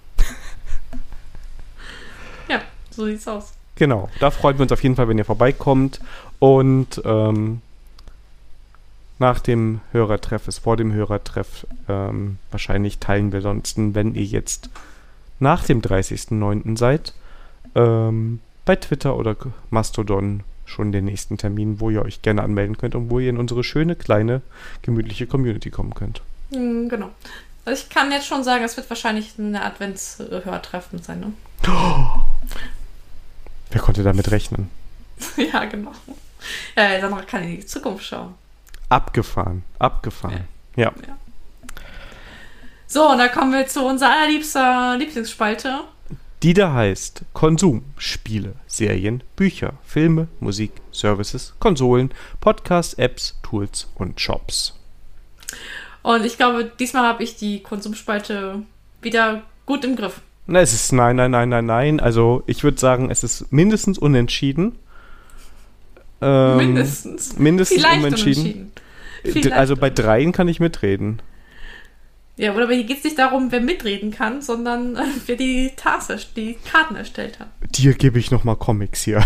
Ja, so sieht's aus.
Genau, da freuen wir uns auf jeden Fall, wenn ihr vorbeikommt. Und ähm, nach dem Hörertreff ist vor dem Hörertreff ähm, wahrscheinlich teilen wir sonst, wenn ihr jetzt nach dem dreißigsten neunten seid, ähm, bei Twitter oder Mastodon schon den nächsten Termin, wo ihr euch gerne anmelden könnt und wo ihr in unsere schöne, kleine, gemütliche Community kommen könnt.
Mhm, genau. Also ich kann jetzt schon sagen, es wird wahrscheinlich eine Advents-Hörertreffen sein, ne?
Oh. Wer konnte damit rechnen?
Ja, genau. Ja, Sandra kann in die Zukunft schauen.
Abgefahren, abgefahren. Ja.
ja. ja. So, und da kommen wir zu unserer allerliebster Lieblingsspalte.
Die da heißt Konsum, Spiele, Serien, Bücher, Filme, Musik, Services, Konsolen, Podcasts, Apps, Tools und Shops.
Und ich glaube, diesmal habe ich die Konsumspalte wieder gut im Griff.
Na, es ist nein, nein, nein, nein, nein. Also ich würde sagen, es ist mindestens unentschieden. Ähm,
mindestens.
Mindestens
Vielleicht
unentschieden.
unentschieden. Vielleicht
also bei dreien kann ich mitreden.
Ja, oder hier geht es nicht darum, wer mitreden kann, sondern äh, wer die Tasks, die Karten erstellt hat.
Dir gebe ich nochmal Comics hier.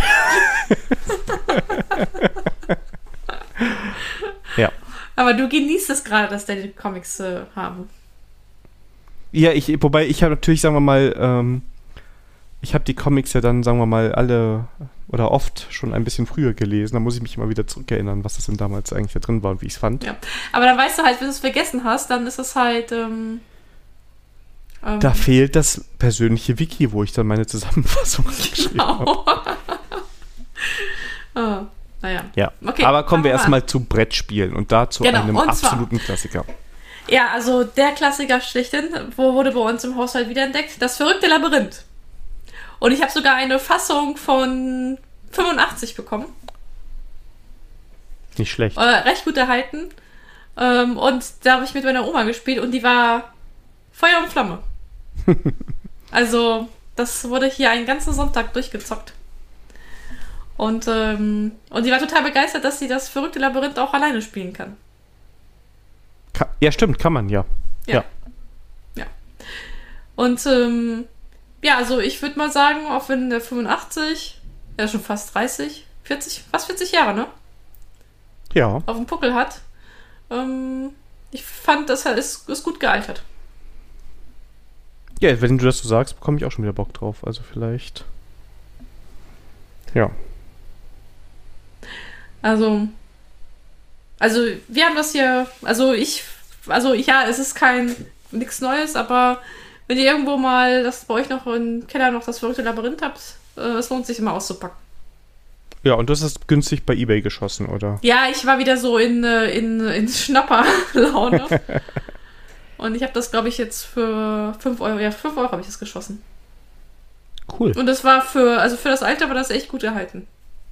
Ja.
Aber du genießt es gerade, dass deine Comics äh, haben.
Ja, ich, wobei ich habe natürlich, sagen wir mal, ähm, ich habe die Comics ja dann, sagen wir mal, alle oder oft schon ein bisschen früher gelesen. Da muss ich mich immer wieder zurückerinnern, was das denn damals eigentlich da drin war und wie ich es fand.
Ja, aber dann weißt du halt, wenn du es vergessen hast, dann ist es halt... Ähm, ähm,
da fehlt das persönliche Wiki, wo ich dann meine Zusammenfassung geschrieben
genau.
habe.
oh, naja.
Ja,
okay,
aber kommen wir
wir
erstmal zu Brettspielen und da zu
genau,
einem
und
absoluten
zwar,
Klassiker.
Ja, also der Klassiker schlechthin, wo wurde bei uns im Haushalt wiederentdeckt? Das verrückte Labyrinth. Und ich habe sogar eine Fassung von fünfundachtzig bekommen.
Nicht schlecht.
Äh, recht gut erhalten. Ähm, und da habe ich mit meiner Oma gespielt und die war Feuer und Flamme. Also, das wurde hier einen ganzen Sonntag durchgezockt. Und, ähm, und die war total begeistert, dass sie das verrückte Labyrinth auch alleine spielen kann.
Ka- ja, stimmt, kann man, ja.
Ja. Ja. ja. Und, ähm, ja, also ich würde mal sagen, auch wenn der fünfundachtzig, ja schon fast dreißig, vierzig, fast vierzig Jahre, ne?
Ja.
auf dem Puckel hat. Ähm, ich fand, das ist, ist gut gealtert.
Ja, wenn du das so sagst, bekomme ich auch schon wieder Bock drauf. Also vielleicht. Ja.
Also, also wir haben das hier, also ich, also ja, es ist kein, nichts Neues, aber wenn ihr irgendwo mal das bei euch noch im Keller noch das verrückte Labyrinth habt, äh, es lohnt sich immer auszupacken.
Ja, und du hast es günstig bei eBay geschossen, oder?
Ja, ich war wieder so in, in, in Schnapper-Laune. Und ich habe das, glaube ich, jetzt für fünf Euro, ja, fünf Euro habe ich das geschossen.
Cool.
Und das war für, also für das Alter war das echt gut erhalten.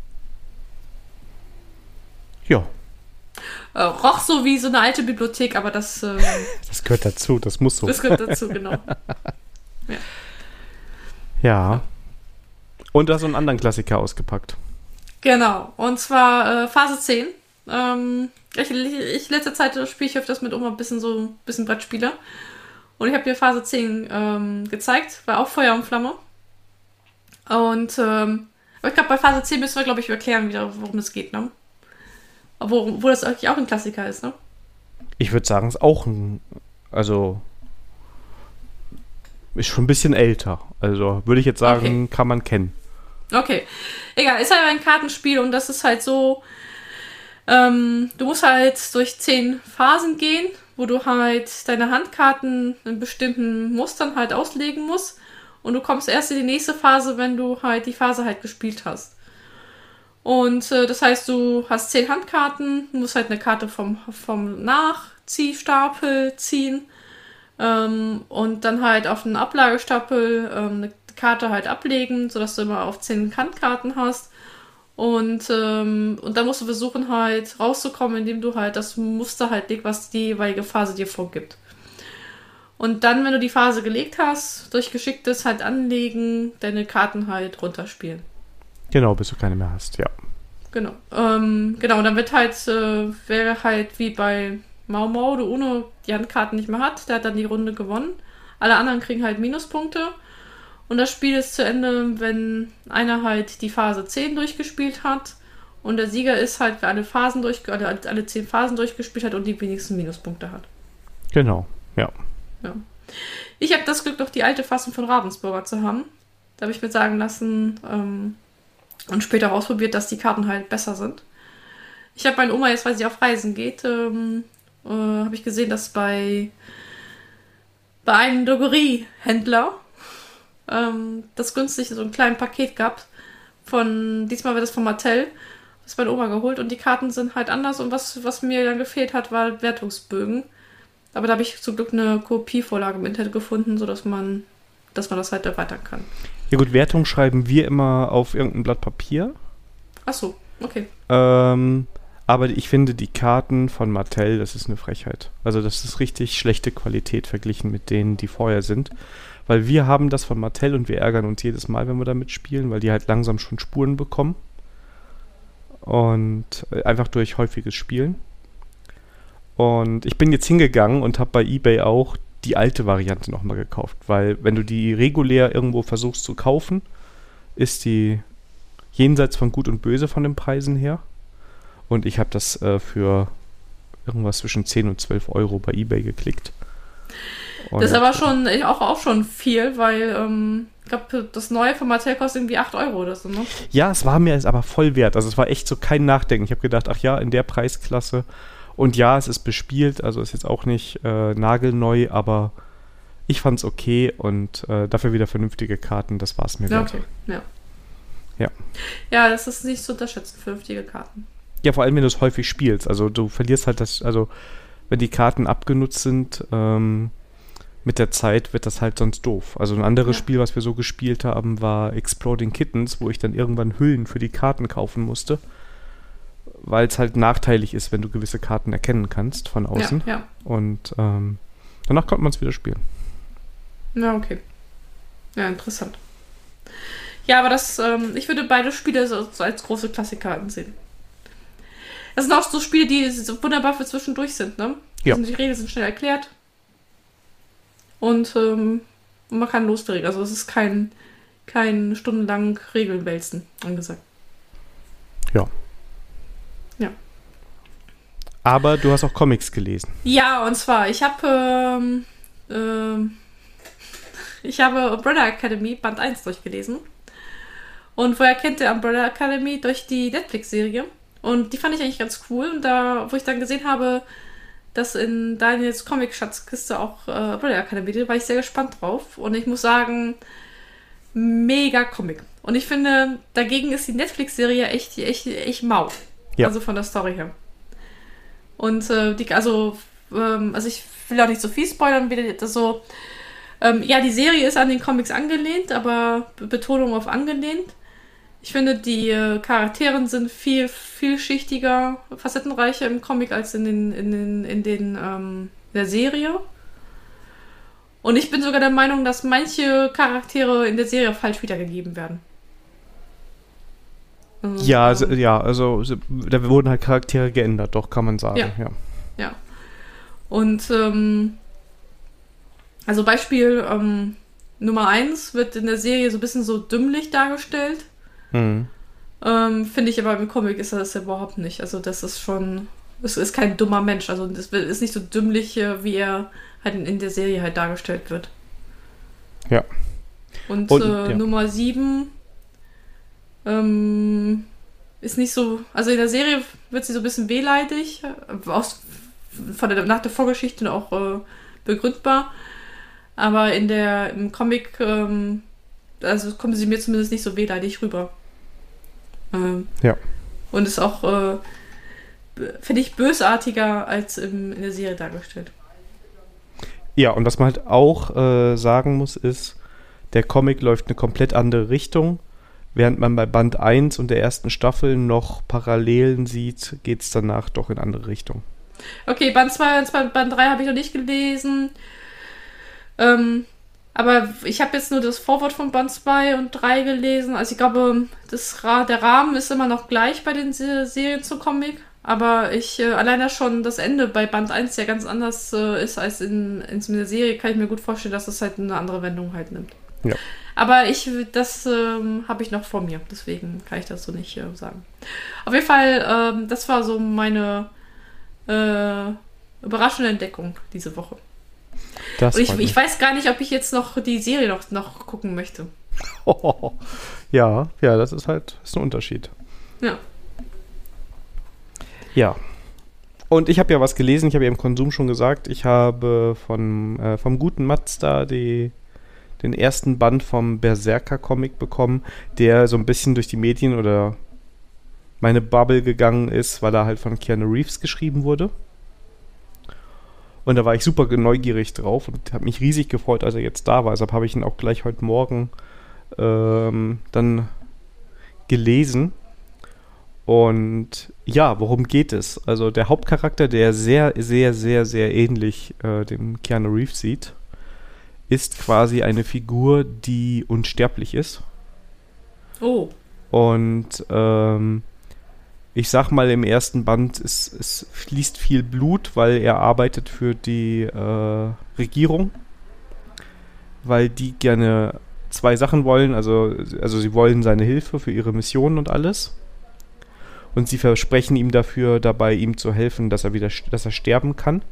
Ja.
Äh, roch so wie so eine alte Bibliothek, aber das... Ähm,
das gehört dazu, das muss so.
Das gehört dazu, genau. Ja.
Ja. Und du hast so einen anderen Klassiker ausgepackt.
Genau, und zwar äh, Phase zehn. Ähm, ich, ich letzte Zeit spiele ich öfters mit Oma ein bisschen so ein bisschen Brettspiele. Und ich habe dir Phase zehn ähm, gezeigt, war auch Feuer und Flamme. Und ähm, aber ich glaube, bei Phase zehn müssen wir, glaube ich, erklären, wieder, worum es geht, ne? Wo, wo das eigentlich auch ein Klassiker ist, ne?
Ich würde sagen, es ist auch ein, also ist schon ein bisschen älter. Also würde ich jetzt sagen, okay. Kann man kennen.
Okay, egal, ist halt ein Kartenspiel und das ist halt so, ähm, du musst halt durch zehn Phasen gehen, wo du halt deine Handkarten in bestimmten Mustern halt auslegen musst und du kommst erst in die nächste Phase, wenn du halt die Phase halt gespielt hast. Und äh, das heißt, du hast zehn Handkarten, musst halt eine Karte vom, vom Nachziehstapel ziehen ähm, und dann halt auf einen Ablagestapel ähm, eine Karte halt ablegen, sodass du immer auf zehn Handkarten hast. Und, ähm, und dann musst du versuchen halt rauszukommen, indem du halt das Muster halt legst, was die jeweilige Phase dir vorgibt. Und dann, wenn du die Phase gelegt hast, durch geschicktes halt Anlegen, deine Karten halt runterspielen.
Genau, bis du keine mehr hast, ja.
Genau. Ähm, genau, und dann wird halt, äh, wäre halt wie bei Mau Mau, der Uno die Handkarten nicht mehr hat, der hat dann die Runde gewonnen. Alle anderen kriegen halt Minuspunkte. Und das Spiel ist zu Ende, wenn einer halt die Phase zehn durchgespielt hat. Und der Sieger ist halt, wer alle Phasen durch, alle, alle zehn Phasen durchgespielt hat und die wenigsten Minuspunkte hat.
Genau, ja.
ja. Ich habe das Glück, noch die alte Fassung von Ravensburger zu haben. Da habe ich mir sagen lassen ähm, und später auch ausprobiert, dass die Karten halt besser sind. Ich habe meine Oma jetzt, weil sie auf Reisen geht, ähm, äh, habe ich gesehen, dass bei, bei einem Drogeriehändler ähm, das günstig so ein kleines Paket gab. Von, diesmal wird das von Mattel. Das ist meine Oma geholt und die Karten sind halt anders und was, was mir dann gefehlt hat, war Wertungsbögen. Aber da habe ich zum Glück eine Kopievorlage im Internet gefunden, sodass man, dass man das halt erweitern kann.
Ja gut, Wertung schreiben wir immer auf irgendein Blatt Papier.
Ach so, okay.
Ähm, aber ich finde die Karten von Mattel, das ist eine Frechheit. Also das ist richtig schlechte Qualität verglichen mit denen, die vorher sind. Weil wir haben das von Mattel und wir ärgern uns jedes Mal, wenn wir damit spielen, weil die halt langsam schon Spuren bekommen. Und einfach durch häufiges Spielen. Und ich bin jetzt hingegangen und habe bei eBay auch die alte Variante nochmal gekauft. Weil wenn du die regulär irgendwo versuchst zu kaufen, ist die jenseits von Gut und Böse von den Preisen her. Und ich habe das äh, für irgendwas zwischen zehn und zwölf Euro bei eBay geklickt. Und
das ist aber schon auch, auch schon viel, weil ähm, ich glaube, das neue von Mattel kostet irgendwie acht Euro oder so, ne?
Ja, es war mir aber voll wert. Also es war echt so kein Nachdenken. Ich habe gedacht, ach ja, in der Preisklasse. Und ja, es ist bespielt, also ist jetzt auch nicht äh, nagelneu, aber ich fand's okay und äh, dafür wieder vernünftige Karten, das war's mir
ja,
wert.
Okay, ja.
Ja.
Ja, das ist nicht zu unterschätzen, vernünftige Karten.
Ja, vor allem, wenn du es häufig spielst. Also du verlierst halt das, also wenn die Karten abgenutzt sind, ähm, mit der Zeit wird das halt sonst doof. Also ein anderes ja. Spiel, was wir so gespielt haben, war Exploding Kittens, wo ich dann irgendwann Hüllen für die Karten kaufen musste, weil es halt nachteilig ist, wenn du gewisse Karten erkennen kannst von außen.
Ja, ja.
Und ähm, danach konnte man es wieder spielen.
Ja, okay. Ja, interessant. Ja, aber das, ähm, ich würde beide Spiele so, so als große Klassiker ansehen. Das sind auch so Spiele, die so wunderbar für zwischendurch sind, ne?
Ja.
Die Regeln sind schnell erklärt. Und ähm, man kann loslegen. Also es ist kein, kein stundenlang Regeln wälzen, angesagt.
Ja.
Ja.
Aber du hast auch Comics gelesen.
Ja, und zwar, ich habe ähm, ähm, ich habe Umbrella Academy Band eins durchgelesen. Und woher kennt ihr Umbrella Academy? Durch die Netflix-Serie. Und die fand ich eigentlich ganz cool. Und da, wo ich dann gesehen habe, dass in Daniels Comic-Schatzkiste auch äh, Umbrella Academy ist, war ich sehr gespannt drauf. Und ich muss sagen, mega Comic. Und ich finde, dagegen ist die Netflix-Serie echt, echt, echt mau. Ja. Also von der Story her. Und äh, die, also, ähm, also ich will auch nicht so viel spoilern, wie das so. Ähm, ja, die Serie ist an den Comics angelehnt, aber Betonung auf angelehnt. Ich finde, die äh, Charaktere sind viel vielschichtiger, facettenreicher im Comic als in den, in den, in den ähm, der Serie. Und ich bin sogar der Meinung, dass manche Charaktere in der Serie falsch wiedergegeben werden.
Also, ja, also, ja, also da wurden halt Charaktere geändert, doch, kann man sagen.
Ja.
Ja.
ja. Und ähm, also Beispiel ähm, Nummer eins wird in der Serie so ein bisschen so dümmlich dargestellt. Mhm. Ähm, finde ich aber im Comic ist das ja überhaupt nicht. Also das ist schon, es ist kein dummer Mensch. Also das ist nicht so dümmlich, wie er halt in der Serie halt dargestellt wird.
Ja.
Und, Und äh, ja. Nummer sieben ähm, ist nicht so, also in der Serie wird sie so ein bisschen wehleidig, aus, von der, nach der Vorgeschichte auch äh, begründbar. Aber in der, im Comic, ähm, also kommen sie mir zumindest nicht so wehleidig rüber. Ähm,
ja.
Und ist auch, äh, finde ich, bösartiger als im, in der Serie dargestellt.
Ja, und was man halt auch äh, sagen muss, ist, der Comic läuft eine komplett andere Richtung. Während man bei Band eins und der ersten Staffel noch Parallelen sieht, geht es danach doch in andere Richtungen.
Okay, Band zwei und Band drei habe ich noch nicht gelesen. Ähm, aber ich habe jetzt nur das Vorwort von Band zwei und drei gelesen. Also ich glaube, das, der Rahmen ist immer noch gleich bei den Serien zum Comic. Aber ich, äh, alleine schon das Ende bei Band eins ja ganz anders äh, ist als in, in der Serie, kann ich mir gut vorstellen, dass das halt eine andere Wendung halt nimmt.
Ja.
Aber ich, das ähm, habe ich noch vor mir, deswegen kann ich das so nicht äh, sagen. Auf jeden Fall, ähm, das war so meine äh, überraschende Entdeckung diese Woche. Das Und ich, ich weiß gar nicht, ob ich jetzt noch die Serie noch, noch gucken möchte.
Oh, ja, ja, das ist halt ist ein Unterschied.
Ja.
Ja. Und ich habe ja was gelesen, ich habe ja im Konsum schon gesagt, ich habe von, äh, vom guten Mazda die den ersten Band vom Berserker-Comic bekommen, der so ein bisschen durch die Medien oder meine Bubble gegangen ist, weil er halt von Keanu Reeves geschrieben wurde. Und da war ich super neugierig drauf und habe mich riesig gefreut, als er jetzt da war. Deshalb habe ich ihn auch gleich heute Morgen ähm, dann gelesen. Und ja, worum geht es? Also der Hauptcharakter, der sehr, sehr, sehr, sehr ähnlich äh, dem Keanu Reeves sieht, ist quasi eine Figur, die unsterblich ist.
Oh.
Und ähm, ich sag mal, im ersten Band ist, es fließt viel Blut, weil er arbeitet für die äh, Regierung. Weil die gerne zwei Sachen wollen. Also, also sie wollen seine Hilfe für ihre Missionen und alles. Und sie versprechen ihm dafür, dabei ihm zu helfen, dass er wieder, dass er sterben kann.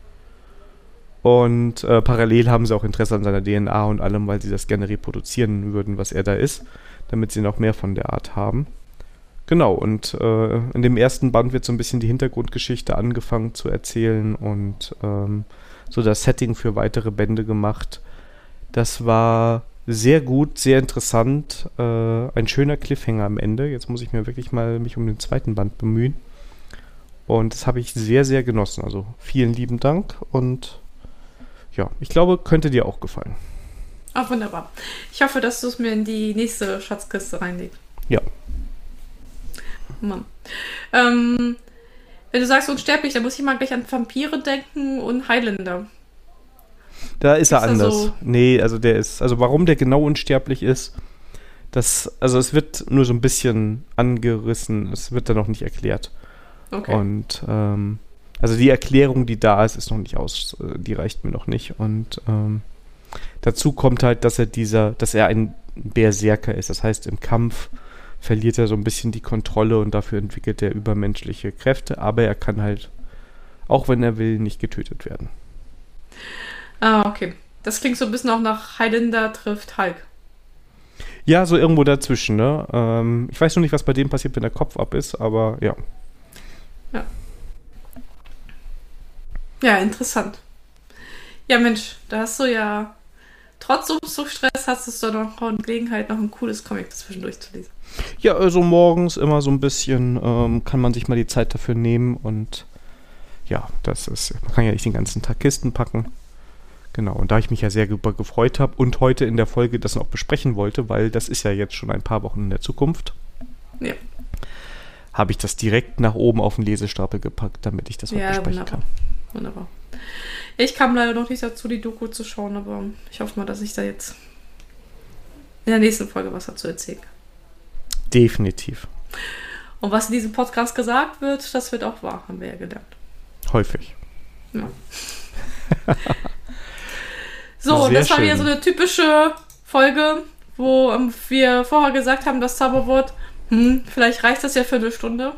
Und äh, parallel haben sie auch Interesse an seiner D N A und allem, weil sie das gerne reproduzieren würden, was er da ist, damit sie noch mehr von der Art haben. Genau, und äh, in dem ersten Band wird so ein bisschen die Hintergrundgeschichte angefangen zu erzählen und ähm, so das Setting für weitere Bände gemacht. Das war sehr gut, sehr interessant, äh, ein schöner Cliffhanger am Ende. Jetzt muss ich mir wirklich mal mich um den zweiten Band bemühen. Und das habe ich sehr, sehr genossen. Also vielen lieben Dank und ja, ich glaube, könnte dir auch gefallen.
Ah, wunderbar. Ich hoffe, dass du es mir in die nächste Schatzkiste reinlegst.
Ja.
Mann. Ähm, wenn du sagst unsterblich, dann muss ich mal gleich an Vampire denken und Highlander.
Da ist, ist er anders. So? Nee, also der ist, also warum der genau unsterblich ist, das, also es wird nur so ein bisschen angerissen, es wird da noch nicht erklärt.
Okay.
Und, ähm, also die Erklärung, die da ist, ist noch nicht aus, die reicht mir noch nicht. Und ähm, dazu kommt halt, dass er dieser, dass er ein Berserker ist. Das heißt, im Kampf verliert er so ein bisschen die Kontrolle und dafür entwickelt er übermenschliche Kräfte, aber er kann halt auch wenn er will, nicht getötet werden.
Ah, okay. Das klingt so ein bisschen auch nach Highlander trifft Hulk.
Ja, so irgendwo dazwischen, ne? Ähm, ich weiß noch nicht, was bei dem passiert, wenn der Kopf ab ist, aber ja.
Ja. Ja, interessant. Ja, Mensch, da hast du ja trotz Umzugsstress hast du doch noch Gelegenheit, noch ein cooles Comic zwischendurch zu lesen.
Ja, also morgens immer so ein bisschen ähm, kann man sich mal die Zeit dafür nehmen und ja, das ist, man kann ja nicht den ganzen Tag Kisten packen. Genau, und da ich mich ja sehr darüber gefreut habe und heute in der Folge das noch besprechen wollte, weil das ist ja jetzt schon ein paar Wochen in der Zukunft,
ja.
habe ich das direkt nach oben auf den Lesestapel gepackt, damit ich das heute
ja,
besprechen
wunderbar.
kann.
Wunderbar. Ich kam leider noch nicht dazu, die Doku zu schauen, aber ich hoffe mal, dass ich da jetzt in der nächsten Folge was dazu erzählen kann.
Definitiv.
Und was in diesem Podcast gesagt wird, das wird auch wahr, haben wir ja gelernt.
Häufig.
Ja. So, und das war wieder so eine typische Folge, wo ähm, wir vorher gesagt haben, das Zauberwort, hm, vielleicht reicht das ja für eine Stunde.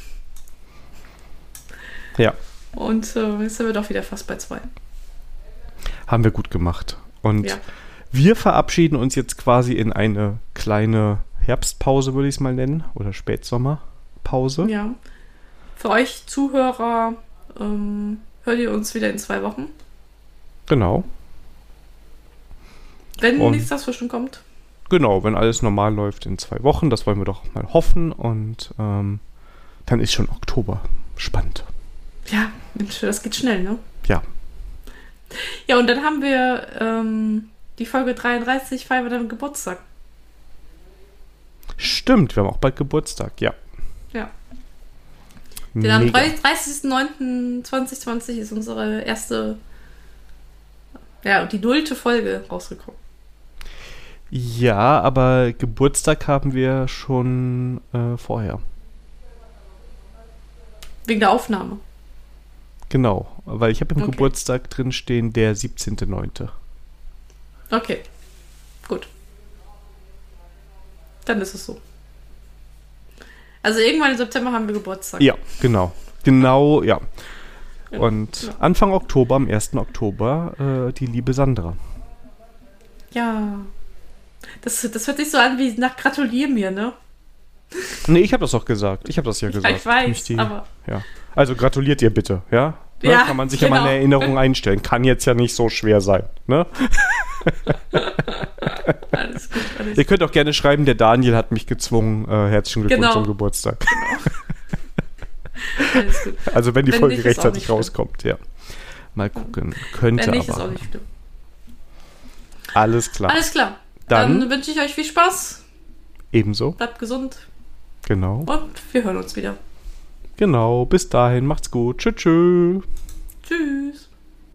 Ja.
Und äh, jetzt sind wir doch wieder fast bei zwei.
Haben wir gut gemacht. Und
ja.
wir verabschieden uns jetzt quasi in eine kleine Herbstpause, würde ich es mal nennen. Oder Spätsommerpause.
Ja. Für euch Zuhörer ähm, hört ihr uns wieder in zwei Wochen.
Genau.
Wenn
und
nichts dazwischen kommt.
Genau, wenn alles normal läuft in zwei Wochen. Das wollen wir doch mal hoffen. Und ähm, dann ist schon Oktober. Spannend.
Ja, Mensch, das geht schnell, ne?
Ja.
Ja, und dann haben wir ähm, die Folge dreiunddreißig, feiern wir dann Geburtstag.
Stimmt, wir haben auch bald Geburtstag, ja.
Ja. Denn am dreißigsten neunten zweitausendzwanzig ist unsere erste, ja, die nullte Folge rausgekommen.
Ja, aber Geburtstag haben wir schon äh, vorher.
Wegen der Aufnahme.
Genau, weil ich habe im
okay.
Geburtstag drin stehen der siebzehnten neunten
Okay, gut. Dann ist es so. Also irgendwann im September haben wir Geburtstag.
Ja, genau. Genau, ja.
ja.
Und
ja.
Anfang Oktober, am ersten Oktober, äh, die liebe Sandra.
Ja. Das, das hört sich so an wie nach Gratulier mir, ne?
Nee, ich habe das auch gesagt. Ich habe das ja
ich
gesagt.
Ich weiß,
Nicht die,
aber...
Ja. Also gratuliert ihr bitte, ja? Ne?
Ja,
kann man sich
genau.
ja mal eine Erinnerung einstellen. Kann jetzt ja nicht so schwer sein, ne?
Alles gut, alles
Ihr könnt auch gerne schreiben, der Daniel hat mich gezwungen. Äh, herzlichen Glückwunsch
genau.
zum Geburtstag.
Genau. Alles gut.
Also wenn die
wenn
Folge
nicht,
rechtzeitig rauskommt, ja. Mal gucken. Könnte
wenn nicht,
aber.
Ist auch nicht schlimm.
Alles klar.
Alles klar.
Dann,
Dann wünsche ich euch viel Spaß.
Ebenso.
Bleibt gesund.
Genau.
Und wir hören uns wieder.
Genau. Bis dahin. Macht's gut. Tschüss. Tschüss.
Tschüss.